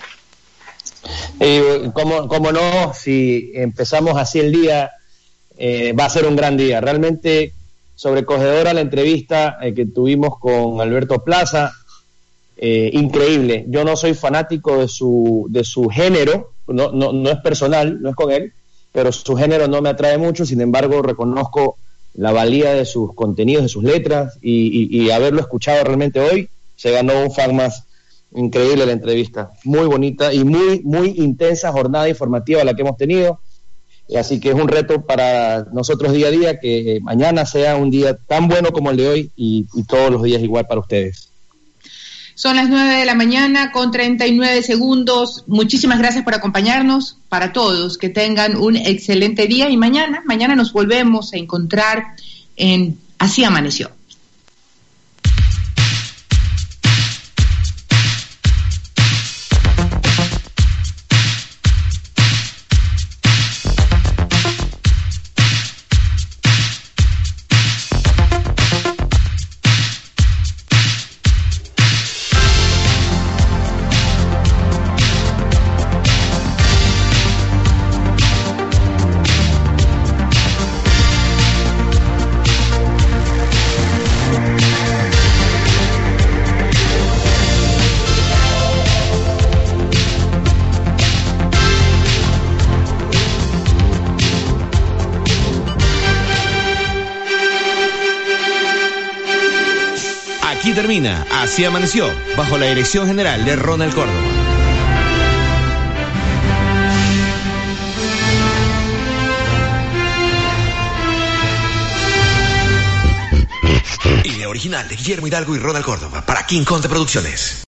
Como no, si empezamos así el día, va a ser un gran día. Realmente sobrecogedora la entrevista que tuvimos con Alberto Plaza. Increíble. Yo no soy fanático de su género, no es personal, no es con él, pero su género no me atrae mucho. Sin embargo, reconozco la valía de sus contenidos, de sus letras, y haberlo escuchado realmente hoy se ganó un fan más. Increíble la entrevista, muy bonita y muy intensa jornada informativa la que hemos tenido. Así que es un reto para nosotros día a día que mañana sea un día tan bueno como el de hoy y todos los días igual para ustedes. Son las 9 de la mañana con 39 segundos. Muchísimas gracias por acompañarnos. Para todos, que tengan un excelente día y mañana nos volvemos a encontrar en Así Amaneció. Aquí termina Así Amaneció, bajo la dirección general de Ronald Córdoba. Idea original de Guillermo Hidalgo y Ronald Córdoba para King Conte Producciones.